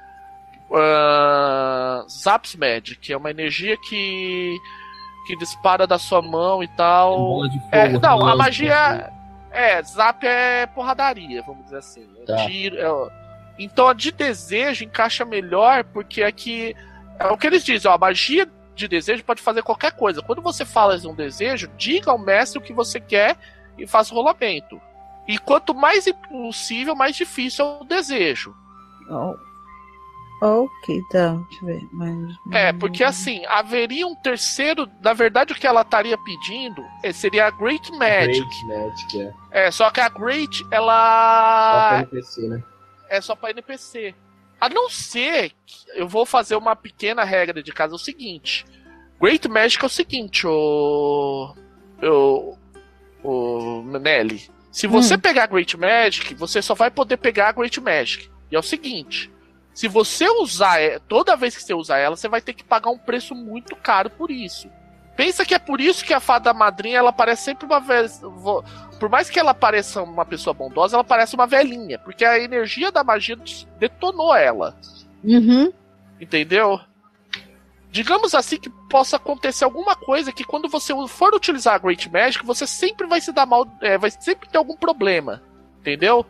Uh, Zaps Magic é uma energia que que dispara da sua mão e tal. Bola de fogo, É, não, a relógio, magia é Zap é porradaria, vamos dizer assim. É Tá. tiro, é- então a de desejo encaixa melhor porque aqui é o que eles dizem, ó, a magia de desejo pode fazer qualquer coisa. Quando você fala de um desejo, diga ao mestre o que você quer e faça o rolamento. E quanto mais impossível, mais difícil é o desejo. Oh. Ok, tá. Deixa eu ver. Mas... É, porque assim, haveria um terceiro. Na verdade, o que ela estaria pedindo eh, seria a Great Magic. Great Magic, é. É, só que a Great, Só pra ela N P C, né? é só pra N P C. A não ser que eu vou fazer uma pequena regra de casa, é o seguinte. Great Magic é o seguinte, o... o... o... Nelly. Se você hum. pegar Great Magic, você só vai poder pegar Great Magic. E é o seguinte, se você usar, toda vez que você usar ela, você vai ter que pagar um preço muito caro por isso. Pensa que é por isso que a fada madrinha, ela parece sempre uma vez, por mais que ela pareça uma pessoa bondosa, ela parece uma velhinha, porque a energia da magia detonou ela. Uhum. Entendeu? Digamos assim que possa acontecer alguma coisa que quando você for utilizar a Great Magic, você sempre vai se dar mal, é, vai sempre ter algum problema. Entendeu?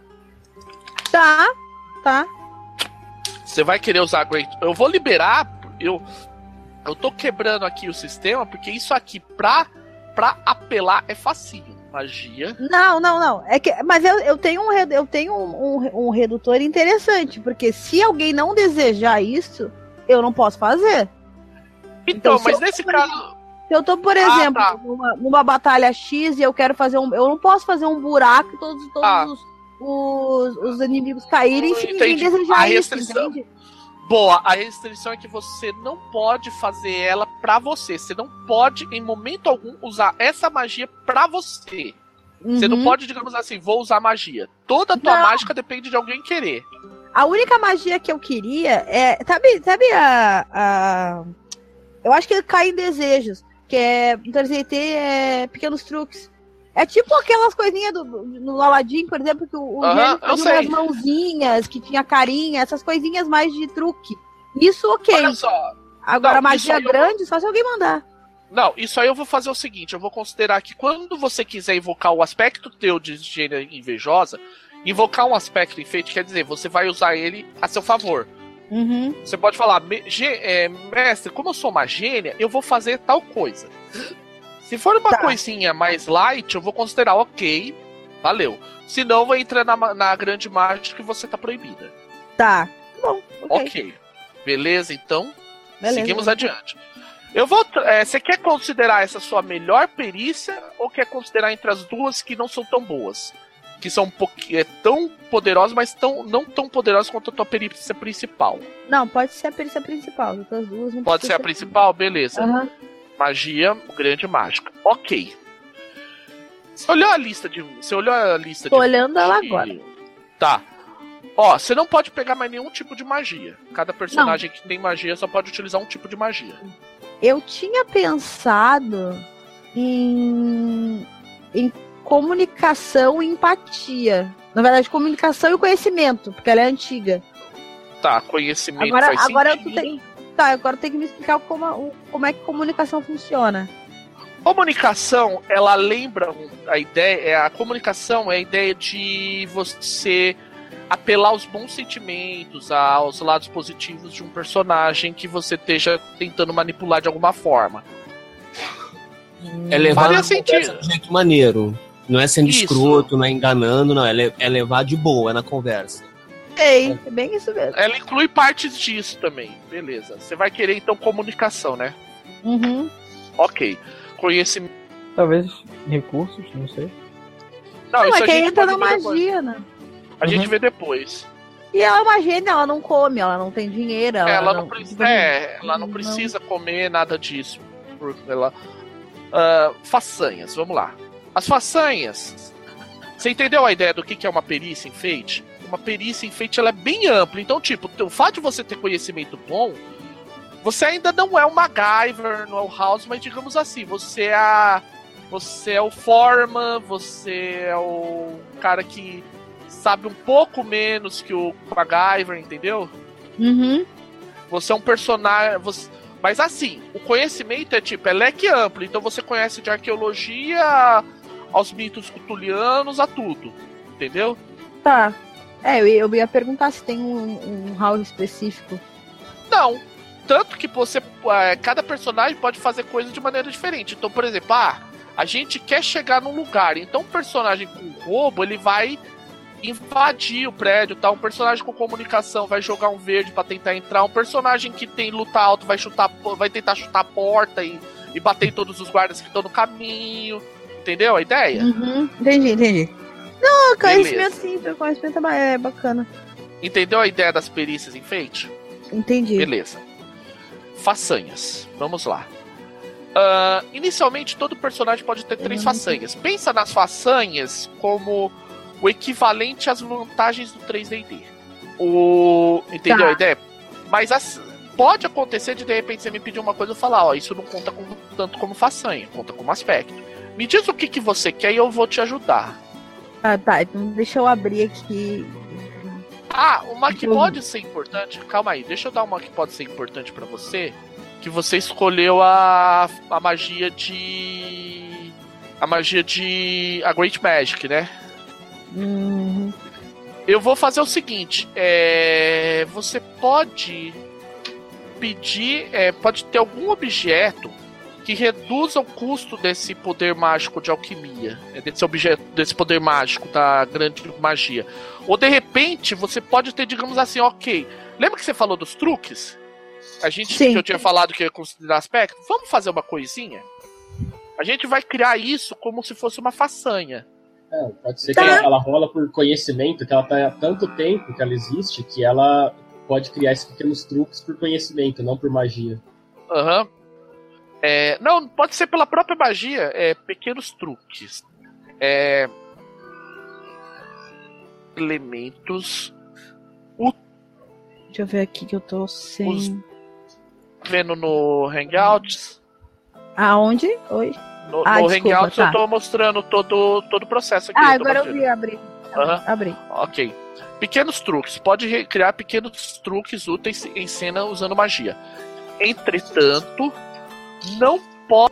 Tá, tá. Você vai querer usar a Great... Eu vou liberar... Eu, eu tô quebrando aqui o sistema, porque isso aqui, pra, pra apelar, é facinho. Magia. Não, não, não. É que, mas eu, eu tenho, um, eu tenho um, um, um redutor interessante, porque se alguém não desejar isso, eu não posso fazer. Então, então mas eu, nesse caso... Se eu tô, por exemplo, ah, tá. numa, numa batalha X e eu quero fazer um... Eu não posso fazer um buraco e todos, todos ah. os... Os, os inimigos caírem se ninguém desejar a restrição. Isso, entende? Boa, a restrição é que você não pode fazer ela pra você. Você não pode, em momento algum, usar essa magia pra você. Uhum. Você não pode, digamos assim, vou usar magia. Toda a tua não. mágica depende de alguém querer. A única magia que eu queria é... Sabe, sabe a, a... Eu acho que cai em desejos. Que é... No T Z T é pequenos truques. É tipo aquelas coisinhas do, no Aladdin, por exemplo, que o, o uhum, gênio fazia umas mãozinhas, que tinha carinha, essas coisinhas mais de truque. Isso ok. Olha só. Agora, não, magia grande, eu... só se alguém mandar. Não, isso aí eu vou fazer o seguinte, eu vou considerar que quando você quiser invocar o aspecto teu de gênia invejosa, invocar um aspecto enfeite quer dizer, você vai usar ele a seu favor. Uhum. Você pode falar, é, mestre, como eu sou uma gênia, eu vou fazer tal coisa. Se for uma tá. coisinha mais light, eu vou considerar ok, valeu. Se não, vai entrar na, na grande mágica que você tá proibida. Tá. Bom, ok. Ok. Beleza, então? Beleza. Seguimos adiante. Eu vou. É, você quer considerar essa sua melhor perícia ou quer considerar entre as duas que não são tão boas? Que são um pouquinho, é, tão poderosas, mas tão, não tão poderosas quanto a tua perícia principal. Não, pode ser a perícia principal. As duas não pode ser a principal, beleza. Uhum. Magia, grande mágica. Ok. Você olhou a lista de. Você olhou a lista Tô de. olhando ela agora. Tá. Ó, você não pode pegar mais nenhum tipo de magia. Cada personagem não. que tem magia só pode utilizar um tipo de magia. Eu tinha pensado em. em comunicação e empatia. Na verdade, comunicação e conhecimento, porque ela é antiga. Tá, conhecimento agora, faz agora sentido. Eu tenho... Tá, agora tem que me explicar como, como é que comunicação funciona. Comunicação, ela lembra a ideia, é a comunicação é a ideia de você apelar aos bons sentimentos, aos lados positivos de um personagem que você esteja tentando manipular de alguma forma. É levar de um jeito maneiro. Não é sendo isso. escroto, não é enganando, não. É, le- é levar de boa na conversa. Ei, é bem isso mesmo. Ela inclui partes disso também. Beleza. Você vai querer, então, comunicação, né? Uhum. Ok. Conhecimento. Talvez recursos, não sei. Não, não isso é a que gente entra na magia, depois. Né? A uhum. gente vê depois. E ela é uma gênia, ela não come, ela não tem dinheiro. Ela, ela, não, não, precisa, é, ela não precisa não. comer nada disso. Ela, uh, façanhas, vamos lá. As façanhas. Você entendeu a ideia do que é uma perícia em enfeite? Uma perícia em enfeite ela é bem ampla. Então, tipo, o fato de você ter conhecimento bom, você ainda não é o MacGyver, não é o House, mas digamos assim, você é a, você é o Foreman, você é o cara que sabe um pouco menos que o MacGyver, entendeu? Uhum. Você é um personagem. Você... Mas assim, o conhecimento é tipo, é leque amplo. Então você conhece de arqueologia aos mitos cutulianos, a tudo. Entendeu? Tá. É, eu ia, eu ia perguntar se tem um, um house específico. Não. Tanto que você. É, cada personagem pode fazer coisas de maneira diferente. Então, por exemplo, ah, a gente quer chegar num lugar. Então, um personagem com roubo, ele vai invadir o prédio, tá? Um personagem com comunicação vai jogar um verde pra tentar entrar. Um personagem que tem luta alto vai chutar, vai tentar chutar a porta e, e bater em todos os guardas que estão no caminho. Entendeu a ideia? Uhum. Entendi, entendi. Não, conhecimento sim, conhecimento é bacana. Entendeu a ideia das perícias em fate? Entendi. Beleza. Façanhas. Vamos lá. Uh, inicialmente, todo personagem pode ter três façanhas. Pensa nas façanhas como o equivalente às vantagens do três D e D. O... Entendeu Tá. a ideia? Mas as... pode acontecer de, de repente, você me pedir uma coisa e eu falar, ó, isso não conta como, tanto como façanha, conta como aspecto. Me diz o que, que você quer e eu vou te ajudar. Ah, tá. Então deixa eu abrir aqui. Ah, uma que pode ser importante... Calma aí, deixa eu dar uma que pode ser importante pra você. Que você escolheu a, a magia de... A magia de... A Great Magic, né? Uhum. Eu vou fazer o seguinte. É, você pode pedir... É, pode ter algum objeto que reduza o custo desse poder mágico de alquimia. Desse objeto, desse poder mágico da grande magia. Ou de repente, você pode ter, digamos assim, ok. Lembra que você falou dos truques? A gente, Sim. que eu tinha falado que ia considerar aspecto. Vamos fazer uma coisinha? A gente vai criar isso como se fosse uma façanha. É, pode ser Tá. que ela, ela rola por conhecimento, que ela tá há tanto tempo que ela existe, que ela pode criar esses pequenos truques por conhecimento, não por magia. Aham. Uhum. É, não, pode ser pela própria magia, é, pequenos truques. É, elementos. O, Deixa eu ver aqui que eu tô sem. Os- vendo no Hangouts. Aonde? Oi? No, Ah, no desculpa, Hangouts tá. eu tô mostrando todo, todo o processo aqui. Ah, eu tô agora eu mostrando. vi abrir. Aham. Abri. Ok. Pequenos truques. Pode re- criar pequenos truques úteis em cena usando magia. Entretanto, não pode.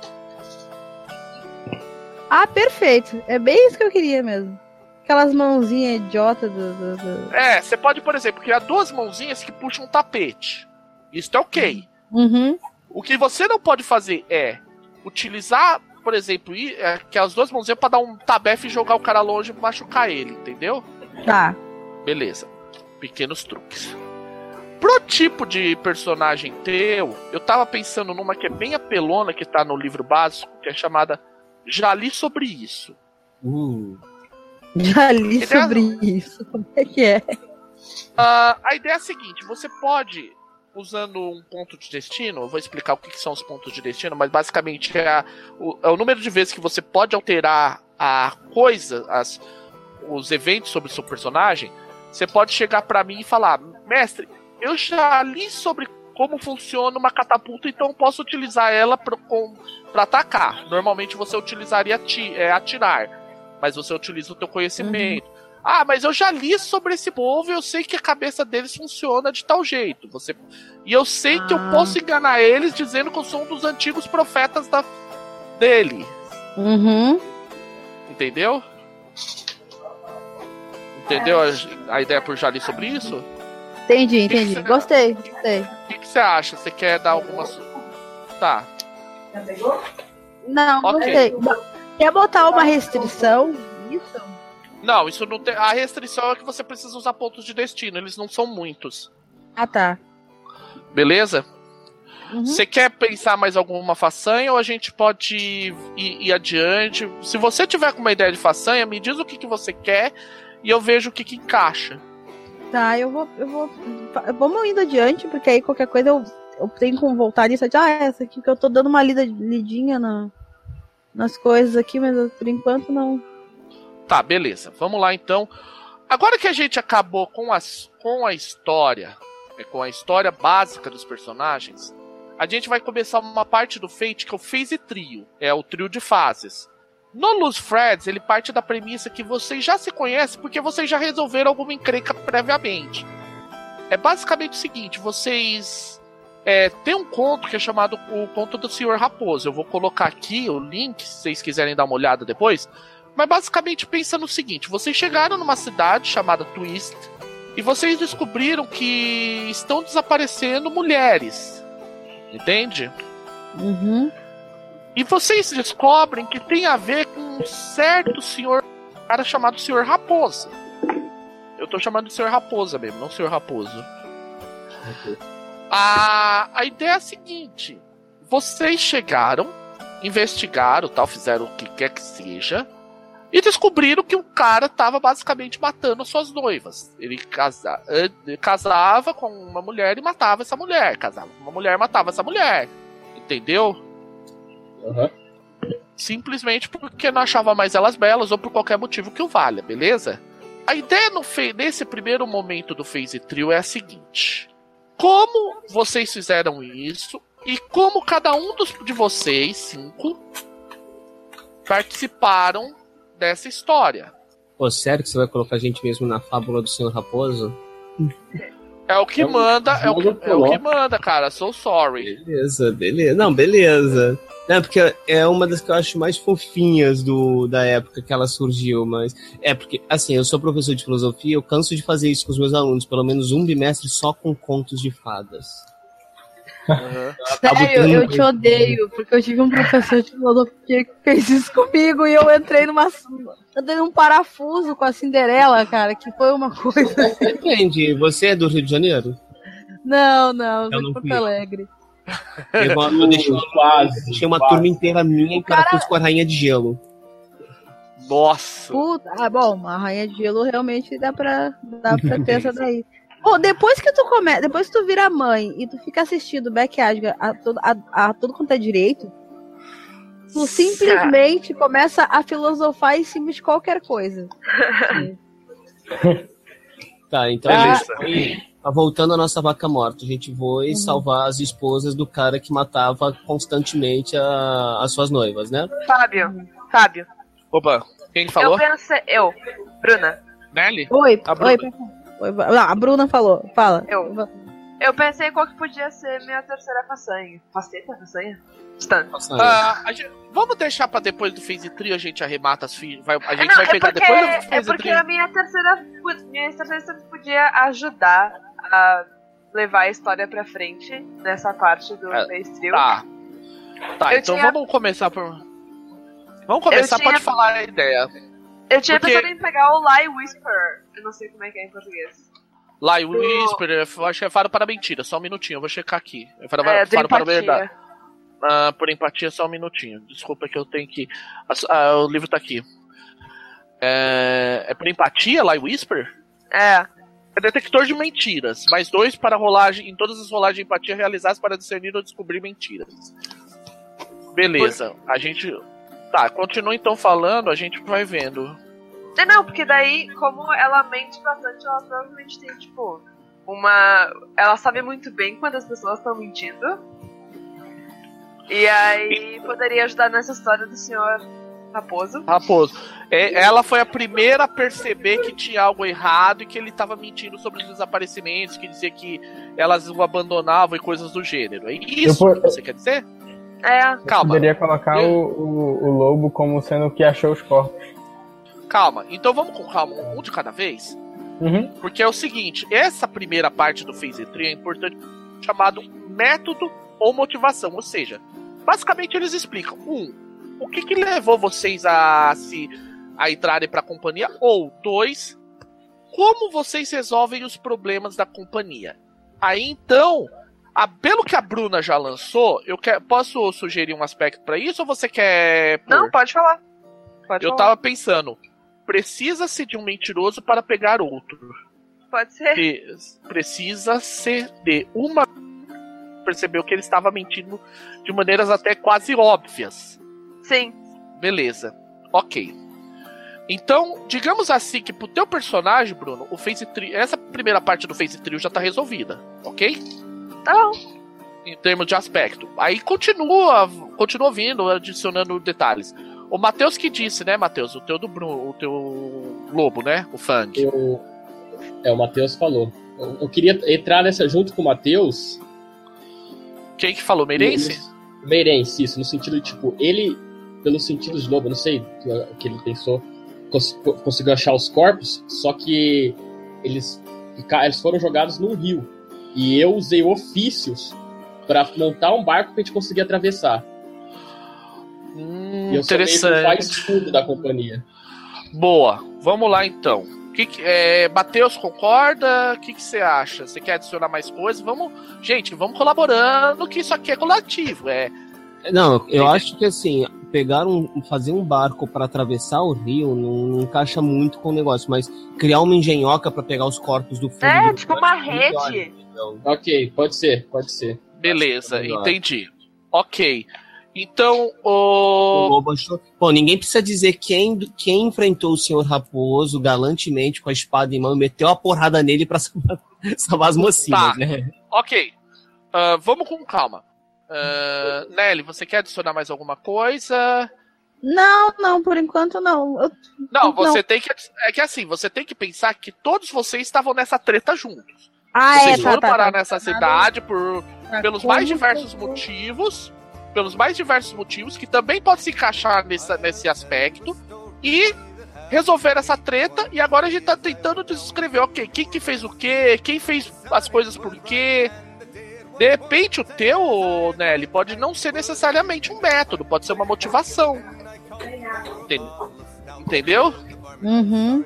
Ah, perfeito. É bem isso que eu queria mesmo. Aquelas mãozinhas idiota do. do, do... É, você pode, por exemplo, criar duas mãozinhas que puxam um tapete. Isso é ok. Uhum. O que você não pode fazer é utilizar, por exemplo, i- é, aquelas duas mãozinhas pra dar um tabefe e jogar o cara longe e machucar ele, entendeu? Tá. Beleza. Pequenos truques. Pro tipo de personagem teu, eu tava pensando numa que é bem apelona, que tá no livro básico, que é chamada Já Li Sobre Isso. Uh, Já li Ideia- sobre isso. Como é que é? Ah, a ideia é a seguinte, você pode, usando um ponto de destino, eu vou explicar o que, que são os pontos de destino, mas basicamente é, a- o, é o número de vezes que você pode alterar a coisa, as, os eventos sobre o seu personagem. Você pode chegar pra mim e falar, mestre, eu já li sobre como funciona uma catapulta, então eu posso utilizar ela pra, com, pra atacar. Normalmente você utilizaria ati, é, atirar, mas você utiliza o teu conhecimento. Ah, mas eu já li sobre esse povo e eu sei que a cabeça deles funciona de tal jeito. Você... E eu sei que eu Ah. posso enganar eles dizendo que eu sou um dos antigos profetas da... dele. Uhum. Entendeu? Entendeu a, a ideia por já li sobre isso? Entendi, entendi. Gostei, gostei. O que, que você acha? Você quer dar alguma. su- Tá. Não, Ok. gostei. Bo- Quer botar uma restrição? Isso? Não, isso não tem. A restrição é que você precisa usar pontos de destino, eles não são muitos. Ah, tá. Beleza? Uhum. Você quer pensar mais alguma façanha ou a gente pode ir, ir adiante? Se você tiver com uma ideia de façanha, me diz o que, que você quer e eu vejo o que, que encaixa. Tá, eu vou, eu vou. Vamos indo adiante, porque aí qualquer coisa eu, eu tenho como voltar nisso. Ah, essa aqui que eu tô dando uma lida, lidinha na, nas coisas aqui, mas por enquanto não. Tá, beleza. Vamos lá então. Agora que a gente acabou com, as, com a história, é, com a história básica dos personagens, a gente vai começar uma parte do Fate que é o Phase Trio. É o trio de fases. No Loose Threads, ele parte da premissa que vocês já se conhecem porque vocês já resolveram alguma encrenca previamente. É basicamente o seguinte, vocês... É, tem um conto que é chamado o Conto do senhor Raposo. Eu vou colocar aqui o link, se vocês quiserem dar uma olhada depois. Mas basicamente pensa no seguinte, vocês chegaram numa cidade chamada Twist e vocês descobriram que estão desaparecendo mulheres. Entende? Uhum. E vocês descobrem que tem a ver com um certo senhor, um cara chamado senhor Raposa. Eu tô chamando de senhor Raposa mesmo, não senhor Raposo. A, a ideia é a seguinte: vocês chegaram, investigaram, tal, fizeram o que quer que seja. E descobriram que o cara tava basicamente matando suas noivas. Ele casa, ele casava com uma mulher e matava essa mulher. Casava com uma mulher e matava essa mulher. Entendeu? Uhum. Simplesmente porque não achava mais elas belas ou por qualquer motivo que o valha, beleza? A ideia no fe- nesse primeiro momento do Phase Trio é a seguinte: como vocês fizeram isso e como cada um dos, de vocês, cinco, participaram dessa história. Pô, sério que você vai colocar a gente mesmo na fábula do senhor Raposo? É o que É um manda, é o que, jogo é o que piloto. manda, cara. So sorry. Beleza, beleza. Não, beleza. Não, porque é uma das que eu acho mais fofinhas do, da época que ela surgiu, mas... É porque, assim, eu sou professor de filosofia, eu canso de fazer isso com os meus alunos, pelo menos um bimestre só com contos de fadas. Uhum. Sério, eu te odeio, porque eu tive um professor de filosofia que fez isso comigo e eu entrei numa. Eu dei um parafuso com a Cinderela, cara, que foi uma coisa. Depende, você é do Rio de Janeiro? Não, não, eu Eu sou não de Porto fui. Alegre. Eu, eu deixei uma, Quase, deixei uma quase. turma inteira minha em parafuso com a Rainha de Gelo. Nossa. Puta, ah, bom, a Rainha de Gelo realmente dá pra, dá pra ter essa daí. Pô, depois que tu come... depois que tu vira mãe e tu fica assistindo Backyard a todo, a, a tudo quanto é direito, tu simplesmente começa a filosofar em cima de qualquer coisa. Tá, então Ah. a gente foi... Tá voltando à nossa vaca morta. A gente foi salvar as esposas do cara que matava constantemente a- as suas noivas, né? Fábio, Fábio, Opa, quem falou? eu pensei. Eu, Bruna, Nelly? Oi, A Bruna. oi, oi, não, a Bruna falou, fala. Eu. eu pensei qual que podia ser minha terceira façanha. Faceta, façanha? Stan. Ah, a gente- vamos deixar pra depois do Phase Trio, a gente arremata as filhas. A gente Não, vai é pegar porque, depois do é Phase porque Trio. a minha terceira, minha terceira façanha podia ajudar a levar a história pra frente nessa parte do É, Phase Trio. Tá. Tá, Eu então tinha- vamos começar por. Vamos começar, Eu tinha- pode falar a ideia. Eu tinha porque- pensado em pegar o Lie Whisper. Eu não sei como é que é em português. Lie Whisper, eu acho que é faro para mentira, só um minutinho, eu vou checar aqui. É faro, É, do faro para empatia. verdade. Ah, por empatia, só um minutinho. Desculpa que eu tenho que. Ah, o livro tá aqui. É, é por empatia, Lie Whisper? É. É detector de mentiras. Mais dois para rolagem em todas as rolagens de empatia realizadas para discernir ou descobrir mentiras. Beleza. A gente. Tá, continua então falando, a gente vai vendo. É, não, porque daí, como ela mente bastante, ela provavelmente tem, tipo, uma. Ela sabe muito bem quantas pessoas estão mentindo. E aí poderia ajudar nessa história do senhor Raposo. Raposo. É, ela foi a primeira a perceber que tinha algo errado e que ele estava mentindo sobre os desaparecimentos, que dizia que elas o abandonavam e coisas do gênero. É isso Eu que você quer dizer? É. Calma, Poderia colocar Eu- o, o, o lobo como sendo o que achou os corpos. calma. Então vamos com calma, um de cada vez? Uhum. Porque é o seguinte, essa primeira parte do Phase Tree é importante, chamado método ou motivação. Ou seja, basicamente eles explicam, um, o que, que levou vocês a se a entrarem para a companhia, ou dois, como vocês resolvem os problemas da companhia. Aí então, a, pelo que a Bruna já lançou, eu quer, posso sugerir um aspecto para isso ou você quer pôr? Não, pode falar. Pode Eu falar. tava pensando, precisa-se de um mentiroso para pegar outro. Pode ser. Pre- Precisa-se de uma percebeu que ele estava mentindo de maneiras até quase óbvias. Sim. Beleza. Ok. Então, digamos assim que pro teu personagem, Bruno, o Phase Trio, essa primeira parte do Phase Trio já tá resolvida, ok? Tá bom. Em termos de aspecto. Aí continua, continua vindo, adicionando detalhes. O Matheus que disse, né, Matheus? O teu do Bruno, o teu lobo, né? O Fang. Eu, é, o Matheus falou. Eu, eu queria entrar nessa junto com o Matheus. Quem que falou? Meirense? No- Meirense, isso, no sentido de, tipo, ele, pelo sentido de lobo, eu não sei o que ele pensou, cons- conseguiu achar os corpos, só que eles, fica- eles foram jogados num rio. E eu usei ofícios pra montar um barco pra gente conseguir atravessar. Hum, E eu sou meio que o pai interessante. escudo da companhia. Boa. Vamos lá então. Que que, é, Matheus concorda? O que que você acha? Você quer adicionar mais coisas? Vamos, gente, vamos colaborando, que isso aqui é coletivo. É, Não, eu acho que assim, pegar um, fazer um barco para atravessar o rio não, não encaixa muito com o negócio, mas criar uma engenhoca para pegar os corpos do fundo. É, do tipo uma rede. Então, Ok, pode ser, pode ser. Beleza, entendi. Ok. Então, o. o lobo achou... Bom, ninguém precisa dizer quem, quem enfrentou o senhor Raposo galantemente com a espada em mão e meteu a porrada nele pra salvar, salvar as mocinhas, Tá. né? Ok. Ah, vamos com calma. Uh, Nelly, você quer adicionar mais alguma coisa? Não, não, por enquanto não. Eu- Não, Não. você tem que. É que assim, você tem que pensar que todos vocês estavam nessa treta juntos. Ah, Vocês é, foram tá, tá, parar tá. nessa cidade por, Tá, pelos como mais diversos que eu vou- motivos. Pelos mais diversos motivos, que também pode se encaixar nessa, nesse aspecto. E resolver essa treta. E agora a gente tá tentando descrever, ok, quem que fez o quê? Quem fez as coisas por quê? De repente o teu, Nelly, pode não ser necessariamente um método, pode ser uma motivação. Enten- Entendeu? Uhum.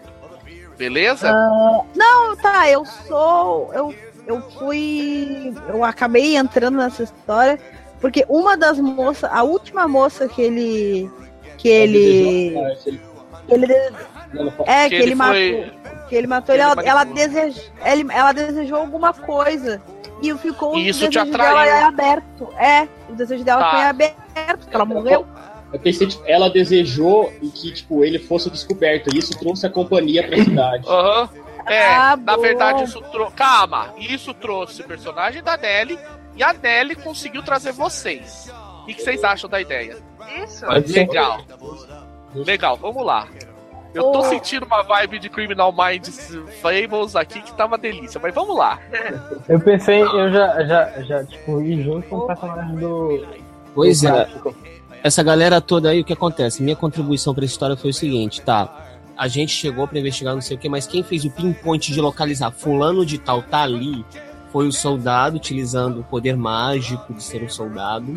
Beleza? Não, tá, eu sou. Eu, eu fui. Eu acabei entrando nessa história porque uma das moças, a última moça que ele. Que ele. Ah, ele- Que ele não, não, é, Que que, ele ele matou. foi- Que ele matou, que ele, ele ela, ela, manipulou. desejou, ele- ela desejou alguma coisa. E ficou E o isso te desejo atraiu. dela é aberto. É, o desejo dela Tá. foi aberto, porque ela morreu. Eu pensei, tipo, ela desejou que, tipo, ele fosse descoberto. E isso trouxe a companhia pra cidade. Aham. É, Ah, na bom. verdade isso trouxe. Calma, isso trouxe o personagem da Nelly e a Nelly conseguiu trazer vocês. O que que vocês acham da ideia? Isso. Pode ser. Legal. Legal, vamos lá. Eu tô Ô. sentindo uma vibe de Criminal Minds Fables aqui que tá uma delícia, mas vamos lá. Eu pensei, eu já, já, já tipo, ir junto com o personagem do. Pois do é, Prático. essa galera toda aí, o que acontece? Minha contribuição pra história foi o seguinte, tá? A gente chegou pra investigar não sei o que, mas quem fez o pinpoint de localizar fulano de tal tá ali foi o soldado, utilizando o poder mágico de ser um soldado.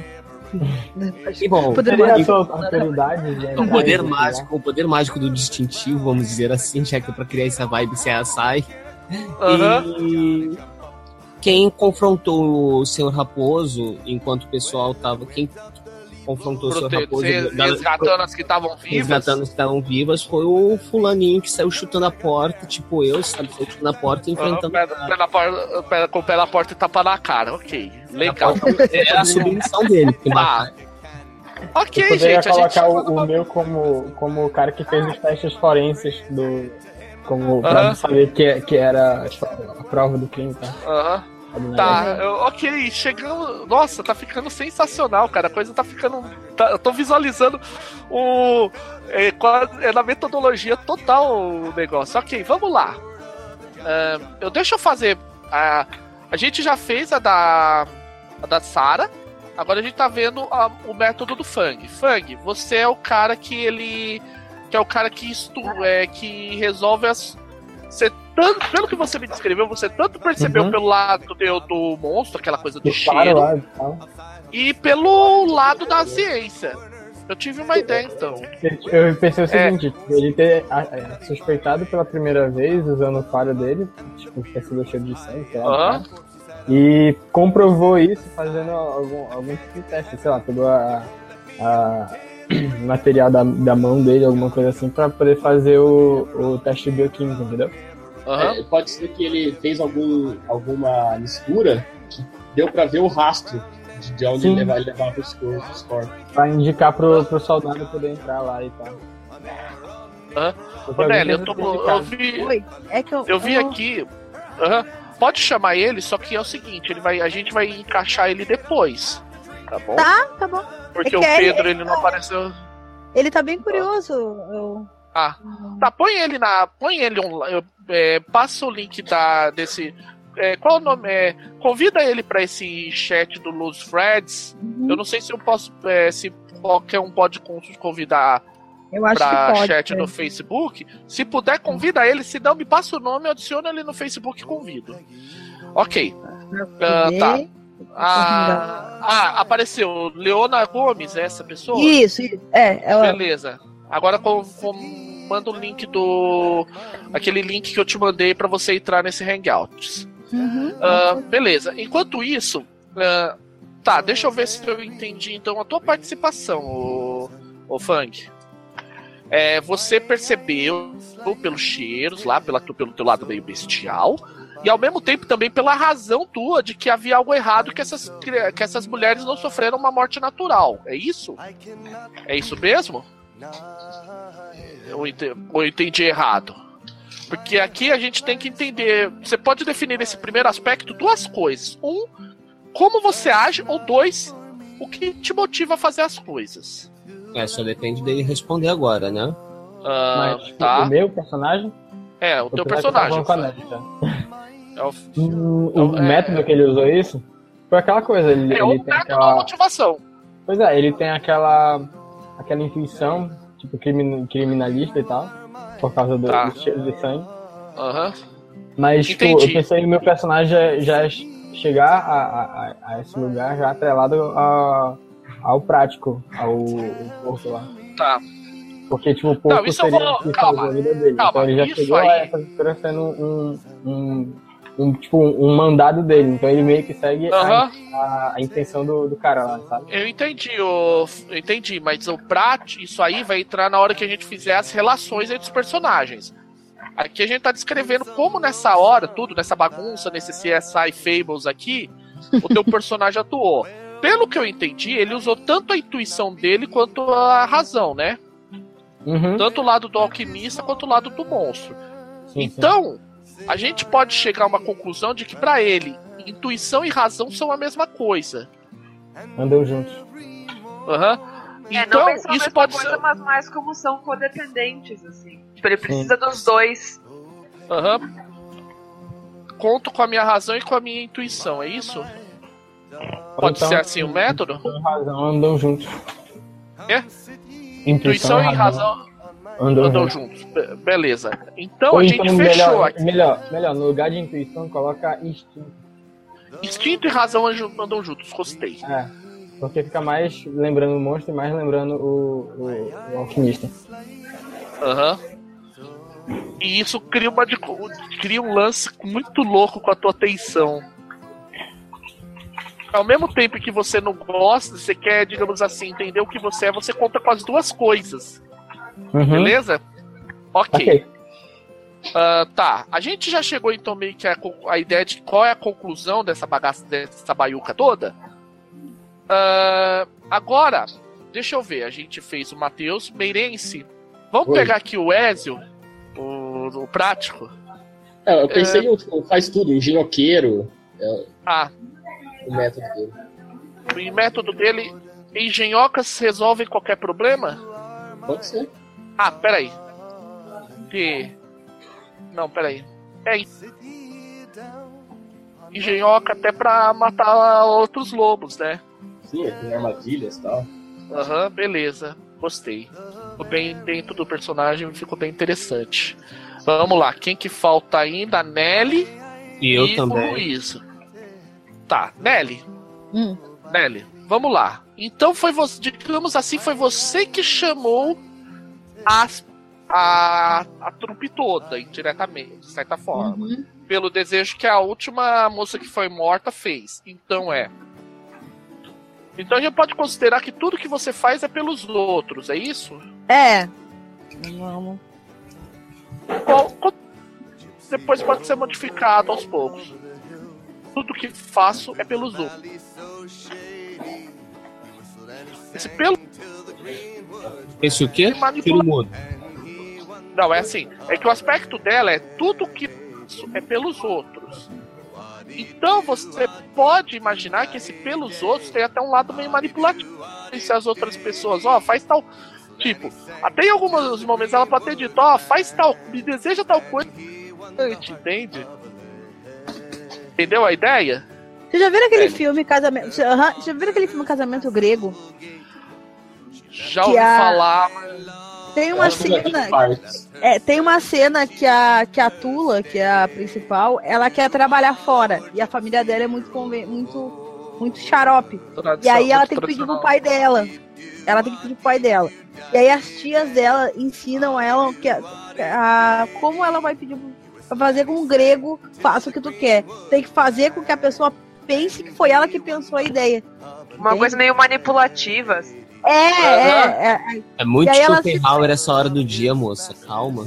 E bom, Poder Seria a mágico. sua autoridade de o entrar poder e mágico, o poder mágico do distintivo, vamos dizer assim, já que é pra criar essa vibe C S I. Aham. E quem confrontou o senhor Raposo, enquanto o pessoal tava. Quem confrontou o senhor Prote- Raposo, se- da- Resgatando as que estavam vivas. resgatando as que estavam vivas, foi o fulaninho que saiu chutando a porta, tipo eu, sabe? Saiu chutando a porta e Aham, enfrentando. pé, pé na porta, pé- com o pé na porta e tapa na cara. Ok, legal. Era a submissão dele. que Tá. Ok, Eu poderia gente, a gente. colocar o, o meu como, como o cara que fez os testes forenses do. Como pra Aham. saber que, que era tipo, a prova do crime, tá? Aham. Tá, eu- ok, chegamos. Nossa, tá ficando sensacional, cara. A coisa tá ficando. tá- eu tô visualizando o. É, quase- é na metodologia total o negócio. Ok, vamos lá. Ah, eu deixa eu fazer. A, a gente já fez a da. A da Sarah. Agora a gente tá vendo a- o método do Fang. Fang, você é o cara que ele. Que é o cara que estu, é, que resolve as. Você tanto, pelo que você me descreveu, você tanto percebeu Uhum. pelo lado do, do monstro, aquela coisa do Disparo cheiro, lá e tal. e pelo lado da ciência. Eu tive uma ideia, então. Eu pensei o É. seguinte, ele ter ah, é, suspeitado pela primeira vez usando o faro dele, tipo, percebeu o cheiro de sangue, sei lá. Aham. tá? E comprovou isso fazendo algum, algum tipo de teste, sei lá, pegou a, a material da, da mão dele, alguma coisa assim, pra poder fazer o, o teste bioquímico, entendeu? Aham. É, pode ser que ele fez algum, alguma mistura que deu pra ver o rastro de, de onde Sim. ele levava, ele levava os corpos. os corpos. Pra indicar pro, pro soldado poder entrar lá e tal. Aham. Porque Ô, alguém Nelly, eu, fez tô, esse eu caso. vi. Oi, é que eu. Eu vi eu- aqui. Aham. Pode chamar ele, só que é o seguinte, ele vai, a gente vai encaixar ele depois. Tá bom? Tá, tá bom. Porque É o que ele- Pedro ele não apareceu. Ele tá bem curioso. Eu... Ah, tá, põe ele na. Põe ele online. É, passa o link da, desse. É, qual o nome? É, convida ele pra esse chat do Loose Threads. Uhum. Eu não sei se eu posso. É, se qualquer um pode convidar Eu acho pra que pode. chat né? no Facebook. Se puder, convida ele. Se não, me passa o nome, eu adiciono ele no Facebook e convido. Ok. Ah, tá. Ah, ah, apareceu. Leona Gomes, é essa pessoa? Isso, isso. É, ela. Beleza. Agora com, com, manda o link do. Aquele link que eu te mandei pra você entrar nesse Hangouts. Uhum. Ah, beleza. Enquanto isso. ah, tá, deixa eu ver se eu entendi então a tua participação, ô, ô Fang, é, você percebeu pelos cheiros lá, pela, pelo teu lado meio bestial, e ao mesmo tempo também pela razão tua de que havia algo errado, que essas, que essas mulheres não sofreram uma morte natural. É isso? É isso mesmo? Ou entendi, ou entendi errado? Porque aqui a gente tem que entender. Você pode definir nesse primeiro aspecto duas coisas. Um, como você age, ou dois, o que te motiva a fazer as coisas. É, só depende dele responder agora, né? Ah, Mas tá. o meu personagem? É, o teu Apesar que eu personagem. tava falando com a Ned, tá? É o, O, o é- método que ele usou isso foi aquela coisa. Ele, é ele o tem método da aquela. motivação. Pois é, ele tem aquela. aquela intuição, tipo, crimin, criminalista e tal, por causa do, Tá. do cheiro de sangue. Aham. Mas, tipo, Entendi. eu pensei que o meu personagem já, já chegar a, a, a esse lugar já atrelado a, ao prático, ao, ao corpo lá. Tá. Porque, tipo, o corpo Não, isso eu seria vou- o que calma, salvou a vida dele. calma, Então ele já isso chegou aí- a essa história sendo um, um, um, tipo, um mandado dele. Então ele meio que segue Aham. a, a, a intenção do, do cara lá, sabe? Eu entendi, o... eu entendi, mas o prático, isso aí vai entrar na hora que a gente fizer as relações entre os personagens. Aqui a gente tá descrevendo como nessa hora, tudo, nessa bagunça, nesse C S I Fables aqui, o teu personagem atuou. Pelo que eu entendi, ele usou tanto a intuição dele quanto a razão, né? Uhum. Tanto o lado do alquimista quanto o lado do monstro. Sim, sim. Então, a gente pode chegar a uma conclusão de que pra ele, intuição e razão são a mesma coisa. Andam juntos. Aham. É, Então, não pensam a isso mesma pode coisa, ser. mas mais como são codependentes, assim. Tipo, ele precisa dos dois. Aham. Conto com a minha razão e com a minha intuição, é isso? Pode Então, ser assim o método? Intuição e razão andam juntos. É? Intuição Intuição e razão andam, andam juntos. juntos. Be- Beleza. Então Ou a gente então, fechou melhor, aqui. melhor, melhor, no lugar de intuição, coloca instinto. Instinto e razão andam juntos, gostei. É, porque fica mais lembrando o monstro e mais lembrando o, o, o alquimista. Aham. E isso cria, uma, de- cria um lance muito louco com a tua atenção. Ao mesmo tempo que você não gosta, você quer, digamos assim, entender o que você é, você conta com as duas coisas. Uhum. Beleza? Ok. Ok. Ah, tá. A gente já chegou então meio que a, co- a ideia de qual é a conclusão dessa bagaça, dessa baiuca toda. Ah, agora, deixa eu ver. A gente fez o Matheus Meirense. Vamos Oi. pegar aqui o Ezio, o, o prático. É, eu pensei no tipo, faz tudo, engenhoqueiro, é Ah, o método dele. o método dele, engenhocas resolvem qualquer problema? Pode ser. Ah, peraí. Que... Não, peraí. É engenhoca até pra matar outros lobos, né? Sim, tem armadilhas e tal. Aham, beleza. Gostei. Ficou bem dentro do personagem, ficou bem interessante. Vamos lá, quem que falta ainda? A Nelly E eu e também. o Luiz. Tá, Nelly. Hum. Nelly, vamos lá. Então foi você, digamos assim, foi você que chamou as, a, a trupe toda, indiretamente, de certa forma. Uhum. Pelo desejo que a última moça que foi morta fez. Então é. Então a gente pode considerar que tudo que você faz é pelos outros, é isso? É. Vamos. Qual- qual- depois pode ser modificado aos poucos. Tudo que faço é pelos outros. Esse pelo Esse o quê? Manipula- Tiro mudo. não é assim. É que o aspecto dela é tudo que faço é pelos outros. Então você pode imaginar que esse pelos outros tem até um lado meio manipulativo. Se as outras pessoas, ó, faz tal. Tipo, até em alguns momentos ela pode ter dito, ó, faz tal, me deseja tal coisa. A gente entende? Entendeu a ideia? Vocês já viram aquele É. filme Casamento. Vocês aham, vocês já viram aquele filme Casamento Grego? Já Que ouvi a- falar. Tem uma Acho que eu já vi cena. partes. É, tem uma cena que a, que a Tula, que é a principal, ela quer trabalhar fora. E a família dela é muito, conven- muito, muito xarope. E aí ela tem que pedir pro pai dela. Ela tem que pedir pro pai dela. E aí as tias dela ensinam ela que a, a- como ela vai pedir pra fazer com o grego, faça o que tu quer. Tem que fazer com que a pessoa pense que foi ela que pensou a ideia. Uma Entende? Coisa meio manipulativa. É, é, é. É muito Schopenhauer se... essa hora do dia, moça. Calma.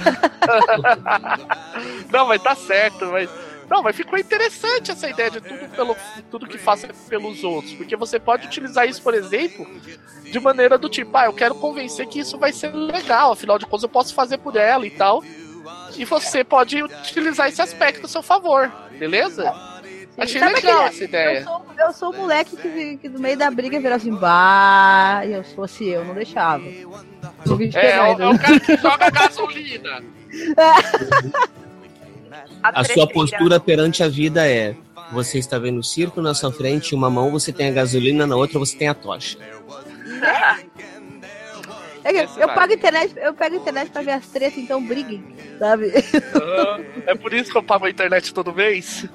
Não, mas tá certo, mas... Não, mas ficou interessante essa ideia de tudo, pelo, tudo que faça pelos outros. Porque você pode utilizar isso, por exemplo, de maneira do tipo, ah, eu quero convencer que isso vai ser legal, afinal de contas eu posso fazer por ela e tal. E você pode utilizar esse aspecto a seu favor, beleza? Sim, achei legal que, essa ideia. Eu sou, eu sou o moleque que, que no meio da briga virou assim, bah, eu fosse eu, não deixava. É, é, o, é o cara que joga gasolina. A, a sua postura perante a vida é: você está vendo o circo na sua frente, em uma mão você tem a gasolina, na outra você tem a tocha. É que eu pago internet, eu pego internet pra ver as tretas, então briguem, sabe? Uhum. É por isso que eu pago a internet todo mês.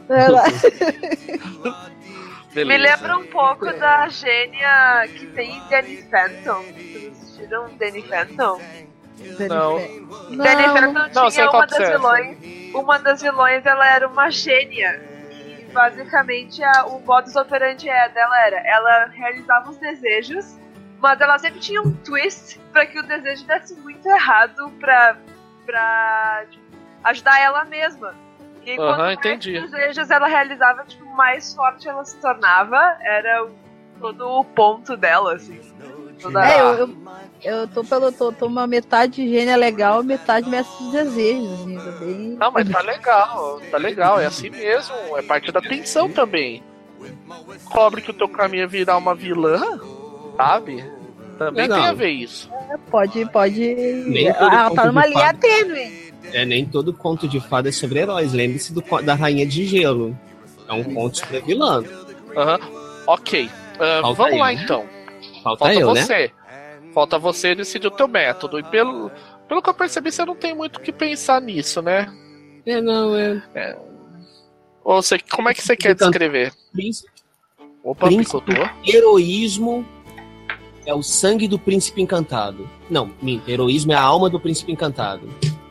Me lembra um pouco da gênia que tem em Danny Phantom. Vocês assistiram Danny Phantom? Não. Danny Phantom não, tinha uma das vilões. Uma das vilões, ela era uma gênia. E basicamente a, o modus operandi dela era: ela realizava os desejos, mas ela sempre tinha um twist pra que o desejo desse muito errado pra, pra tipo, ajudar ela mesma. E quanto uhum, mais desejos ela realizava, tipo, mais forte ela se tornava. Era o, todo o ponto dela, assim. Toda... É, eu, eu, eu tô pelo. Tô, tô uma metade gênia legal, metade mestre dos desejos, assim, tá bem... Não, mas tá legal, tá legal, é assim mesmo, é parte da tensão também. Cobre que o teu caminho é virar uma vilã, sabe? Também legal. Tem a ver isso. É, pode, pode. Ela tá numa linha tênue. É, nem todo conto de fada é sobre heróis. Lembre-se do, da Rainha de Gelo. É um conto sobre vilã. Uhum. Ok. Uh, vamos aí, lá né? então. Falta, Falta eu, você. Né? Falta você decidir o teu método. E pelo, pelo que eu percebi, você não tem muito o que pensar nisso, né? É, não, é. é. Ou você, como é que você quer descrever? Príncipe. Opa, príncipe, heroísmo é o sangue do príncipe encantado. Não, minta, heroísmo é a alma do príncipe encantado.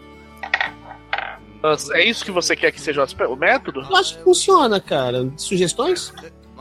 É isso que você quer que seja o método? Eu acho que funciona, cara. Sugestões?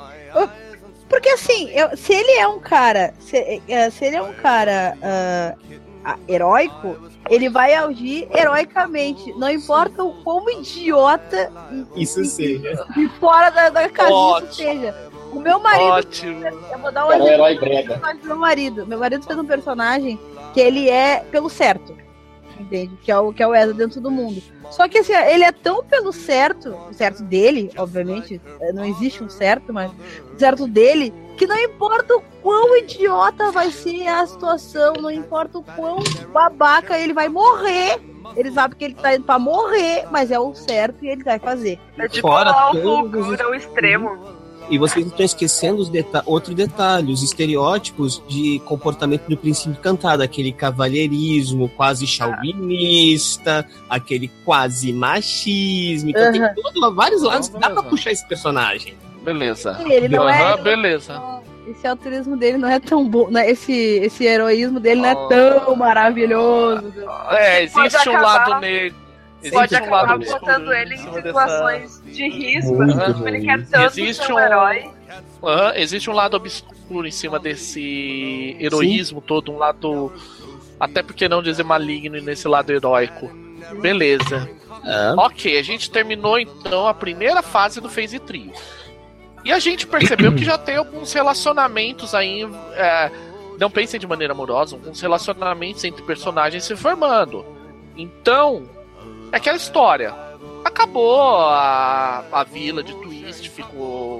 Porque assim, eu, se ele é um cara, se, se ele é um cara uh, heróico, ele vai agir heroicamente. Não importa o quão idiota isso e, seja. E fora da, da casinha isso seja. O meu marido. Ótimo. Eu vou dar um exemplo. Herói brega. Meu marido. Meu marido fez um personagem que ele é pelo certo. Entende? Que é o, que é o Ezra dentro do mundo. Só que assim, ele é tão pelo certo, o certo dele, obviamente, não existe um certo, mas o certo dele, que não importa o quão idiota vai ser a situação, não importa o quão babaca ele vai morrer, ele sabe que ele tá indo pra morrer, mas é o certo e ele vai fazer. É tipo a loucura, o extremo. E vocês estão esquecendo os deta- outro detalhe, os estereótipos de comportamento do príncipe encantado, aquele cavalheirismo quase chauvinista, aquele quase machismo. Então uhum. tem todo, vários lados que dá pra puxar esse personagem. Beleza. Ele não uhum, é, beleza. Esse altruísmo dele não é tão bom, né? esse, esse heroísmo dele não é tão maravilhoso. É, existe um lado negro. Existe pode um acabar botando ele em situações dessa... de risco, uhum. Ele quer tanto existe ser um, um herói. Uhum. Existe um lado obscuro em cima desse heroísmo Sim. todo, um lado, até porque não dizer maligno nesse lado heróico. Beleza. É. Ok, a gente terminou então a primeira fase do Phase Trio. E a gente percebeu que já tem alguns relacionamentos aí, é, não pensem de maneira amorosa, alguns relacionamentos entre personagens se formando. Então... é aquela história. Acabou a, a vila de Twist, ficou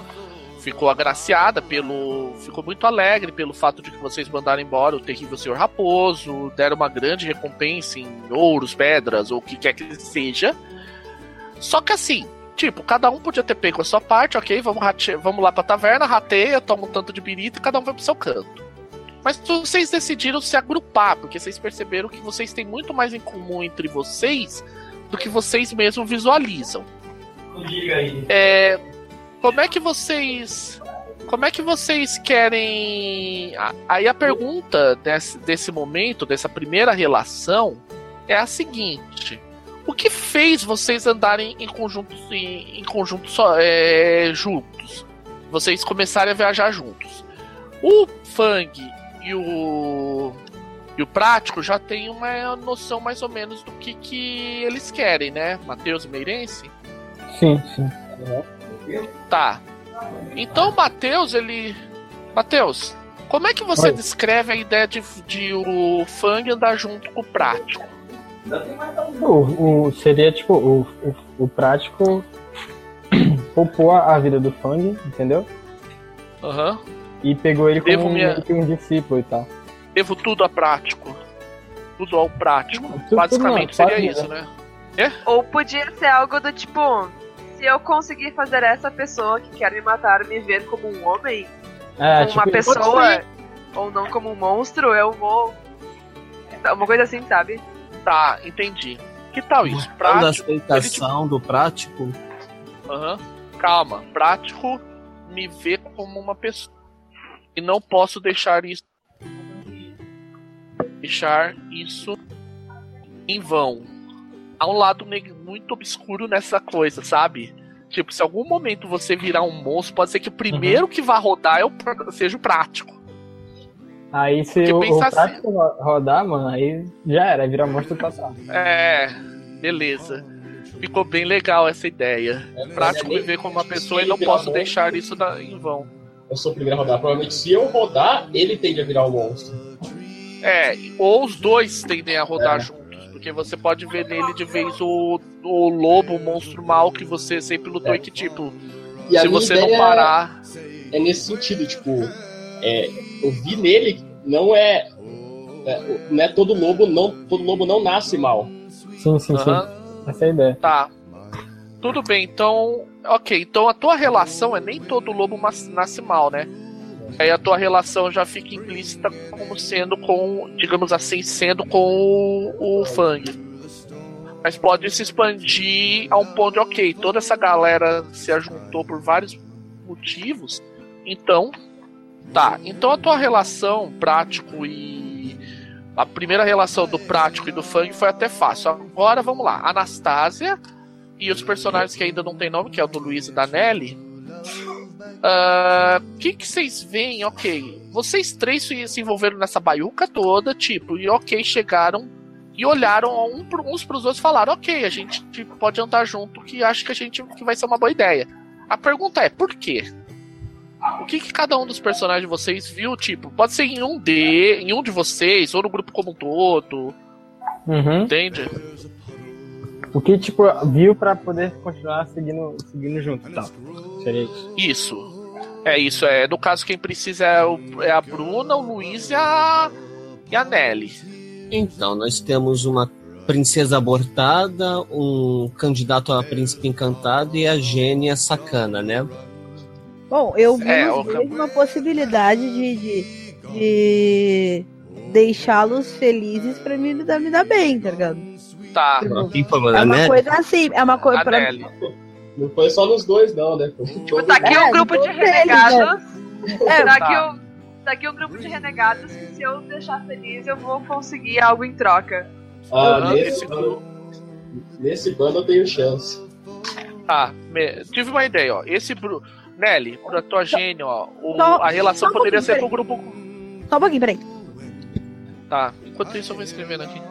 ficou agraciada pelo, ficou muito alegre pelo fato de que vocês mandaram embora o terrível senhor Raposo, deram uma grande recompensa em ouros, pedras ou o que quer que seja. Só que assim, tipo, cada um podia ter pego a sua parte, ok, vamos, rate- vamos lá pra taverna, rateia, toma um tanto de birita e cada um vai pro seu canto. Mas vocês decidiram se agrupar, porque vocês perceberam que vocês têm muito mais em comum entre vocês do que vocês mesmos visualizam. Diga aí. É, como é que vocês... Como é que vocês querem... Aí a pergunta desse, desse momento, dessa primeira relação, é a seguinte. O que fez vocês andarem em conjunto, em, em conjunto só, é, juntos? Vocês começarem a viajar juntos. O Fang e o e o Prático já tem uma noção mais ou menos do que, que eles querem, né? Matheus e Meirense? Sim, sim. Tá. Então o Matheus, ele... Matheus, como é que você Oi. descreve a ideia de, de o Fang andar junto com o Prático? O, o, seria tipo, o, o, o Prático poupou a vida do Fang, entendeu? Aham. Uhum. E pegou ele como Devo um, minha... um discípulo e tal. Devo tudo a Prático. Tudo ao Prático. Tudo, Basicamente tudo não, seria pode, isso, né? É? Ou podia ser algo do tipo, se eu conseguir fazer essa pessoa que quer me matar me ver como um homem, É, como uma tipo, pessoa, ou não como um monstro, eu vou... Uma coisa assim, sabe? Tá, entendi. Que tal isso? Prático, da Prático... aceitação ele... do Prático... Aham. Uhum. Calma. Prático me vê como uma pessoa. E não posso deixar isso... Deixar isso em vão. Há um lado muito obscuro nessa coisa, sabe? Tipo, se em algum momento você virar um monstro, pode ser que o primeiro uhum. que vá rodar é o, seja o Prático. Aí se o, o Prático assim, rodar, mano, aí já era, virar monstro pra trás. É, beleza. Ficou bem legal essa ideia. É, Prático me ver como uma pessoa e não posso monstro, deixar isso na, em vão. Eu sou o primeiro a rodar. Provavelmente se eu rodar, ele tende a virar um monstro. É, ou os dois tendem a rodar é. juntos. Porque você pode ver nele de vez o, o lobo, o monstro mau que você sempre lutou é. e que, tipo, e se você não parar... É nesse sentido, tipo, é, eu vi nele, não é, é... Não é todo lobo, não, todo lobo não nasce mal. Sim, sim, uhum. sim. Essa é a ideia. Tá. Tudo bem, então... Ok, então a tua relação é nem todo lobo nasce mal, né? Aí a tua relação já fica implícita como sendo com, digamos assim, sendo com o, o Fang. Mas pode se expandir a um ponto de, ok, toda essa galera se ajuntou por vários motivos, então, tá. Então a tua relação, Prático e... A primeira relação do Prático e do Fang foi até fácil. Agora, vamos lá. Anastasia e os personagens que ainda não tem nome, que é o do Luiz e da Nelly. O uh, que que vocês veem? Ok, vocês três se envolveram nessa baiuca toda, tipo, e ok, chegaram e olharam um, uns pros outros e falaram, ok, a gente tipo, pode andar junto, que acho que a gente que vai ser uma boa ideia. A pergunta é, por quê? O que que cada um dos personagens de vocês viu, tipo, pode ser em um de, em um de vocês, ou no grupo como um todo, uhum. entende? O que, tipo, viu pra poder continuar seguindo, seguindo junto e tal. Seria isso. Isso. É isso. É, no caso, quem precisa é, o, é a Bruna, o Luiz e a, e a Nelly. Então, nós temos uma princesa abortada, um candidato a príncipe encantado e a gênia sacana, né? Bom, eu vi é, o... uma possibilidade de, de, de deixá-los felizes pra me dar, me dar bem, tá ligado? Tá. Quem falou, é uma Nelly? coisa assim, é uma coisa pra... Não foi só nos dois, não, né? Tipo, tá aqui é, um grupo de renegados. É, tá, aqui um, tá aqui um grupo de renegados que se eu deixar feliz, eu vou conseguir algo em troca. Ah, uhum. nesse, bando, nesse bando eu tenho chance. Tá, me, tive uma ideia, ó. Esse Bru... Nelly, pra tua gênio, ó. O, só, a relação poderia um ser com o grupo. Só um pouquinho, peraí. Tá, enquanto isso eu vou escrevendo aqui.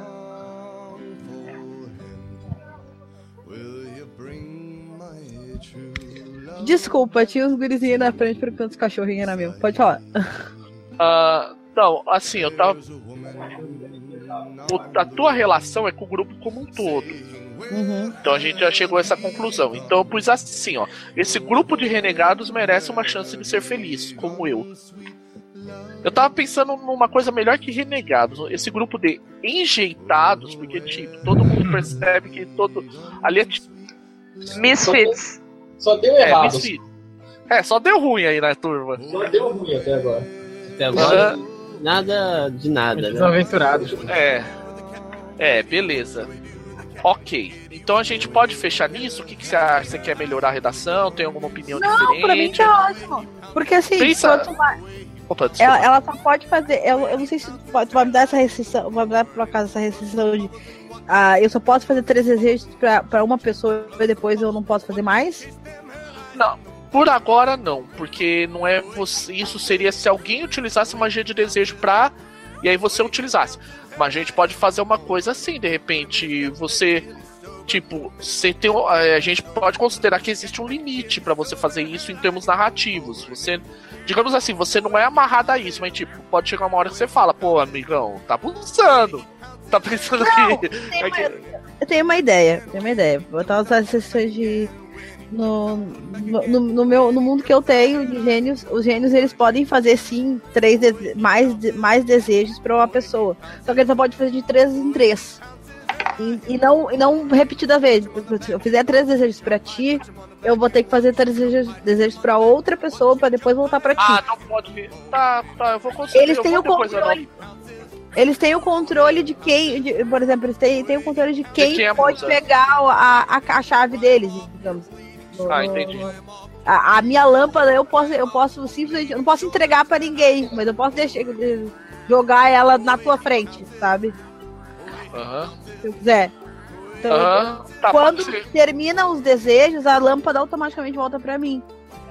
Desculpa, tinha uns gurizinhos na frente porque os cachorrinhos eram meus. Pode falar. Uh, não, assim, eu tava... O, a tua relação é com o grupo como um todo. Uhum. Então a gente já chegou a essa conclusão. Então eu pus assim, ó. Esse grupo de renegados merece uma chance de ser feliz, como eu. Eu tava pensando numa coisa melhor que renegados. Esse grupo de enjeitados, porque, tipo, todo mundo percebe que todo... Ali é... Misfits. Só deu errado. É, é, só deu ruim aí na turma. Só deu ruim até agora. Até agora, uh, nada de nada, né? Aventurados. É. É, beleza. Ok. Então a gente pode fechar nisso? O que, que você acha? Você quer melhorar a redação? Tem alguma opinião não, diferente? Não, pra mim tá ótimo. Porque assim, Pensa... quanto mais... Opa, ela, ela só pode fazer... Eu, eu não sei se tu vai me dar essa restrição, vai me dar por acaso essa restrição de ah, eu só posso fazer três desejos pra, pra uma pessoa e depois eu não posso fazer mais? Não, por agora não, porque não é você. Isso seria se alguém utilizasse magia de desejo pra. E aí você utilizasse. Mas a gente pode fazer uma coisa assim, de repente, você. Tipo, você tem, a gente pode considerar que existe um limite pra você fazer isso em termos narrativos. Você, digamos assim, você não é amarrado a isso, mas tipo, pode chegar uma hora que você fala, pô, amigão, tá abusando. Tá pensando Não, que. tem é uma- que- Eu tenho uma ideia, tenho uma ideia. Vou botar as sessões de. No, no, no- no meu, no mundo que eu tenho de gênios, os gênios eles podem fazer sim três dese- mais, de- mais desejos para uma pessoa. Só que ele só pode fazer de três em três. E, e não, e não repetida vez. Se eu fizer três desejos pra ti, eu vou ter que fazer três desejos, desejos pra outra pessoa pra depois voltar pra ti. Ah, não pode vir. Tá, tá, eu vou conseguir. Eles eu têm vou o depois controle. Eles têm o controle de quem, de- por exemplo, eles têm, têm o controle de quem, quem pode abusa. pegar a, a, a chave deles, digamos. Ah, entendi. A, a minha lâmpada eu posso, eu posso simplesmente, eu não posso entregar pra ninguém, mas eu posso deixar, jogar ela na tua frente, sabe? Aham. Se eu quiser. Então, Aham. Tá, quando pode ser. terminam os desejos, a lâmpada automaticamente volta pra mim.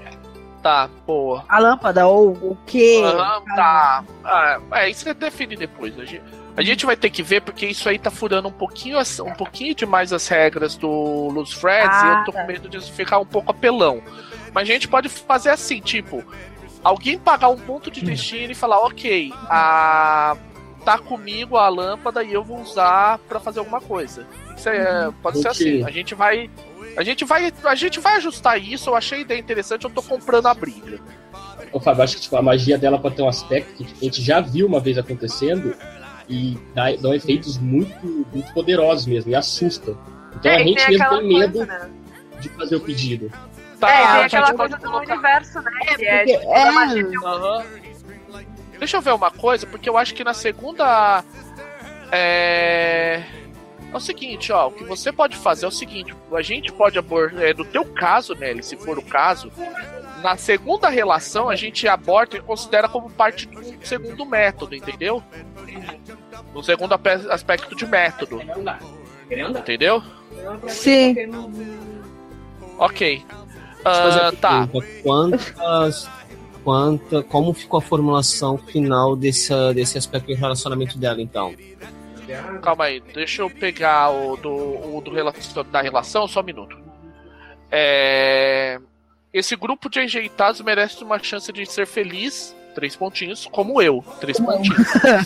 Tá, boa. A lâmpada ou o quê? Aham, tá. Ah, é, isso você define depois. A gente, a gente vai ter que ver, porque isso aí tá furando um pouquinho, as- um pouquinho demais as regras do Luz Freds, Ah, e eu tô tá. com medo disso ficar um pouco apelão. Mas a gente pode fazer assim, tipo, alguém pagar um ponto de destino e falar, ok, a, tá comigo a lâmpada e eu vou usar pra fazer alguma coisa. Isso é, pode ser Ok. assim. A gente vai. A gente vai. A gente vai ajustar isso. Eu achei a ideia interessante, eu tô comprando a briga. Ô, Fábio, acho que tipo, a magia dela pode ter um aspecto que a gente já viu uma vez acontecendo e dá, dão efeitos muito, muito poderosos mesmo, e assusta. Então É, a e gente tem mesmo aquela tem medo coisa, né? de fazer o pedido. Tá, É, a tem gente aquela pode coisa do colocar- universo, né? que é, porque- tipo, é. da magia de um- Aham. Deixa eu ver uma coisa, porque eu acho que na segunda. É. É o seguinte, ó. O que você pode fazer é o seguinte: a gente pode abordar. É, no teu caso, Nelly, se for o caso, na segunda relação a gente aborda e considera como parte do segundo método, entendeu? No segundo ape- aspecto de método, entendeu? Sim. Ok. Deixa eu fazer Ah, uma tá. pergunta. Quantas, quanta, como ficou a formulação final desse, desse aspecto de relacionamento dela, então? Calma aí, deixa eu pegar o do, o do relação, da relação, só um minuto. É, esse grupo de enjeitados merece uma chance de ser feliz, três pontinhos, como eu, três pontinhos.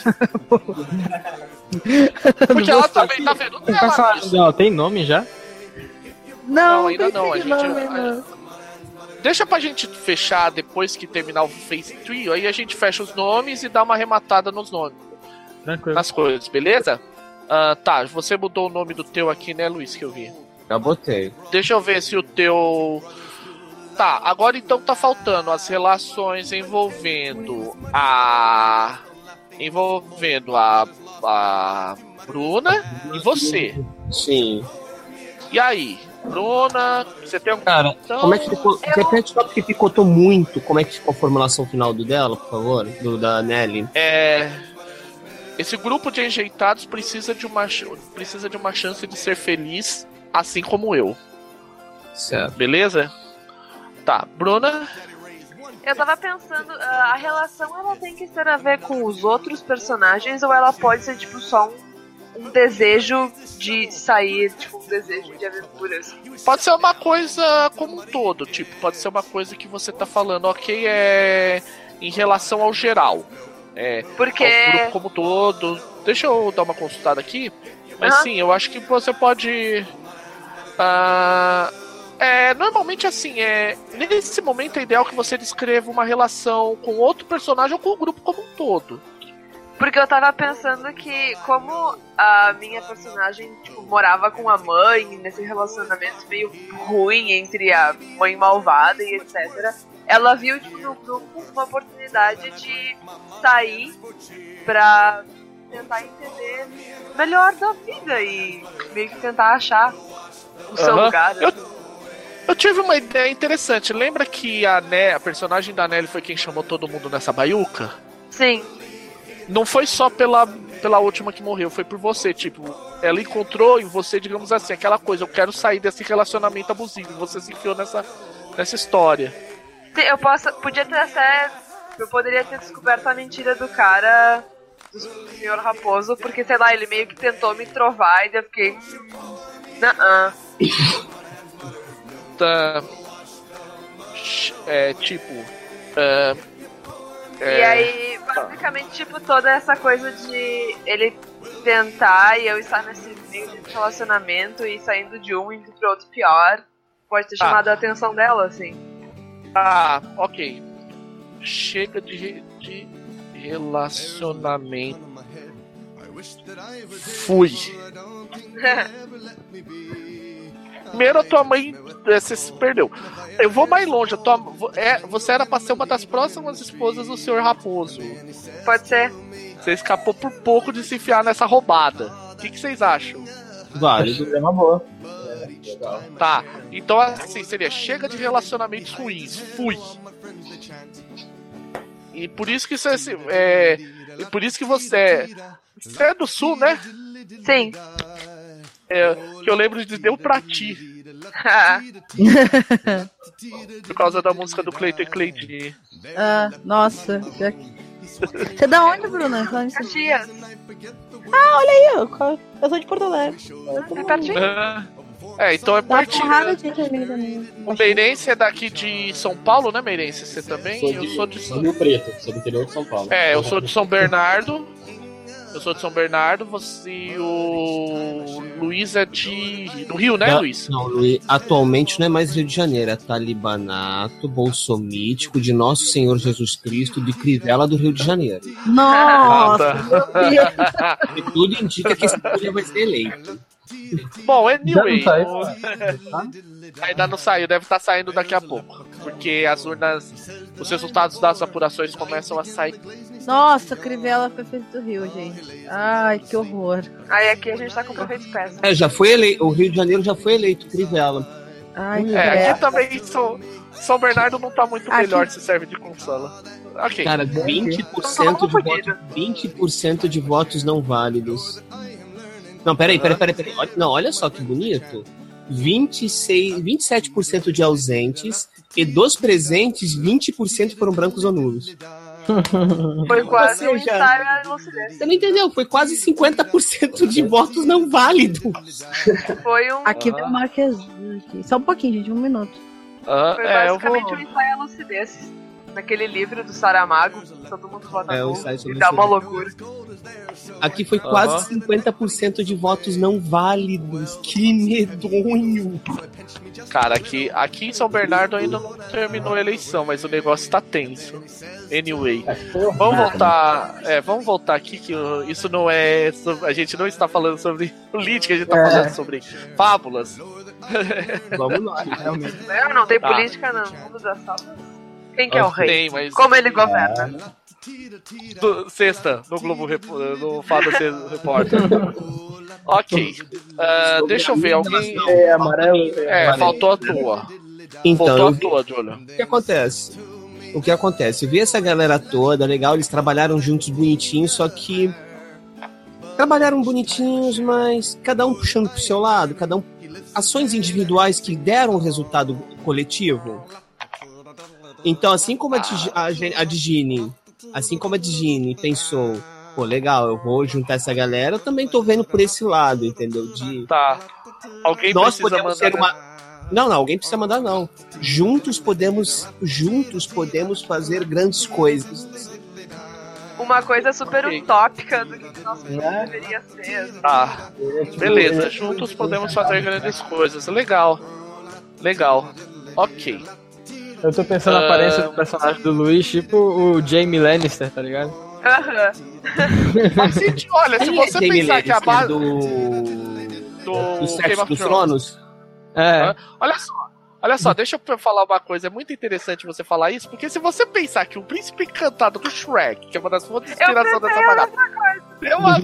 Porque ela também tá vendo O ela personagem nisso. dela tem nome já? Não, Não, ainda tem não, a esse gente- nome, a- não. Deixa pra gente fechar depois que terminar o Phase três, aí a gente fecha os nomes e dá uma arrematada nos nomes, Tranquilo. nas coisas, beleza? Ah, tá, você mudou o nome do teu aqui, né, Luiz, que eu vi. Já botei. Deixa eu ver se o teu. Tá, agora então tá faltando as relações envolvendo a. Envolvendo a. A Bruna e você. Sim. E aí? Bruna, você tem algum. Cara, Então- como é que ficou? Repete só porque picotou muito. Como é que ficou a formulação final do dela, por favor? Do da Nelly. É. Esse grupo de enjeitados precisa de uma, ch- precisa de uma chance de ser feliz, assim como eu. Certo. Beleza? Tá, Bruna. Eu tava pensando, ah, a relação ela tem que ter a ver com os outros personagens ou ela pode ser tipo só um, um desejo de sair, tipo um desejo de aventuras? Pode ser uma coisa como um todo, tipo, pode ser uma coisa que você tá falando, ok, é em relação ao geral. É, Porque ao grupo como um todo. Deixa eu dar uma consultada aqui. Mas Aham. sim, eu acho que você pode. ah, é, normalmente assim, é, nesse momento é ideal que você descreva uma relação com outro personagem ou com o grupo como um todo. Porque eu tava pensando que, como a minha personagem tipo, morava com a mãe nesse relacionamento meio ruim entre a mãe malvada e etcétera, ela viu tipo, no grupo uma oportunidade de sair pra tentar entender melhor da vida e meio que tentar achar o seu Aham. lugar. Eu, eu tive uma ideia interessante. Lembra que a, né, a personagem da Nelly foi quem chamou todo mundo nessa baiuca? Sim. não foi só pela, pela última que morreu, foi por você, tipo, ela encontrou em você, digamos assim, aquela coisa, eu quero sair desse relacionamento abusivo, você se enfiou nessa, nessa história. Sim, eu posso, podia ter até, eu poderia ter descoberto a mentira do cara, do senhor Raposo, porque, sei lá, ele meio que tentou me trovar e eu fiquei, não, tá, é, tipo, é, é... e aí, basicamente, tipo, toda essa coisa de ele tentar e eu estar nesse meio de relacionamento e saindo de um e indo pro outro pior, pode ter chamado ah. a atenção dela, assim. Ah, ok. Chega de, de relacionamento. Fui. Primeiro, a tua mãe você se perdeu. Eu vou mais longe. A tua, é, você era pra ser uma das próximas esposas do senhor Raposo. Pode ser. Você escapou por pouco de se enfiar nessa roubada. O que, que vocês acham? Válido, é uma boa. Tá, então assim, seria chega de relacionamentos ruins, fui. E por isso que você é, e por isso que você é, você é do sul, né? Sim. É, que eu lembro de Deu Pra Ti. Por causa da música do Cleiton e Cleide. Ah, nossa. Você é da onde, Bruna? Caxias. Ah, olha aí, ó. Eu sou de Porto Alegre. É pertinho. É, então é pertinho. O Meirense é daqui de São Paulo, né, Meirense? Você também? Sou de, eu sou de São Rio Preto, sou do interior de São Paulo. É, eu sou de São Bernardo. Eu sou de São Bernardo, você o Luiz é de do Rio, né, não, Luiz? Não, Luiz, atualmente não é mais Rio de Janeiro, é Talibanato, Bolsomítico, de Nosso Senhor Jesus Cristo, de Crivella do Rio de Janeiro. Nossa, meu Deus. E tudo indica que esse filho vai ser eleito. Bom, anyway, Já o... ainda não saiu, deve estar saindo daqui a pouco, porque as urnas, os resultados das apurações começam a sair. Nossa, Crivella foi feito do Rio, gente. Ai, que horror. Aí aqui a gente tá com o prefeito péssimo. É, já foi eleito, o Rio de Janeiro já foi eleito Crivella. Ai, é, aqui também São, São Bernardo não tá muito aqui... melhor se serve de consola. Ok. Cara, vinte por cento de votos, vinte por cento de votos não válidos. Não, peraí, peraí, peraí, peraí. Olha, não, olha só que bonito. vinte e seis, vinte e sete por cento de ausentes e dos presentes, vinte por cento foram brancos ou nulos. Foi quase Ou um seja, ensaio à lucidez. Você não entendeu? Foi quase cinquenta por cento de votos não válidos. Foi um. Aqui ah. tem uma aqui. Só um pouquinho, gente, um minuto. Ah, Foi é, basicamente vou... um ensaio à lucidez. Naquele livro do Saramago, todo mundo vota é, gol e dá uma loucura. Aqui foi quase uhum. cinquenta por cento de votos não válidos. Que medonho. Cara, aqui, aqui em São Bernardo ainda não terminou a eleição, mas o negócio tá tenso. Anyway, vamos voltar. É, vamos voltar aqui que isso não é. A gente não está falando sobre política, a gente tá é. falando sobre fábulas. Vamos lá, realmente. Não, não tem tá. política no mundo das fábulas. Quem que é o rei? Tem, mas... Como ele governa? Do, sexta, no Globo no Fada Repórter. Ok. Uh, deixa eu ver, alguém. É, amarelo. É, é faltou a tua. Então, faltou a tua, Júlio. O que acontece? O que acontece? Eu vi essa galera toda, legal, eles trabalharam juntos bonitinhos, só que. Trabalharam bonitinhos, mas cada um puxando pro seu lado, cada um. Ações individuais que deram um resultado coletivo. Então, assim como a, a, a Digine, assim como a Digine pensou, pô, legal, eu vou juntar essa galera, eu também tô vendo por esse lado, entendeu? De tá. Alguém nós precisa podemos mandar... ser uma... Não, não, alguém precisa mandar, não. Juntos podemos, juntos podemos fazer grandes coisas. Uma coisa super okay. utópica do que nosso mundo é. deveria ser. Tá, beleza, juntos podemos fazer grandes coisas. Legal, legal, ok. Eu tô pensando na aparência uh... do personagem do Luiz, tipo o Jaime Lannister, tá ligado? Aham. Uh-huh. Olha, se você é pensar Lannister que a base do... do, do Sexo dos Tronos... É. Uh, olha só, olha só, deixa eu falar uma coisa, é muito interessante você falar isso, porque se você pensar que o príncipe encantado do Shrek, que é uma das fontes de inspiração dessa parada, tem uma...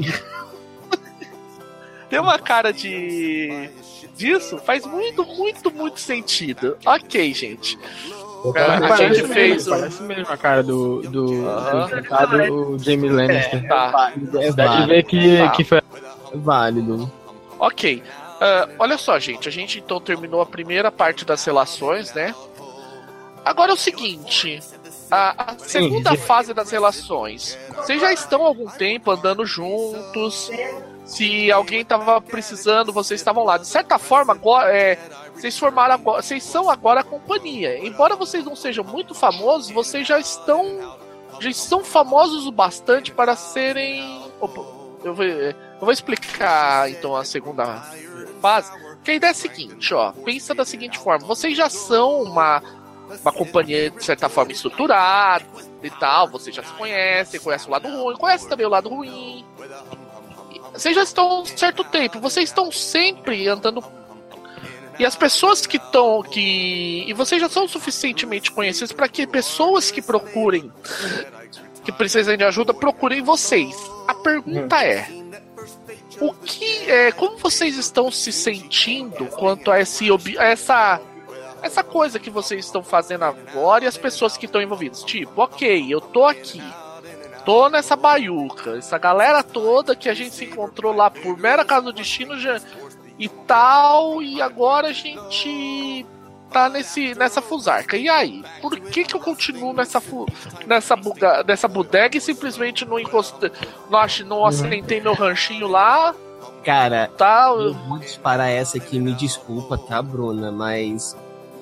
tem uma cara de... disso, faz muito, muito, muito sentido. Ok, gente. A gente fez mesmo, o... Parece mesmo a cara do, do, Aham. do encantado, o Jaime Lannister. Tá. É Dá de válido. ver que, Tá. que foi... válido. Ok. Ah, olha só, gente. A gente então terminou a primeira parte das relações, né? Agora é o seguinte. A, a segunda fase das relações. Vocês já estão há algum tempo andando juntos. Se alguém tava precisando, vocês estavam lá. De certa forma, agora, é, vocês formaram agora, vocês são agora a companhia. Embora vocês não sejam muito famosos, vocês já estão já estão famosos o bastante para serem. Opa, eu vou, eu vou explicar então a segunda fase. Que a ideia é a seguinte, ó. Pensa da seguinte forma: vocês já são uma uma companhia de certa forma estruturada e tal. Vocês já se conhecem, conhecem o lado ruim, conhecem também o lado ruim. Vocês já estão há um certo tempo, vocês estão sempre andando. E as pessoas que estão. Que... E vocês já são suficientemente conhecidos para que pessoas que procurem, que precisem de ajuda, procurem vocês. A pergunta é: o que é, como vocês estão se sentindo quanto a, esse, a essa, essa coisa que vocês estão fazendo agora e as pessoas que estão envolvidas? Tipo, ok, eu tô aqui. Tô nessa baiuca, essa galera toda que a gente se encontrou lá por mera causa do destino já, e tal, e agora a gente tá nesse, nessa fusarca. E aí? Por que que eu continuo nessa, fu, nessa, buga, nessa bodega e simplesmente não encostei, não, não assentei meu ranchinho lá? Cara, Tal? eu vou disparar essa aqui, me desculpa, tá, Bruna? Mas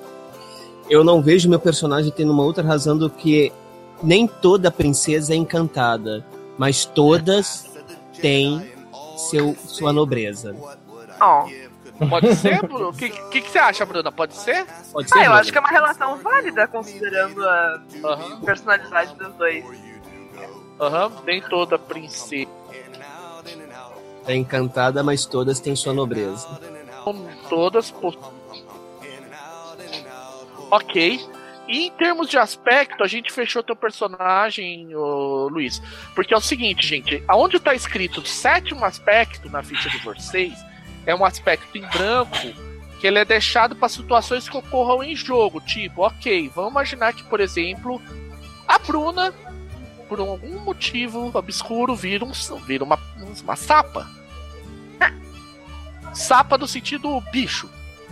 eu não vejo meu personagem tendo uma outra razão do que nem toda princesa é encantada, mas todas têm seu, sua nobreza. Ó. Pode ser, Bruno? O que, que, que você acha, Bruna? Pode ser? Pode ser, Ah, eu Bruna? acho que é uma relação válida, considerando a Aham. personalidade dos dois. Aham, nem toda princesa. É encantada, mas todas têm sua nobreza. Todas. Ok. E em termos de aspecto, a gente fechou teu personagem, ô, Luiz. Porque é o seguinte, gente. Aonde tá escrito sétimo aspecto na ficha de vocês, é um aspecto em branco, que ele é deixado para situações que ocorram em jogo. Tipo, ok, vamos imaginar que, por exemplo, a Bruna, por algum motivo obscuro, vira, um, vira uma, uma sapa. Sapa no sentido bicho.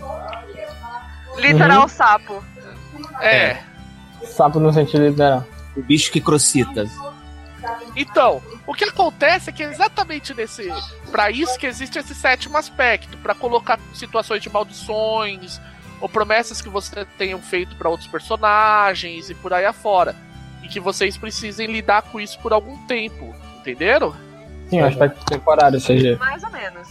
Literal Uhum. sapo. É. Sapo no sentido literal. O bicho que crocita. Então, o que acontece é que exatamente nesse, para isso que existe esse sétimo aspecto, para colocar situações de maldições ou promessas que você tenham feito para outros personagens e por aí afora, e que vocês precisem lidar com isso por algum tempo, entenderam? Sim, um aspecto temporário, ou seja... Mais ou menos.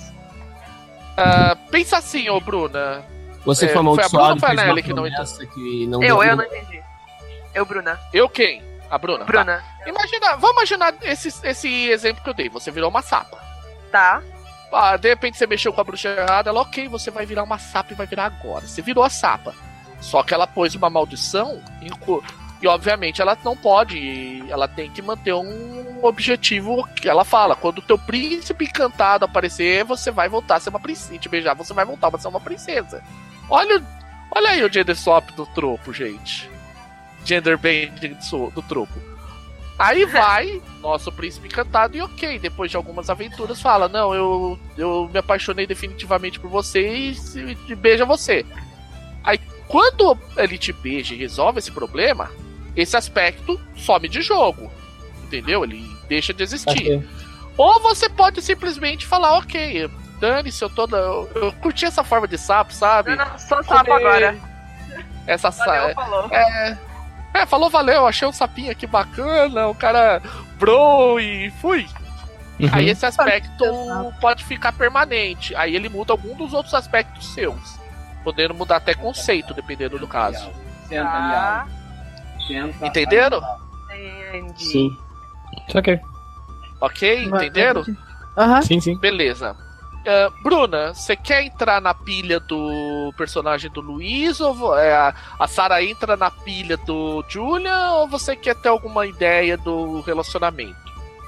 Uh, pensa assim, ô Bruna. Você É, foi foi a Bruna amaldiçoado ou foi a fez uma Nelly que não promessa que não Eu, deu- eu não entendi. Eu, Bruna. Eu quem? A Bruna. Bruna. Tá. Imagina, vamos imaginar esse, esse exemplo que eu dei. Você virou uma sapa. Tá. Ah, de repente você mexeu com a bruxa errada, ela, ok, você vai virar uma sapa e vai virar agora. Você virou a sapa. Só que ela pôs uma maldição em co- e obviamente ela não pode, ela tem que manter um objetivo que ela fala. Quando o teu príncipe encantado aparecer, você vai voltar a ser uma princesa. Te beijar, você vai voltar a ser uma princesa. Olha, olha aí o gender swap do tropo, gente. Gender bending do, do tropo. Aí vai, nosso príncipe encantado, e ok, depois de algumas aventuras, fala: não, eu, eu me apaixonei definitivamente por você e, e beija você. Aí, quando ele te beija e resolve esse problema, esse aspecto some de jogo. Entendeu? Ele deixa de existir. Ok. Ou você pode simplesmente falar: ok, dane-se, eu tô. Eu, eu curti essa forma de sapo, sabe? Não, não, sou sapo Comer agora. Essa Valeu, sa- falou. É, é, falou, valeu, achei um sapinho aqui bacana, o cara bro e fui. Uhum. Aí esse aspecto pode ficar permanente. Aí ele muda algum dos outros aspectos seus. Podendo mudar até conceito, dependendo do caso. Senta Tá. ali, Senta. Entenderam? Entendi. Sim. Só que... Ok? Entenderam? Aham. Sim, sim. Beleza. Ah, Bruna, você quer entrar na pilha do personagem do Luiz? Ou vo- é, a, a Sarah entra na pilha do Julian? Ou você quer ter alguma ideia do relacionamento?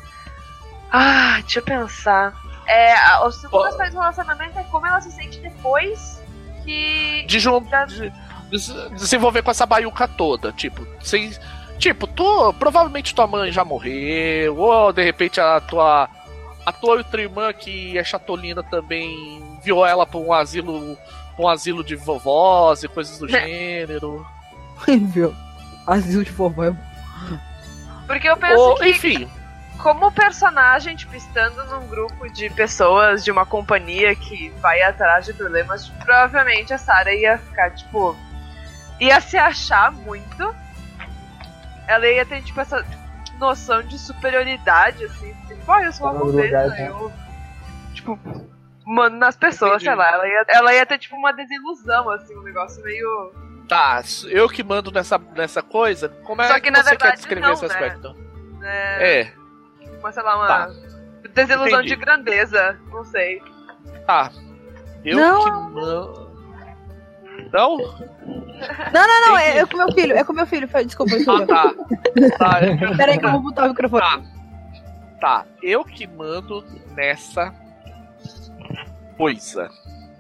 Ah, deixa eu pensar. É, a- o segundo Pô. aspecto do relacionamento é como ela se sente depois que. De, jun... Já- de, des- desenvolver com essa baiuca toda. Tipo, sem. Tipo, tu. Provavelmente tua mãe já morreu. Ou de repente a tua. A tua outra irmã, que é chatolina também, enviou ela pra um asilo. Pra um asilo de vovós e coisas do gênero. Viu? Asilo de vovó é bom. Porque eu penso Ou, que, enfim. como personagem, tipo, estando num grupo de pessoas de uma companhia que vai atrás de problemas, tipo, provavelmente a Sarah ia ficar, tipo, ia se achar muito. Ela ia ter, tipo, essa noção de superioridade, assim, tipo, ah, eu sou uma Tá no condessa, lugar, tá? eu, tipo, mano, nas pessoas, Entendi. sei lá, ela ia, ela ia ter, tipo, uma desilusão, assim, um negócio meio... Tá, eu que mando nessa, nessa coisa. Como é Só que, que, na você quer verdade, descrever não, esse né? aspecto? É, É, uma, sei lá, uma Tá. desilusão Entendi. de grandeza, não sei. tá. Eu Não. que mando. Não? Não, não, não, é, é com meu filho, é com meu filho. foi- Desculpa, Ah, desculpa. tá. Tá, Pera aí que eu vou botar o microfone. tá. Tá, eu que mando nessa coisa.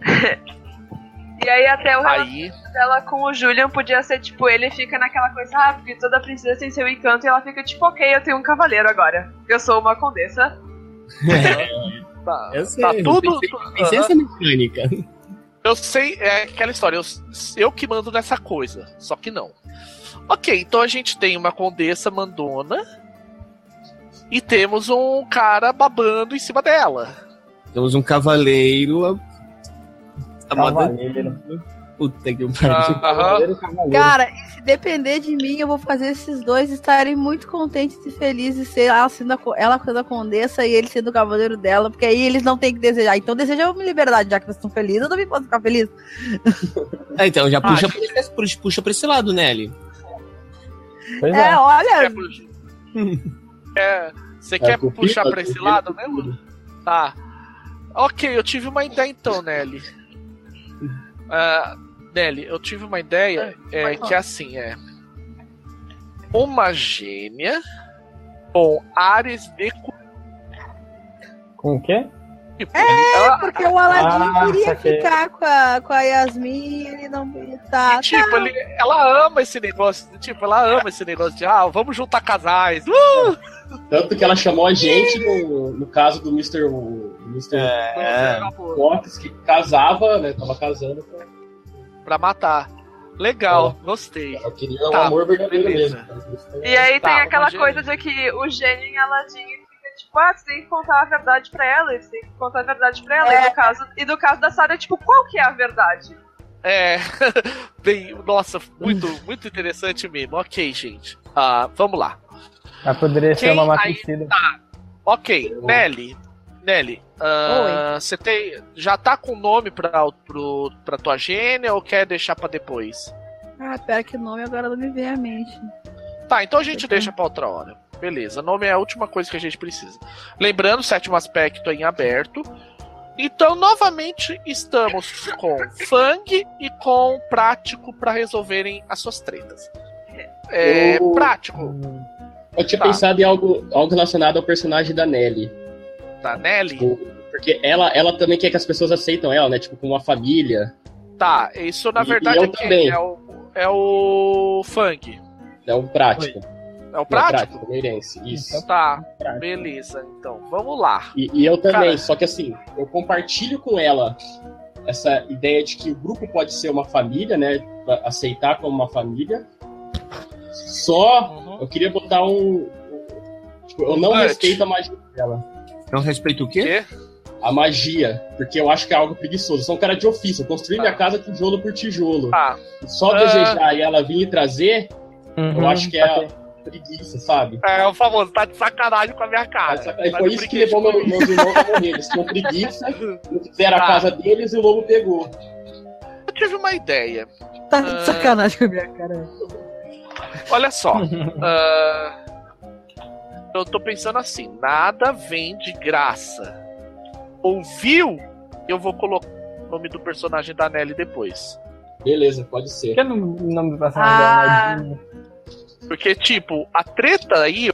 E aí até o relacionamento Aí, dela com o Julian podia ser, tipo, ele fica naquela coisa, ah, porque toda princesa tem seu encanto, e ela fica, tipo, ok, eu tenho um cavaleiro agora. Eu sou uma condessa. tá, Eu sei, tá eu tudo. pensei- pensei essa mecânica. Eu sei, é aquela história, eu, eu que mando nessa coisa, só que não. Ok, então a gente tem uma condessa mandona e temos um cara babando em cima dela. Temos um cavaleiro. A... A moda... Cavaleiro. Puta que pariu. Aham. Cavaleiro, cavaleiro. Cara, e se depender de mim, eu vou fazer esses dois estarem muito contentes e felizes de ser ela sendo a, co- ela sendo a condessa e ele sendo o cavaleiro dela, porque aí eles não têm que desejar. Então deseja uma liberdade, já que vocês estão felizes, eu também posso ficar feliz. Ah, então já puxa, Ah, pra esse, puxa, puxa pra esse lado, Nelly. Pois É, é. olha, Quer puxar- É, você quer com puxar filho, pra esse com lado filho, mesmo? Tá. Ok, eu tive uma ideia então, Nelly. Ah, Nelly, eu tive uma ideia é, que é assim, é. Uma gêmea com áreas de cu- Com o quê? tipo, ela- porque o Aladdin Ah, queria saquei. ficar com a, com a Yasmin e ele não tá. E, tipo, ele- ela ama esse negócio. Tipo, ela ama esse negócio de ah, vamos juntar casais. Uh! Tanto que ela chamou a gente, no, no caso do mister o mister É. Fox, que casava, né? Tava casando. com- Pra matar. Legal, gostei. Ela queria um Tá, amor verdadeiro beleza. mesmo. E aí Tá, tem uma aquela gêmea. coisa de que o gênio em Aladdin fica, tipo, ah, você tem que contar a verdade pra ela, você tem que contar a verdade pra ela. É. E, no caso, e no caso da Sarah, tipo, qual que é a verdade? É. Bem, nossa, muito, muito interessante mesmo. Ok, gente. Ah, vamos lá. Ela poderia ser Quem uma aí- matricida. Ok, Nelly. Nelly, ah, você tem. Já tá com nome pra, pro, pra tua gênia ou quer deixar pra depois? Ah, pera que o nome agora não me vem à mente. Tá, então a gente deixa pra outra hora. Beleza, nome é a última coisa que a gente precisa. Lembrando, sétimo aspecto em aberto. Então, novamente, estamos com Fang e com Prático pra resolverem as suas tretas. É, Eu- Prático, Eu tinha Tá. pensado em algo, algo relacionado ao personagem da Nelly. tá, Nelly? Tipo, porque ela, ela também quer que as pessoas aceitam ela, né? Tipo, como uma família. Tá, isso na E- verdade e eu é quem? também. É o, é o Fang. É um prático. É o Não, prático? Meirense, isso. Tá, Prático. beleza, então, vamos lá. E, e eu também, Cara. só que assim, eu compartilho com ela essa ideia de que o grupo pode ser uma família, né? pra Aceitar como uma família. Só Uhum. eu queria botar um. Tipo, eu não But. respeito a magia dela. Não respeito o quê? Quê? A magia, porque eu acho que é algo preguiçoso. Eu sou um cara de ofício, eu construí Tá. minha casa tijolo por tijolo. Tá, Só Ah. desejar e ela vir e trazer, Uhum, eu acho que é preguiça, sabe? é o famoso, tá de sacanagem com a minha cara. E Tá foi de isso que brinquedo levou meu, comigo. meus irmãos a morrer. Eles tinham preguiça, não fizeram Tá. a casa deles e o lobo pegou. Eu tive uma ideia. Tá Ah. de sacanagem com a minha cara. Olha só. ah, eu tô pensando assim: nada vem de graça. Ouviu? Eu vou colocar o nome do personagem da Nelly depois. Beleza, pode Por ser. que no o nome do personagem Ah. dela é Nadine? Porque, tipo, a treta aí.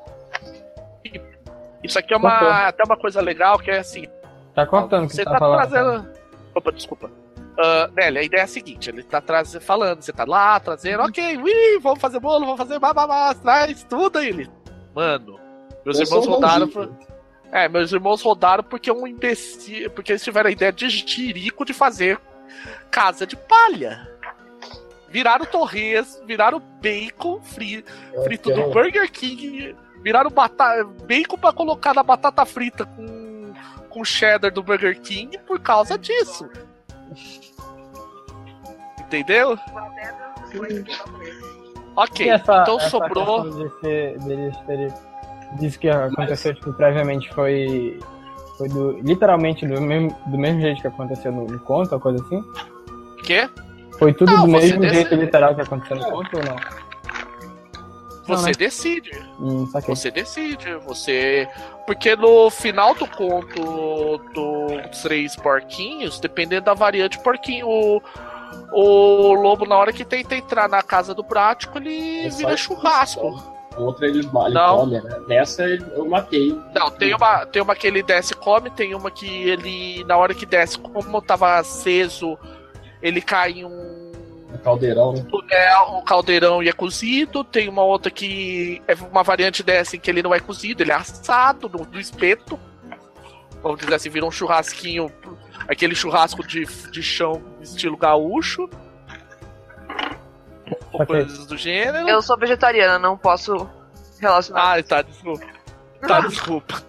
Isso aqui é uma, Cortou. até uma coisa legal que é assim. Tá cortando o que Você tá, tá falando. trazendo. Opa, desculpa. Uh, Nelly, a ideia é a seguinte, ele tá traz... falando, você tá lá, trazendo, ok, ui, vamos fazer bolo, vamos fazer bababá, traz tudo aí. Ele, mano, meus Eu irmãos sou um rodaram... maldito. Por... É, meus irmãos rodaram porque um imbecil, porque eles tiveram a ideia de jirico de fazer casa de palha. Viraram torres, viraram bacon fri... frito do Burger King, viraram batata... bacon pra colocar na batata frita com... com cheddar do Burger King por causa disso. Entendeu? Ok, E essa, então essa sobrou. questão de ser- deles terem disse que aconteceu tipo, previamente foi, foi do, literalmente do mesmo, do mesmo jeito que aconteceu no, no conto, ou coisa assim? O quê? Foi tudo Não, do você mesmo desse- jeito literal que aconteceu no conto ou não? Você né? decide. Hum, saquei. Você decide. Você. Porque no final do conto dos três porquinhos, dependendo da variante porquinho, o, o lobo, na hora que tenta entrar na casa do prático, ele É só vira isso. churrasco. Outra ele, ele Não. come, né? Nessa eu matei. Não, tem uma, tem uma que ele desce e come, tem uma que ele, na hora que desce, como tava aceso, ele cai em um No caldeirão, né? tunel, o caldeirão e é cozido. Tem uma outra que é uma variante dessa em que ele não é cozido, ele é assado no, no espeto. Vamos dizer assim, vira um churrasquinho, aquele churrasco de, de chão estilo gaúcho. Ou Ok. coisas do gênero. Eu sou vegetariana, não posso relacionar. Ah, tá, desculpa. Tá, desculpa.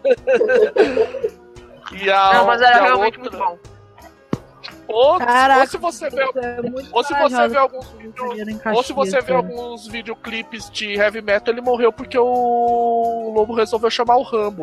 E a, não, mas e era a realmente outra- muito bom. Ou, Caraca, ou se você vê, É muito ou se você corajosa vê alguns essa vídeos, vegetariana em ou se você Caxias, vê cara. alguns videoclipes de heavy metal, ele morreu porque o lobo resolveu chamar o Rambo.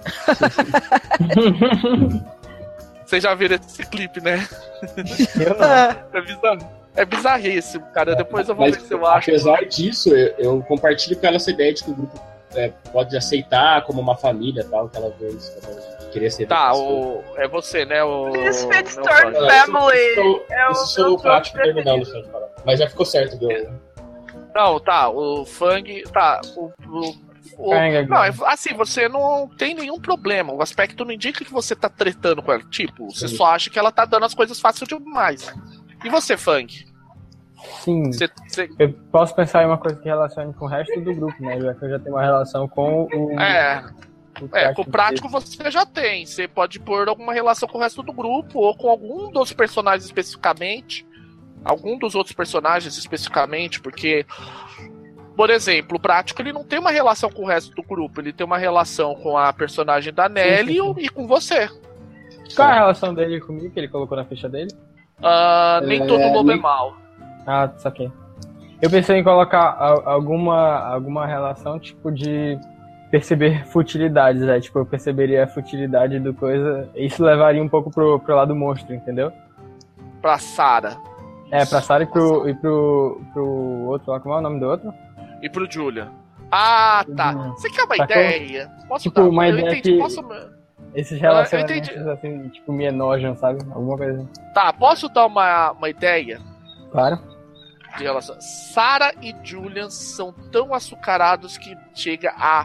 Vocês já viram esse clipe, né? Eu não. É bizarro. É bizarríssimo, cara. Depois eu vou Mas, ver se eu acho. apesar disso, eu, eu compartilho com ela essa ideia de que o grupo é, pode aceitar como uma família tal, que ela vê isso, que ela querer ser. Tá, o... é você, né? O... Misfits não, Turn não, Family. Isso, É o isso sou meu o prático troço terminando, preferido. só de falar. Mas já ficou certo, deu. Não, tá, o Fang. Tá, o. o, o Fang, não, é, assim, você não tem nenhum problema. O aspecto não indica que você tá tretando com ela. Tipo, você Sim. só acha que ela tá dando as coisas fácil demais. E você, Fang? Sim, Você, você- eu posso pensar em uma coisa que relacione com o resto do grupo, né? Já que eu já tenho uma relação com o. É, o é, com o prático você já tem. Você pode pôr alguma relação com o resto do grupo, ou com algum dos personagens especificamente. Algum dos outros personagens especificamente, porque. Por exemplo, o prático ele não tem uma relação com o resto do grupo, ele tem uma relação com a personagem da Nelly sim, sim. e com você. Qual é a relação dele comigo que ele colocou na ficha dele? Ah, nem É, todo lobo é nem- mal. Ah, saquei. Eu pensei em colocar a- alguma, alguma relação, tipo, de perceber futilidades, né? Tipo, eu perceberia a futilidade do coisa. Isso levaria um pouco pro, pro lado monstro, entendeu? Pra Sarah. É, pra Sarah e pro, e pro, pro outro lá, como é o nome do outro? E pro Julia. Ah, tá. Hum. Você quer uma Sacou? ideia? Posso Tipo, dar? uma eu ideia entendi. que- Posso... Esses Ah, eu relacionamentos, entendi. assim, tipo, me enojam, sabe? Alguma coisa assim. Tá, posso dar uma, uma ideia? Claro. De relação. Sarah e Julian são tão açucarados que chega a.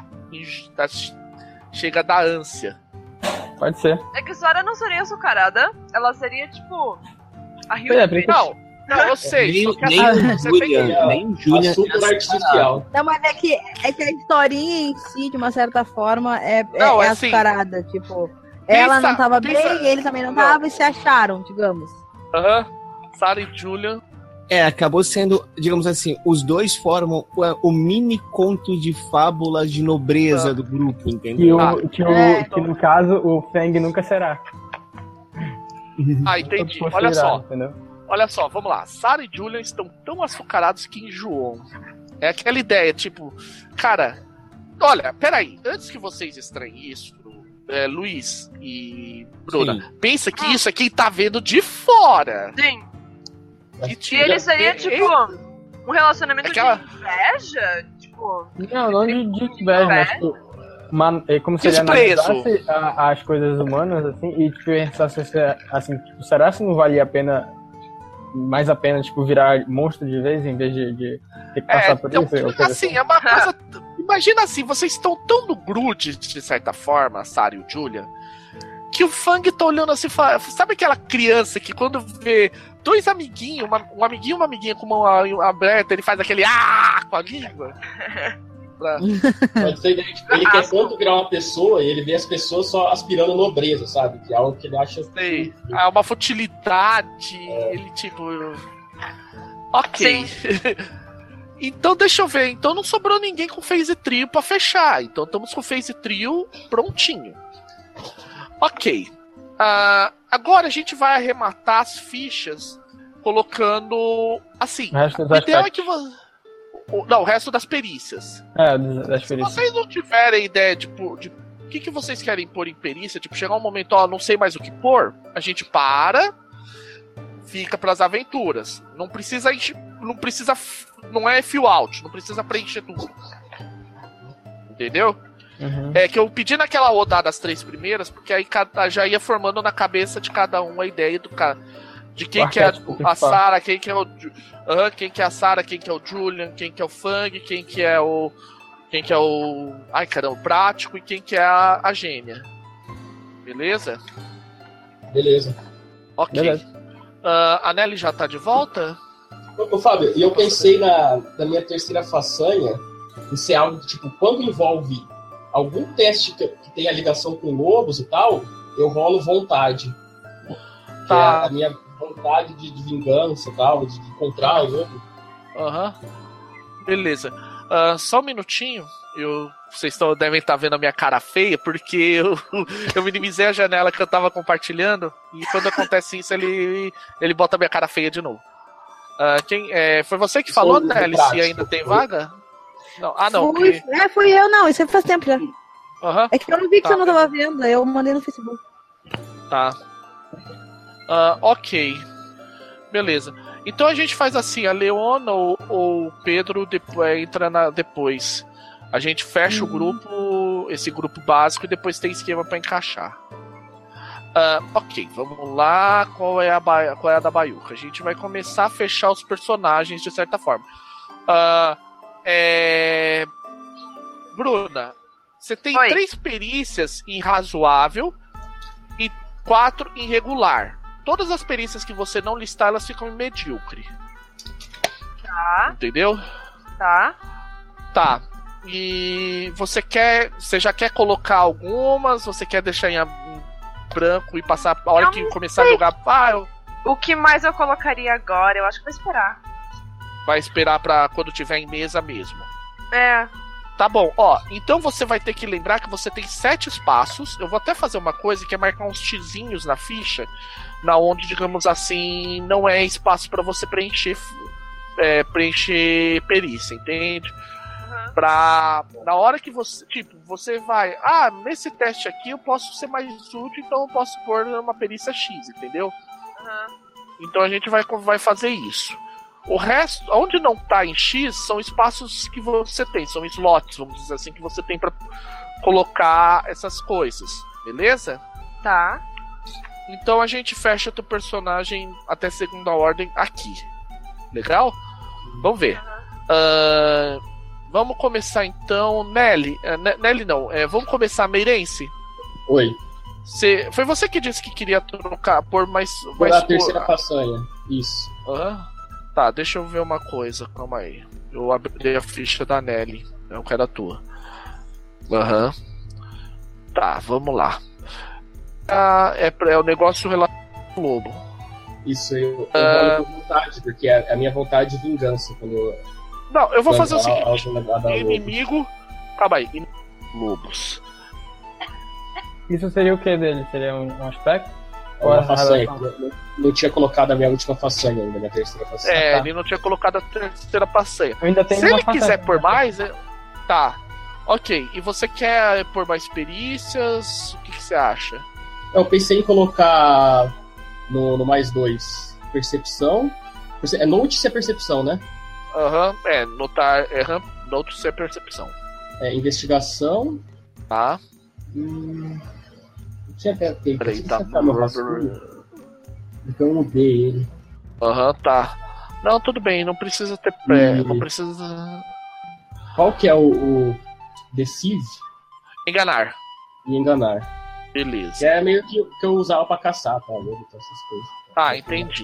Chega da ânsia. Pode ser. É que Sora não seria açucarada, ela seria tipo. A Rio Pois é, de porque- Não, não, eu sei. Nem, só que nem assim, o você tem que- Julian, nem o Julian. Açúcar artificial. Não, mas é que, é que a historinha em si, de uma certa forma, é, é, Não, é assim, açucarada. Tipo, ela não tava pensa- bem, ele também não Não. tava, e se acharam, digamos. Aham. Sarah e Julian. É, acabou sendo, digamos assim, os dois formam o, o mini conto de fábulas de nobreza Ah. do grupo, Que, entendeu? o, Ah, que, o, é, que no caso, o Fang nunca será. Ah, entendi. Todo Olha só. considerado, entendeu? Olha só, vamos lá. Sarah e Julian estão tão açucarados que enjoam. É aquela ideia, tipo, cara, olha, peraí, antes que vocês estranhem isso, é, Luiz e Bruna, Sim. pensa que isso é quem tá vendo de fora. Sim. E, E tira- ele seria e- tipo um relacionamento Aquela- de inveja? Tipo. Não, não de, de inveja, mas tipo, uma, é como se ele Desprezo. analisasse a- as coisas humanas, assim, e tipo, pensasse se, assim, tipo, será se não valia a pena, mais a pena, tipo, virar monstro de vez, em vez de, de ter que passar É, por então, isso? ou coisa assim, é uma coisa. Imagina assim, vocês estão tão no grude, de certa forma, Sarah e o Julian, que o Fang tá olhando assim, fa- sabe aquela criança que quando vê dois amiguinhos, uma, um amiguinho e uma amiguinha com uma, uma aberta, ele faz aquele ah com a língua. Pra... Pode ser, tipo, ele quer tanto virar uma pessoa e ele vê as pessoas só aspirando nobreza, sabe? Que é algo que ele acha. Sei. Ah, uma futilidade. É. Ele tipo. Ok. Então deixa eu ver. Então não sobrou ninguém com phase trio pra fechar. Então estamos com phase trio prontinho. Ok. Uh, agora a gente vai arrematar as fichas colocando assim. O resto das ideia é que você... Não, o resto das perícias. É, das perícias. Se vocês não tiverem ideia de, de o que, que vocês querem pôr em perícia, tipo, chegar um momento, ó, não sei mais o que pôr, a gente para, fica pras aventuras. Não precisa não precisa não é fill out, não precisa preencher tudo. Entendeu? Uhum. É que eu pedi naquela rodada as três primeiras, porque aí já ia formando na cabeça de cada um a ideia do cara. De quem que é a, a Sarah, quem que é o uh, quem que é a Sarah, quem que é o Julian, quem que é o Fang, quem que é o quem que é o ai caramba, o prático e quem que é a, a gênia. Beleza? Beleza. Ok. Beleza. Uh, a Nelly já tá de volta? Ô, Fábio, e eu pensei na, na minha terceira façanha em ser algo que, tipo, quando envolve algum teste que, que tenha ligação com lobos e tal, eu rolo vontade. Tá. É a minha vontade de, de vingança e tal, de, de encontrar o lobo. Aham. Uhum. Beleza. Uh, só um minutinho. Eu, vocês tão, devem estar vendo a minha cara feia, porque eu, eu minimizei a janela que eu tava compartilhando, e quando acontece isso, ele, ele bota a minha cara feia de novo. Uh, quem, é, foi você que falou, Nelly, se ainda tem vaga? Não. Ah, não. Fui, porque... É, fui eu, não. Isso faz tempo já. Uhum. É que eu não vi que tá. você não tava vendo, eu mandei no Facebook. Tá. Uh, ok. Beleza. Então a gente faz assim, a Leona ou o Pedro depois, entra na, depois. A gente fecha uhum. o grupo, esse grupo básico, e depois tem esquema pra encaixar. Uh, ok, vamos lá. Qual é, a ba... Qual é a da Baiuca? A gente vai começar a fechar os personagens de certa forma. Uh, é... Bruna, você tem Oi. três perícias em razoável e quatro em regular. Todas as perícias que você não listar, elas ficam em medíocre. Tá. Entendeu? Tá. Tá. E você quer. Você já quer colocar algumas? Você quer deixar em branco e passar a hora eu que começar sei. a jogar? Ah, eu... O que mais eu colocaria agora? Eu acho que vou esperar. Vai esperar pra quando tiver em mesa mesmo. É. Tá bom, ó. Então você vai ter que lembrar que você tem sete espaços. Eu vou até fazer uma coisa que é marcar uns xizinhos na ficha, na onde, digamos assim, não é espaço pra você preencher é, preencher perícia, entende? Uhum. Pra na hora que você, tipo, você vai, ah, nesse teste aqui eu posso ser mais útil, então eu posso pôr uma perícia X, entendeu? Uhum. Então a gente vai, vai fazer isso. O resto, onde não tá em X, são espaços que você tem, são slots, vamos dizer assim, que você tem pra colocar essas coisas, beleza? Tá. Então a gente fecha teu personagem até segunda ordem aqui. Legal? Vamos ver. Uhum. Uh, vamos começar então. Nelly. Uh, Nelly não. Uh, vamos começar Meirense? Oi. Cê, foi você que disse que queria trocar por mais. Por mais a terceira façanha. Isso. Uhum. Tá, deixa eu ver uma coisa. Calma aí. Eu abri a ficha da Nelly. Eu quero a tua. Aham. Uhum. Tá, vamos lá. Ah, é, é o negócio relativo ao lobo. Isso, eu, eu uh... vou com vontade, porque é a minha vontade de vingança. Quando eu... Não, eu vou fazer o seguinte: inimigo. Calma aí. Lobos. Isso seria o que dele? Seria um, um aspecto? É uma façanha. Eu não tinha colocado a minha última façanha ainda, minha terceira façanha. É, tá. Ele não tinha colocado a terceira façanha. Eu ainda tenho Se uma ele façanha, quiser pôr mais, é... tá. Ok, e você quer pôr mais perícias? O que, que você acha? Eu pensei em colocar no, no mais dois percepção. É note se é percepção, né? Aham, uhum, é, notar, é note se é percepção. É, investigação. Tá. Hum. Tinha até tempo. Peraí, tá. Então eu mudei ele. Aham, uhum, tá. Não, tudo bem, não precisa ter pré. E... Não precisa. Qual que é o, o Deceive? Enganar. E enganar. Beleza. Que é meio que, que eu usava pra caçar, tá? Então, essas coisas. Ah, entendi.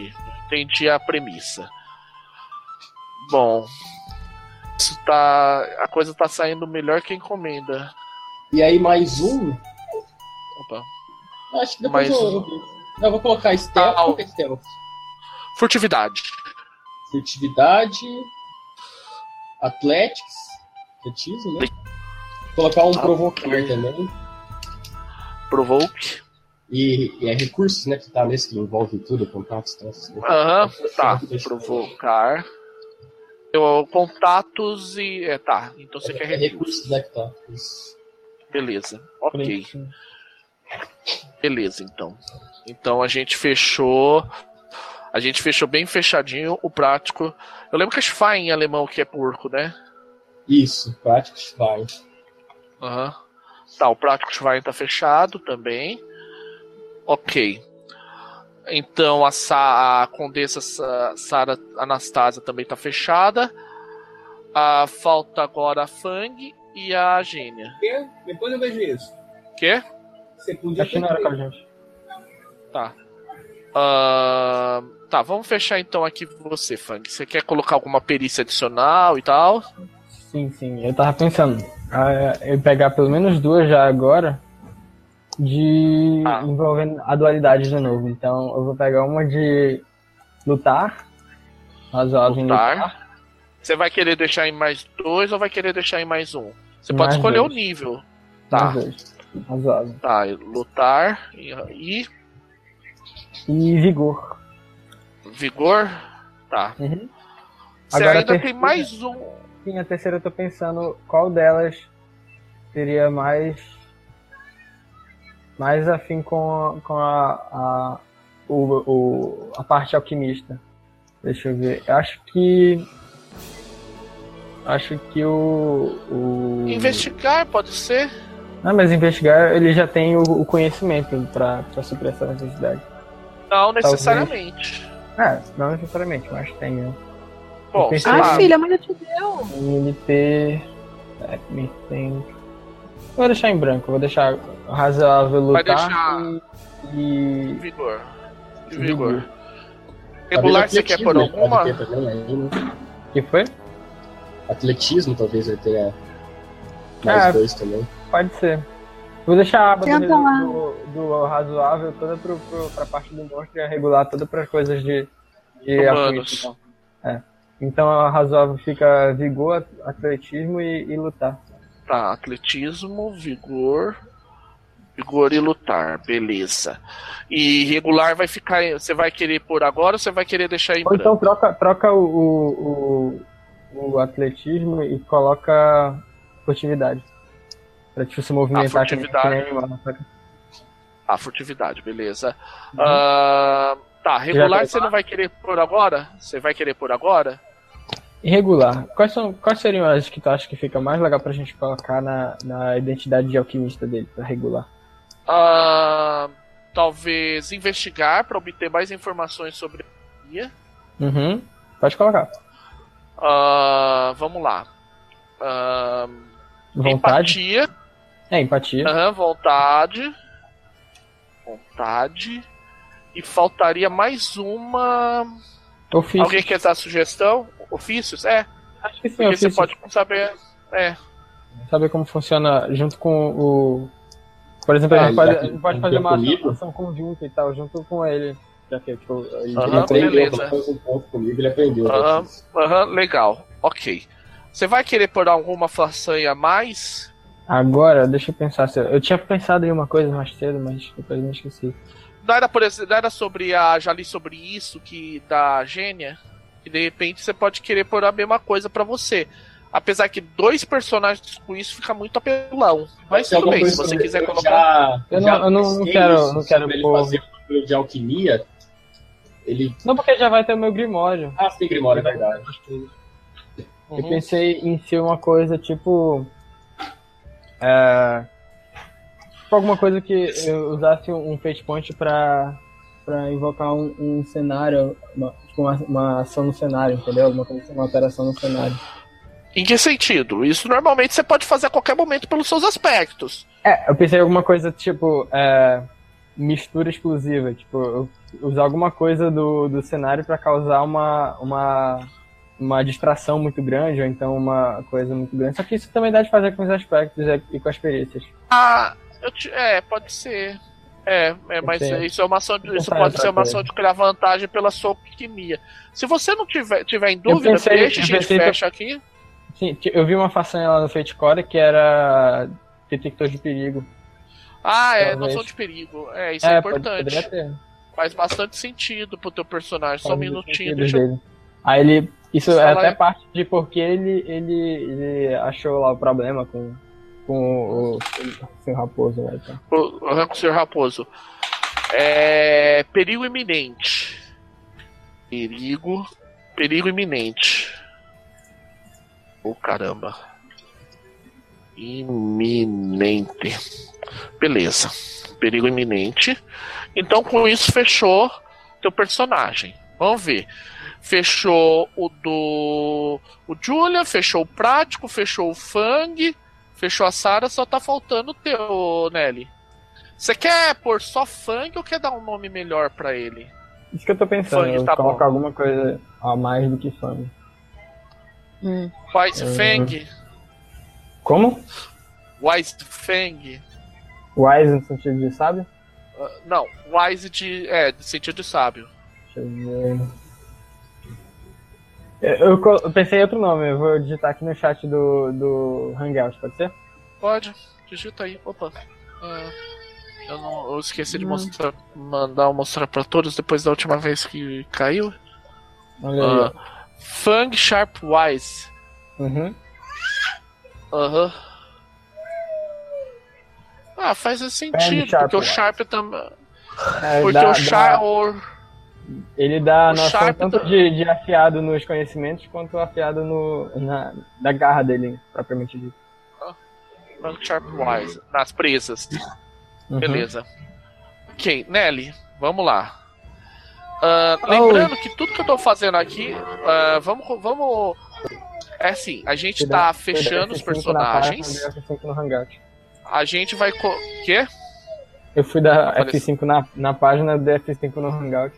entendi a premissa. Bom, isso tá, a coisa tá saindo melhor que a encomenda. E aí mais um. Opa. Acho que depois Mais eu, um. eu, eu vou colocar stealth. Ah, Qual que é stealth? Furtividade. Furtividade. Athletics. Atletismo, né? Vou colocar um Ah, provocar ok. também. Provoke. E, e é recursos, né? Que tá nesse que envolve tudo, contatos, então, essas coisas. Aham, tá. Deixa eu- Provocar. Eu, contatos e. É, tá. Então você É, quer é recursos. recursos, né? Que tá. Isso. Beleza. Ok. Beleza, então. Então a gente fechou. A gente fechou bem fechadinho o prático. Eu lembro que é Schwein em alemão que é porco, né? Isso, prático Schwein. Aham. Tá, o prático Schwein tá fechado também. Ok. Então a, Sa a Condessa Sa Sara Anastasia também tá fechada. A, falta agora a Fang e a Gênia. Quê? Depois eu vejo isso. Quê? Você podia Aqui não era com a gente. Tá. Ah, tá, vamos fechar então aqui você, Fang. Você quer colocar alguma perícia adicional e tal? Sim, sim. Eu tava pensando ah, eu pegar pelo menos duas já agora de Ah. envolvendo a dualidade de novo. Então eu vou pegar uma de lutar, razoável em lutar. Lutar. Você vai querer deixar em mais dois ou vai querer deixar em mais um? Você Mais pode escolher dois. o nível. Tá, Mais dois. Razoável. tá. Lutar e, e E vigor. vigor. Tá. Uhum. Você Agora ainda a tem terceira. mais um. Sim, a terceira eu tô pensando qual delas seria mais mais afim com a, com a, a, o, o, a parte alquimista. Deixa eu ver. Eu acho que acho que o, o... Investigar pode ser. Não, mas investigar ele já tem o, o conhecimento para suprir essa necessidade. Não necessariamente. É, não necessariamente, mas tem, né? Bom, pensei- sei Ai, lá. filha, mas eu te deu. Ele ter. É, me tem. Vou deixar em branco, vou deixar razoável Vai lutar deixar- e. Vigor. De Vigor. vigor. Regular Talvez você quer por atletismo ele alguma? pode ter também, aí, né? que foi? Atletismo talvez ele tenha mais Ah, dois também. Pode ser. Vou deixar a aba do, Tenta lá. do, do razoável toda pro, pro, pra parte do monstro e a regular toda para coisas de, de Humanos. aflitos, então. É. Então a razoável fica vigor, atletismo e, e lutar. Tá, atletismo, vigor. Vigor e lutar, beleza. E regular vai ficar. Você vai querer pôr agora ou você vai querer deixar em Ou então branco? troca, troca o, o, o, o atletismo e coloca furtividade. Pra tipo, se movimentar que nem- que furtividade. nem animal, saca? Ah, furtividade, beleza. Uhum. Ah, tá, regular Já você não vai querer pôr agora? Você vai querer pôr agora? Irregular. Quais, são, quais seriam as que tu acha que fica mais legal pra gente colocar na, na identidade de alquimista dele, pra regular? Ah, talvez investigar para obter mais informações sobre a guia. Uhum. Pode colocar. Ah, vamos lá. Ah, Vontade. empatia. É, empatia. Aham, vontade. Vontade. E faltaria mais uma. Ofício. Alguém quer dar sugestão? Ofícios? É. Acho que sim, Porque você ofício. pode saber. É. Saber como funciona junto com o... Por exemplo, Ah, a gente pode, já a que gente pode tem fazer uma ação, comigo. ação conjunta e tal, junto com ele. Já que, tipo, ele Aham, Ele aprendeu, beleza. pelo menos um pouco comigo, ele aprendeu. Aham, né? aham, legal. Ok. Você vai querer pôr alguma façanha a mais? Agora, deixa eu pensar. Se eu, eu tinha pensado em uma coisa mais cedo, mas depois eu me esqueci. Não era, por exemplo, não era sobre a. Já li sobre isso que da Gênia. Que de repente você pode querer pôr a mesma coisa pra você. Apesar que dois personagens com isso fica muito apelão. Mas Tem tudo alguma bem, se coisa você sobre- quiser eu colocar. Já, Eu não- já eu não- não pensei quero- isso, não quero sobre ele pôr- fazer um bagulho de alquimia. Ele. Não, porque já vai ter o meu Grimório. Ah, sim, Grimório, é verdade. Eu Uhum. pensei em ser uma coisa tipo. É, tipo alguma coisa que eu usasse um Fate Point pra, pra invocar um, um cenário, uma, tipo uma, uma ação no cenário, entendeu? Alguma coisa assim, uma alteração no cenário. Em que sentido? Isso normalmente você pode fazer a qualquer momento pelos seus aspectos. É, eu pensei em alguma coisa tipo. É, mistura explosiva, tipo, usar alguma coisa do, do cenário para causar uma, uma, uma distração muito grande, ou então uma coisa muito grande. Só que isso também dá de fazer com os aspectos e com as perícias. Ah, eu te, é, pode ser. É, é mas Sim. isso é uma ação de, isso pode ser uma ação de criar vantagem pela sua alquimia. Se você não tiver, tiver em dúvida, pensei- deixa, a eu gente pensei fecha aqui. Sim, eu vi uma façanha lá no Fate Core que era detector de perigo. Ah, é, Talvez. noção de perigo. É, isso é, É, pode- importante. poderia ter. Faz bastante sentido pro teu personagem. Só um Faz minutinho, sentido deixa eu. dele. Aí ele. Isso Deixa eu é falar até aí. parte de porque ele, ele, ele achou lá o problema com, com o, o senhor Raposo lá, então. O, o senhor Raposo. É. Perigo iminente. Perigo. Perigo iminente. Oh, caramba. Iminente. Beleza. Perigo iminente. Então, com isso, fechou teu personagem. Vamos ver. Fechou o do. O Julia, fechou o Prático, fechou o Fang, fechou a Sarah, só tá faltando o teu, Nelly. Você quer pôr só Fang ou quer dar um nome melhor pra ele? Isso que eu tô pensando, Fang eu tá colocar bom. alguma coisa a mais do que Fang. Hum. Wise Hum. Fang? Como? Wise Fang? Wise no sentido de sábio? Uh, não, Wise de. É, de sentido de sábio. Deixa eu ver. Eu, eu co- eu pensei em outro nome, eu vou digitar aqui no chat do, do Hangout, pode ser? Pode, digita aí. Opa. Ah, eu, não, eu esqueci de Não. mostrar, mandar mostrar pra todos depois da última vez que caiu. Olha aí. Ah, Fang Sharp Wise. Uhum. Aham. Ah, faz esse sentido, Sharp porque o Wise. Sharp também. É, Porque dá- o Sharp. dá- o- ele dá o noção Sharp tanto tá- de, de afiado nos conhecimentos quanto afiado no, na, da garra dele, propriamente dito. Fang Sharp Wise. Nas presas. Uhum. Beleza. Ok, Nelly, vamos lá. Ah, lembrando que tudo que eu tô fazendo aqui, ah, vamos, vamos. É assim, a gente Cuidado- tá cuidado fechando os F cinco na personagens. página do F cinco no Hangout. A gente vai. Co... Quê? Eu fui da Olha F cinco na, na página do F cinco no Hangout.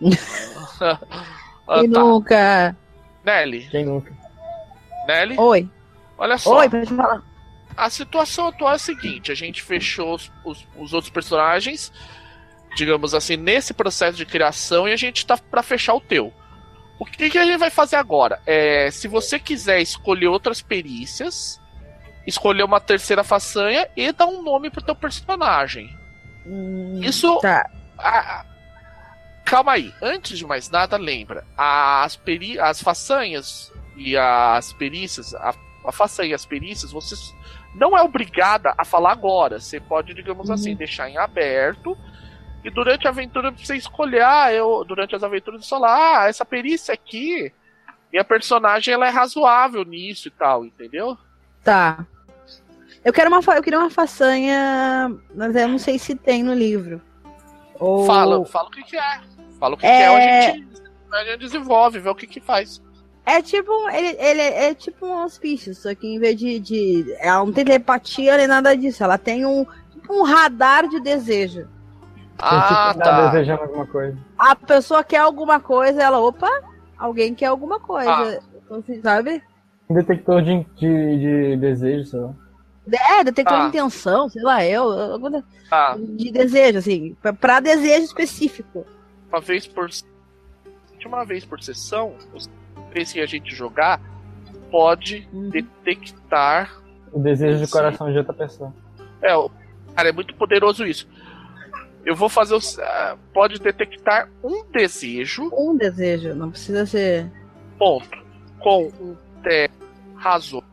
Ah, Quem tá. nunca? Nelly, Quem nunca? Nelly, Oi. olha só. Oi, pode falar. A situação atual é a seguinte: a gente fechou os, os, os outros personagens, digamos assim, nesse processo de criação, e a gente tá pra fechar o teu. O que, que a gente vai fazer agora? É, se você quiser escolher outras perícias, escolher uma terceira façanha e dar um nome pro teu personagem. Hum, Isso. Tá. a- calma aí, antes de mais nada, lembra: as, peri, as façanhas e as perícias, a, a façanha e as perícias, você não é obrigada a falar agora. Você pode, digamos Uhum. assim, deixar em aberto. E durante a aventura você escolher, ah, eu, durante as aventuras você falar, ah, essa perícia aqui, minha personagem ela é razoável nisso e tal, entendeu? Tá. Eu quero uma fa- eu queria uma façanha, mas eu não sei se tem no livro. Ou... Fala, fala o que, que é. Fala o que, É. que é, a gente, a gente desenvolve, vê o que, que faz. É tipo, ele, ele é tipo um auspício, só que em vez de, de. Ela não tem telepatia nem nada disso. Ela tem um, tipo um radar de desejo. Ah, Tem que tá. desejando alguma coisa. A pessoa quer alguma coisa, ela, opa, alguém quer alguma coisa. Ah. Assim, sabe? Um detector de, de, de desejo, sei lá. É, detector Ah. de intenção, sei lá, eu. eu- Tá. De desejo, assim, pra, pra desejo específico. Uma vez por. De uma vez por sessão, os três que a gente jogar pode Uhum. detectar. O desejo de Sim. coração de outra pessoa. É, o- cara, é muito poderoso isso. Eu vou fazer os. ah, pode detectar um desejo, Um desejo, não precisa ser. ponto, com um teste razoável.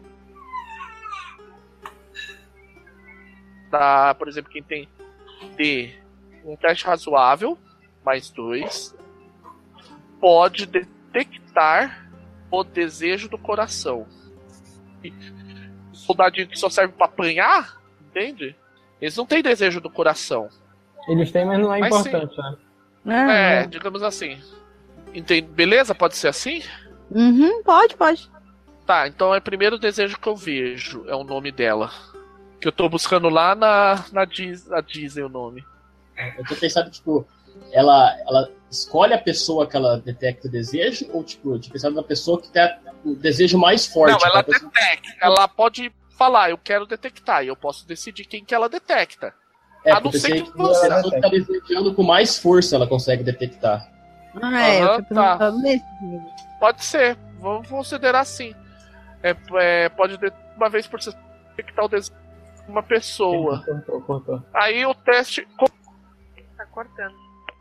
Tá, por exemplo, quem tem D, um teste razoável, mais dois, pode detectar o desejo do coração. E soldadinho que só serve pra apanhar, entende? Eles não têm desejo do coração. Eles têm, mas não é Mas importante, né? Ah, É, digamos assim. Entende? Beleza? Pode ser assim? Uhum, pode, pode. Tá, então é o primeiro desejo que eu vejo. É o nome dela. Que eu tô buscando lá na, na, Dis, na Disney o nome. Eu tô pensando, tipo, ela, ela escolhe a pessoa que ela detecta o desejo, ou, tipo, eu tinha pensado na pessoa que tem o desejo mais forte. Não, ela pessoa... detecta. Ela pode falar, eu quero detectar, e eu posso decidir quem que ela detecta. É, a não ser que você... a pessoa que tá desejando com mais força ela consegue detectar. Ah, é, Aham, eu tô tá. pensando nesse. Pode ser, vamos considerar assim. É, é, pode de- uma vez por semana detectar o desejo de uma pessoa. Cortou, cortou. Aí o teste. Tá cortando.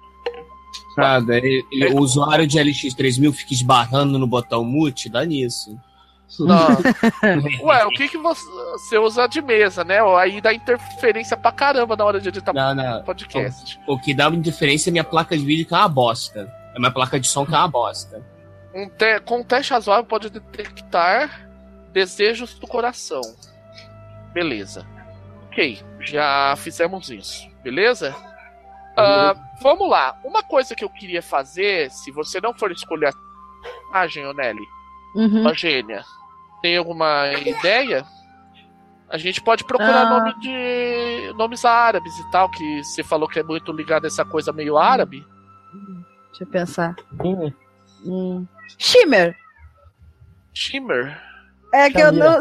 Nada, ele- ele- o usuário de L X três mil fica esbarrando no botão mute, dá nisso. Não. Ué, o que, que você, você usa de mesa, né? Aí dá interferência pra caramba na hora de editar Não, não. podcast. O que dá indiferença é minha placa de vídeo que é uma bosta. É minha placa de som que é uma bosta. Um te- com um teste razoável pode detectar desejos do coração. Beleza. Ok, já fizemos isso. Beleza? Ah, vamos lá. Uma coisa que eu queria fazer, se você não for escolher a personagem, Onelli, Uhum. a gênia, tem alguma ideia? A gente pode procurar Ah. nome de nomes árabes e tal, que você falou que é muito ligado a essa coisa meio árabe. Deixa eu pensar. Sim, Hum. Shimmer! Shimmer. É que eu não.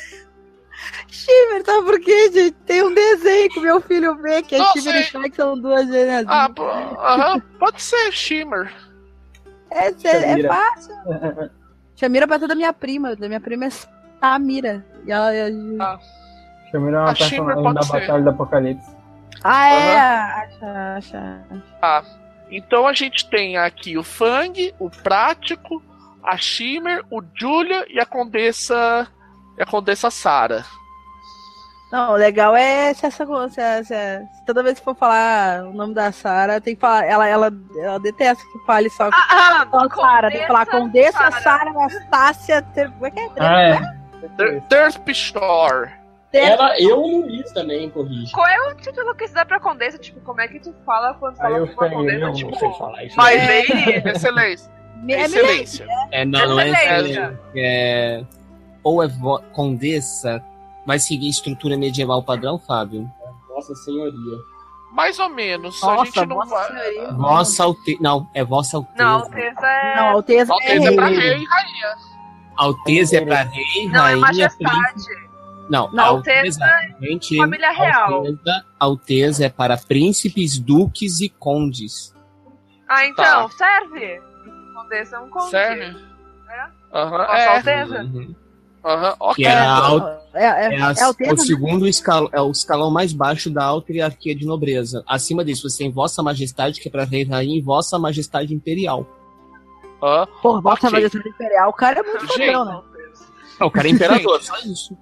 Shimmer, sabe por quê, gente? Tem um desenho que meu filho vê, que é Não Shimmer sei. e Shaq, são duas gêmeas. Ah, pô, aham, pode ser Shimmer. É, é, é Shamira. fácil. Shamira é pra da minha prima. Da minha prima é Samira. E ela, ela- Chamei uma A Shimmer personagem pode da ser. Batalha do Apocalipse. Ah, é. Acha, acha. Ah, então a gente tem aqui o Fang, o Prático, a Shimmer, o Julia e a Condessa. E a Condessa Sarah. Não, o legal é se essa se, se, se toda vez que for falar o nome da Sarah, tem que falar. Ela, ela, ela detesta que fale só com Ah, a Sarah. Tem que falar Condessa, Sarah, Anastácia. Ter... Como é que é? Ah, é. Thir- Thirst Shore. Ter... Ela, eu no Luiz também, corrige. Qual é o título que se dá pra Condessa? Tipo, como é que tu fala quando Aí fala eu com uma falei, Condessa? eu não Tipo, sei falar isso. My É. Lady? Excelência. É, é Excelência. É, não, não é Excelência. excelência. É, ou é vo- condessa, vai seguir estrutura medieval padrão, Fábio? Nossa senhoria. Mais ou menos. a Nossa, gente não Vossa vai. Senhoria. Vossa Alteza. Não, é Vossa Alteza. Não, Alteza é. Não, Alteza, Alteza é é pra rei. rei e rainha. Alteza é pra rei, Não, é rainha, majestade. príncipe. Não, Não, Alteza, Alteza gente, família real. Alteza, Alteza é para príncipes, duques e condes. Ah, então, Tá. serve. Condessa é um conde. Serve? Aham, Vossa é. Alteza. Uhum. Aham, ok. Que é, a al- É, é, é, a- é Alteza, o né? segundo escalão, é o escalão mais baixo da alta hierarquia de nobreza. Acima disso, você tem Vossa Majestade, que é para rei e rainha, e Vossa Majestade Imperial. Aham. Porra, Vossa Ok. Majestade Imperial. O cara é muito Gente. fodão, né? Não, o cara é imperador, só isso.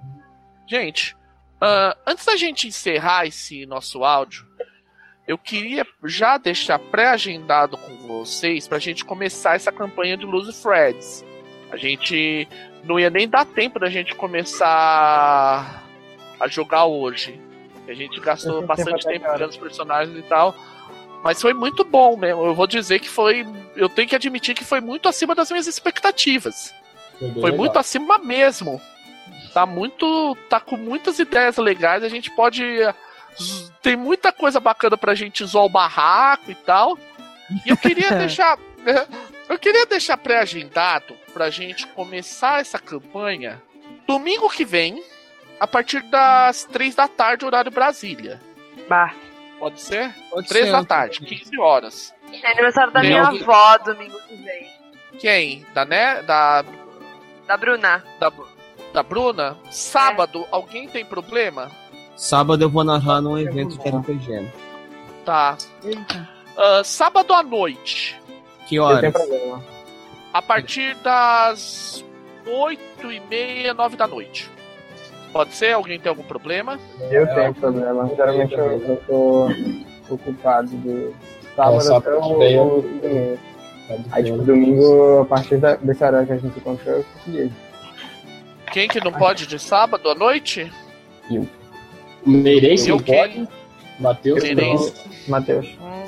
Gente, ah, antes da gente encerrar esse nosso áudio, eu queria já deixar pré-agendado com vocês pra gente começar essa campanha de Lose Freds. A gente não ia nem dar tempo da gente começar a jogar hoje. A gente gastou Esse bastante tempo até tempo cara. criando os personagens e tal. Mas foi muito bom mesmo. Eu vou dizer que foi. Eu tenho que admitir que foi muito acima das minhas expectativas. Foi, bem Foi legal. muito acima mesmo. Tá muito. Tá com muitas ideias legais. A gente pode. z- Tem muita coisa bacana pra gente zoar o barraco e tal. E eu queria deixar. Eu queria deixar pré-agendado pra gente começar essa campanha domingo que vem, a partir das três da tarde, horário Brasília. Bah. Pode ser? Pode três ser. da tarde, quinze horas. É aniversário da Tem minha alguém- avó domingo que vem. Quem? Da, né? Da, Da Bruna. da, da Bruna? Sábado, alguém tem problema? Sábado eu vou narrar num evento de R P G. Tá. Eita. Ah, sábado à noite, Que Não tem horas? problema. a partir das oito e meia, nove da noite. Pode ser? Alguém tem algum problema? Eu tenho problema. Geralmente eu, eu tô ocupado do sábado É, sábado até o, que vem eu- o domingo. Pode Aí, crer. tipo, domingo, a partir da, desse horário que a gente encontrou, eu consegui. Quem que não pode de sábado à noite? O Meirense Eu não quem? pode. Matheus Meirense. não. Matheus.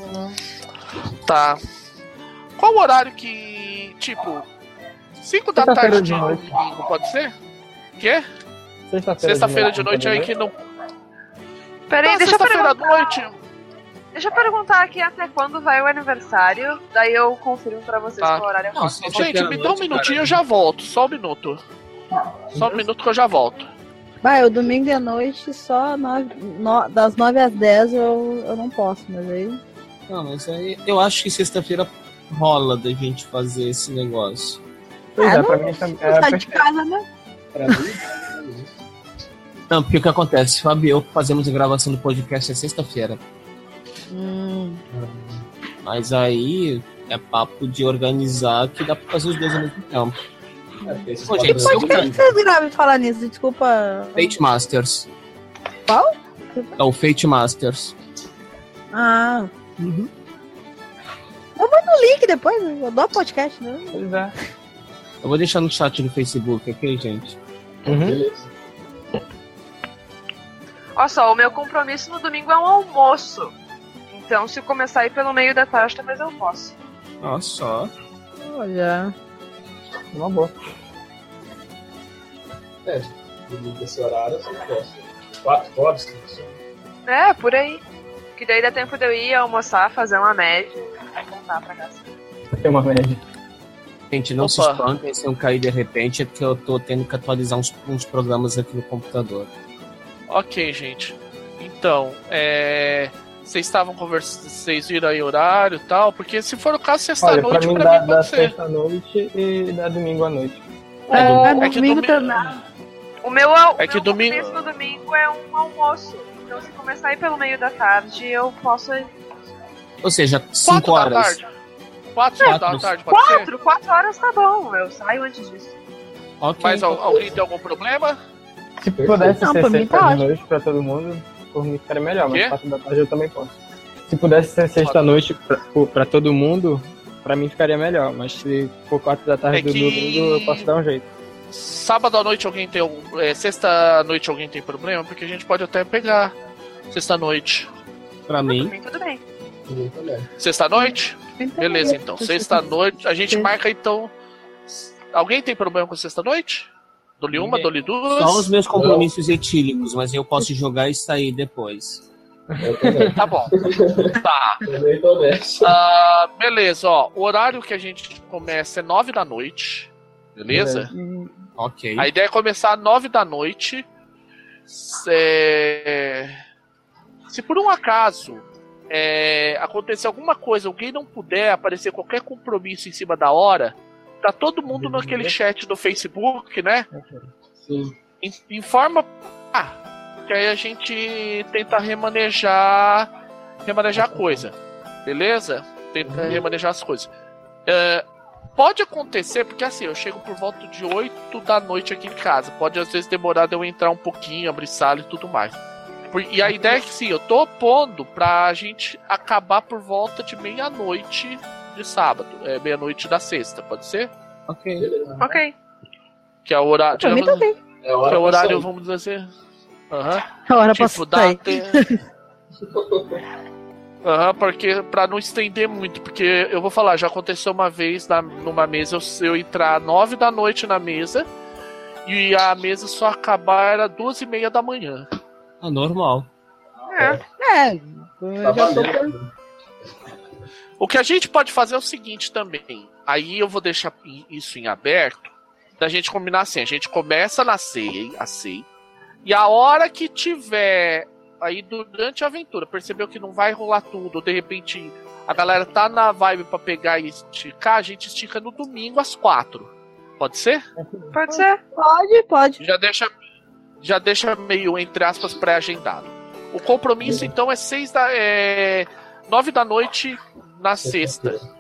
Tá. Qual o horário que. Tipo. cinco da Sexta-feira tarde de de noite. domingo, pode ser? Quê? Sexta-feira Sexta-feira de noite aí também, que não. Peraí, Tá, deixa eu sexta-feira à perguntar. noite. Deixa eu perguntar aqui até quando vai o aniversário, daí eu confirmo pra vocês Tá. qual horário é Não, qual. só Gente, me dá um noite, minutinho, cara. eu já volto. Só um minuto. Só um minuto que eu já volto. Vai, o domingo de noite, só nove, no, das nove às dez eu, eu não posso, mas aí. Não, mas aí eu acho que sexta-feira rola da gente fazer esse negócio. Pois Ah, é, não- pra mim também. Não É, sai de casa, né? Pra mim, Não, porque o que acontece? Fábio e eu fazemos a gravação do podcast é sexta-feira. Hum. Mas aí é papo de organizar que dá pra fazer os dois ao mesmo tempo. é, porque esses Pô, gente, padrões se eu são Por que vocês gravam falar nisso? Desculpa. Fate Masters. Qual? É o Fate Masters. Ah. Uhum. Eu mando o link depois, eu dou podcast, né? Pois é. Eu vou deixar no chat do Facebook, ok, gente? Uhum. Beleza. Olha só, o meu compromisso no domingo é um almoço. Então, se começar aí pelo meio da tarde, talvez eu possa. Olha só. Olha. Uma boa. É, domingo esse horário, eu sempre gosto. Quatro horas, que isso. É, por aí. Que daí dá tempo de eu ir almoçar, fazer uma média e voltar pra casa. Tem uma média. Gente, não se Opa. espantem se eu cair de repente, é porque eu tô tendo que atualizar uns, uns programas aqui no computador. Ok, gente. Então, é. Vocês estavam conversando, vocês viram aí horário e tal, porque se for o caso, Olha, sexta-noite, pra mim pra dá, mim dá pode ser. sexta-noite e dá domingo à noite. É, É no que domingo domi- também. O meu, o É que meu domingo- compromisso no domingo é um almoço. Então, se começar aí pelo meio da tarde, eu posso ir. Ou seja, Quatro cinco da horas. tarde. Quatro, da Quatro. tarde, pode ser? Quatro, quatro horas tá bom, eu saio antes disso. Ok. Mas al- alguém tem algum problema? Se pudesse Não, ser pra mim tá sexta de ótimo. noite pra todo mundo, por mim ficaria melhor, Quê? mas quatro da tarde eu também posso. Se pudesse ser sexta-noite pra, pra todo mundo, pra mim ficaria melhor, mas se for quatro da tarde É do que- domingo, eu posso dar um jeito. Sábado à noite alguém tem algum. É, sexta à noite alguém tem problema? Porque a gente pode até pegar sexta à noite. Pra Pra mim. mim, tudo bem. Domingo também. Sexta à noite? Então, Beleza, então. Sexta à noite. A gente marca então. Alguém tem problema com sexta à noite? Dou-lhe uma, Ninguém. dou-lhe duas. Só os meus compromissos etílicos, mas eu posso jogar e sair depois. Eu também. Tá bom. Tá. Também tô nessa. Ah, beleza, ó. O horário que a gente começa é nove da noite. Beleza? Ok. A ideia é começar às nove da noite. Se, se por um acaso é, acontecer alguma coisa, alguém não puder aparecer qualquer compromisso em cima da hora, tá todo mundo naquele chat do Facebook, né? Sim. In- Informa. Ah, que aí a gente tenta remanejar. Remanejar a coisa. Beleza? Tenta remanejar as coisas. É, pode acontecer, porque assim, eu chego por volta de oito da noite aqui em casa. Pode às vezes demorar de eu entrar um pouquinho, abrir sala e tudo mais. Por- E a ideia é que sim, eu tô pondo pra gente acabar por volta de meia-noite de sábado. É meia-noite da sexta, pode ser? Ok. Beleza. Ok. Que é o horário. Pra mim digamos, também. É a hora que é o pra horário, sair. vamos dizer. Aham. A hora pra Tipo, dá sair. até. Aham, porque pra não estender muito, porque eu vou falar, já aconteceu uma vez na, numa mesa eu, eu entrar nove da noite na mesa e a mesa só acabar era duas e meia da manhã. É normal. É. É, eu Tá já tô por... valendo. O que a gente pode fazer é o seguinte também, aí eu vou deixar i- isso em aberto, da gente combinar assim, a gente começa na ceia, a ceia, e a hora que tiver aí durante a aventura, percebeu que não vai rolar tudo, ou de repente a galera tá na vibe pra pegar e esticar, a gente estica no domingo às quatro. Pode ser? Pode ser. Pode, pode. Já deixa, já deixa meio, entre aspas, pré-agendado. O compromisso, então, é seis da. É, nove da noite na sexta.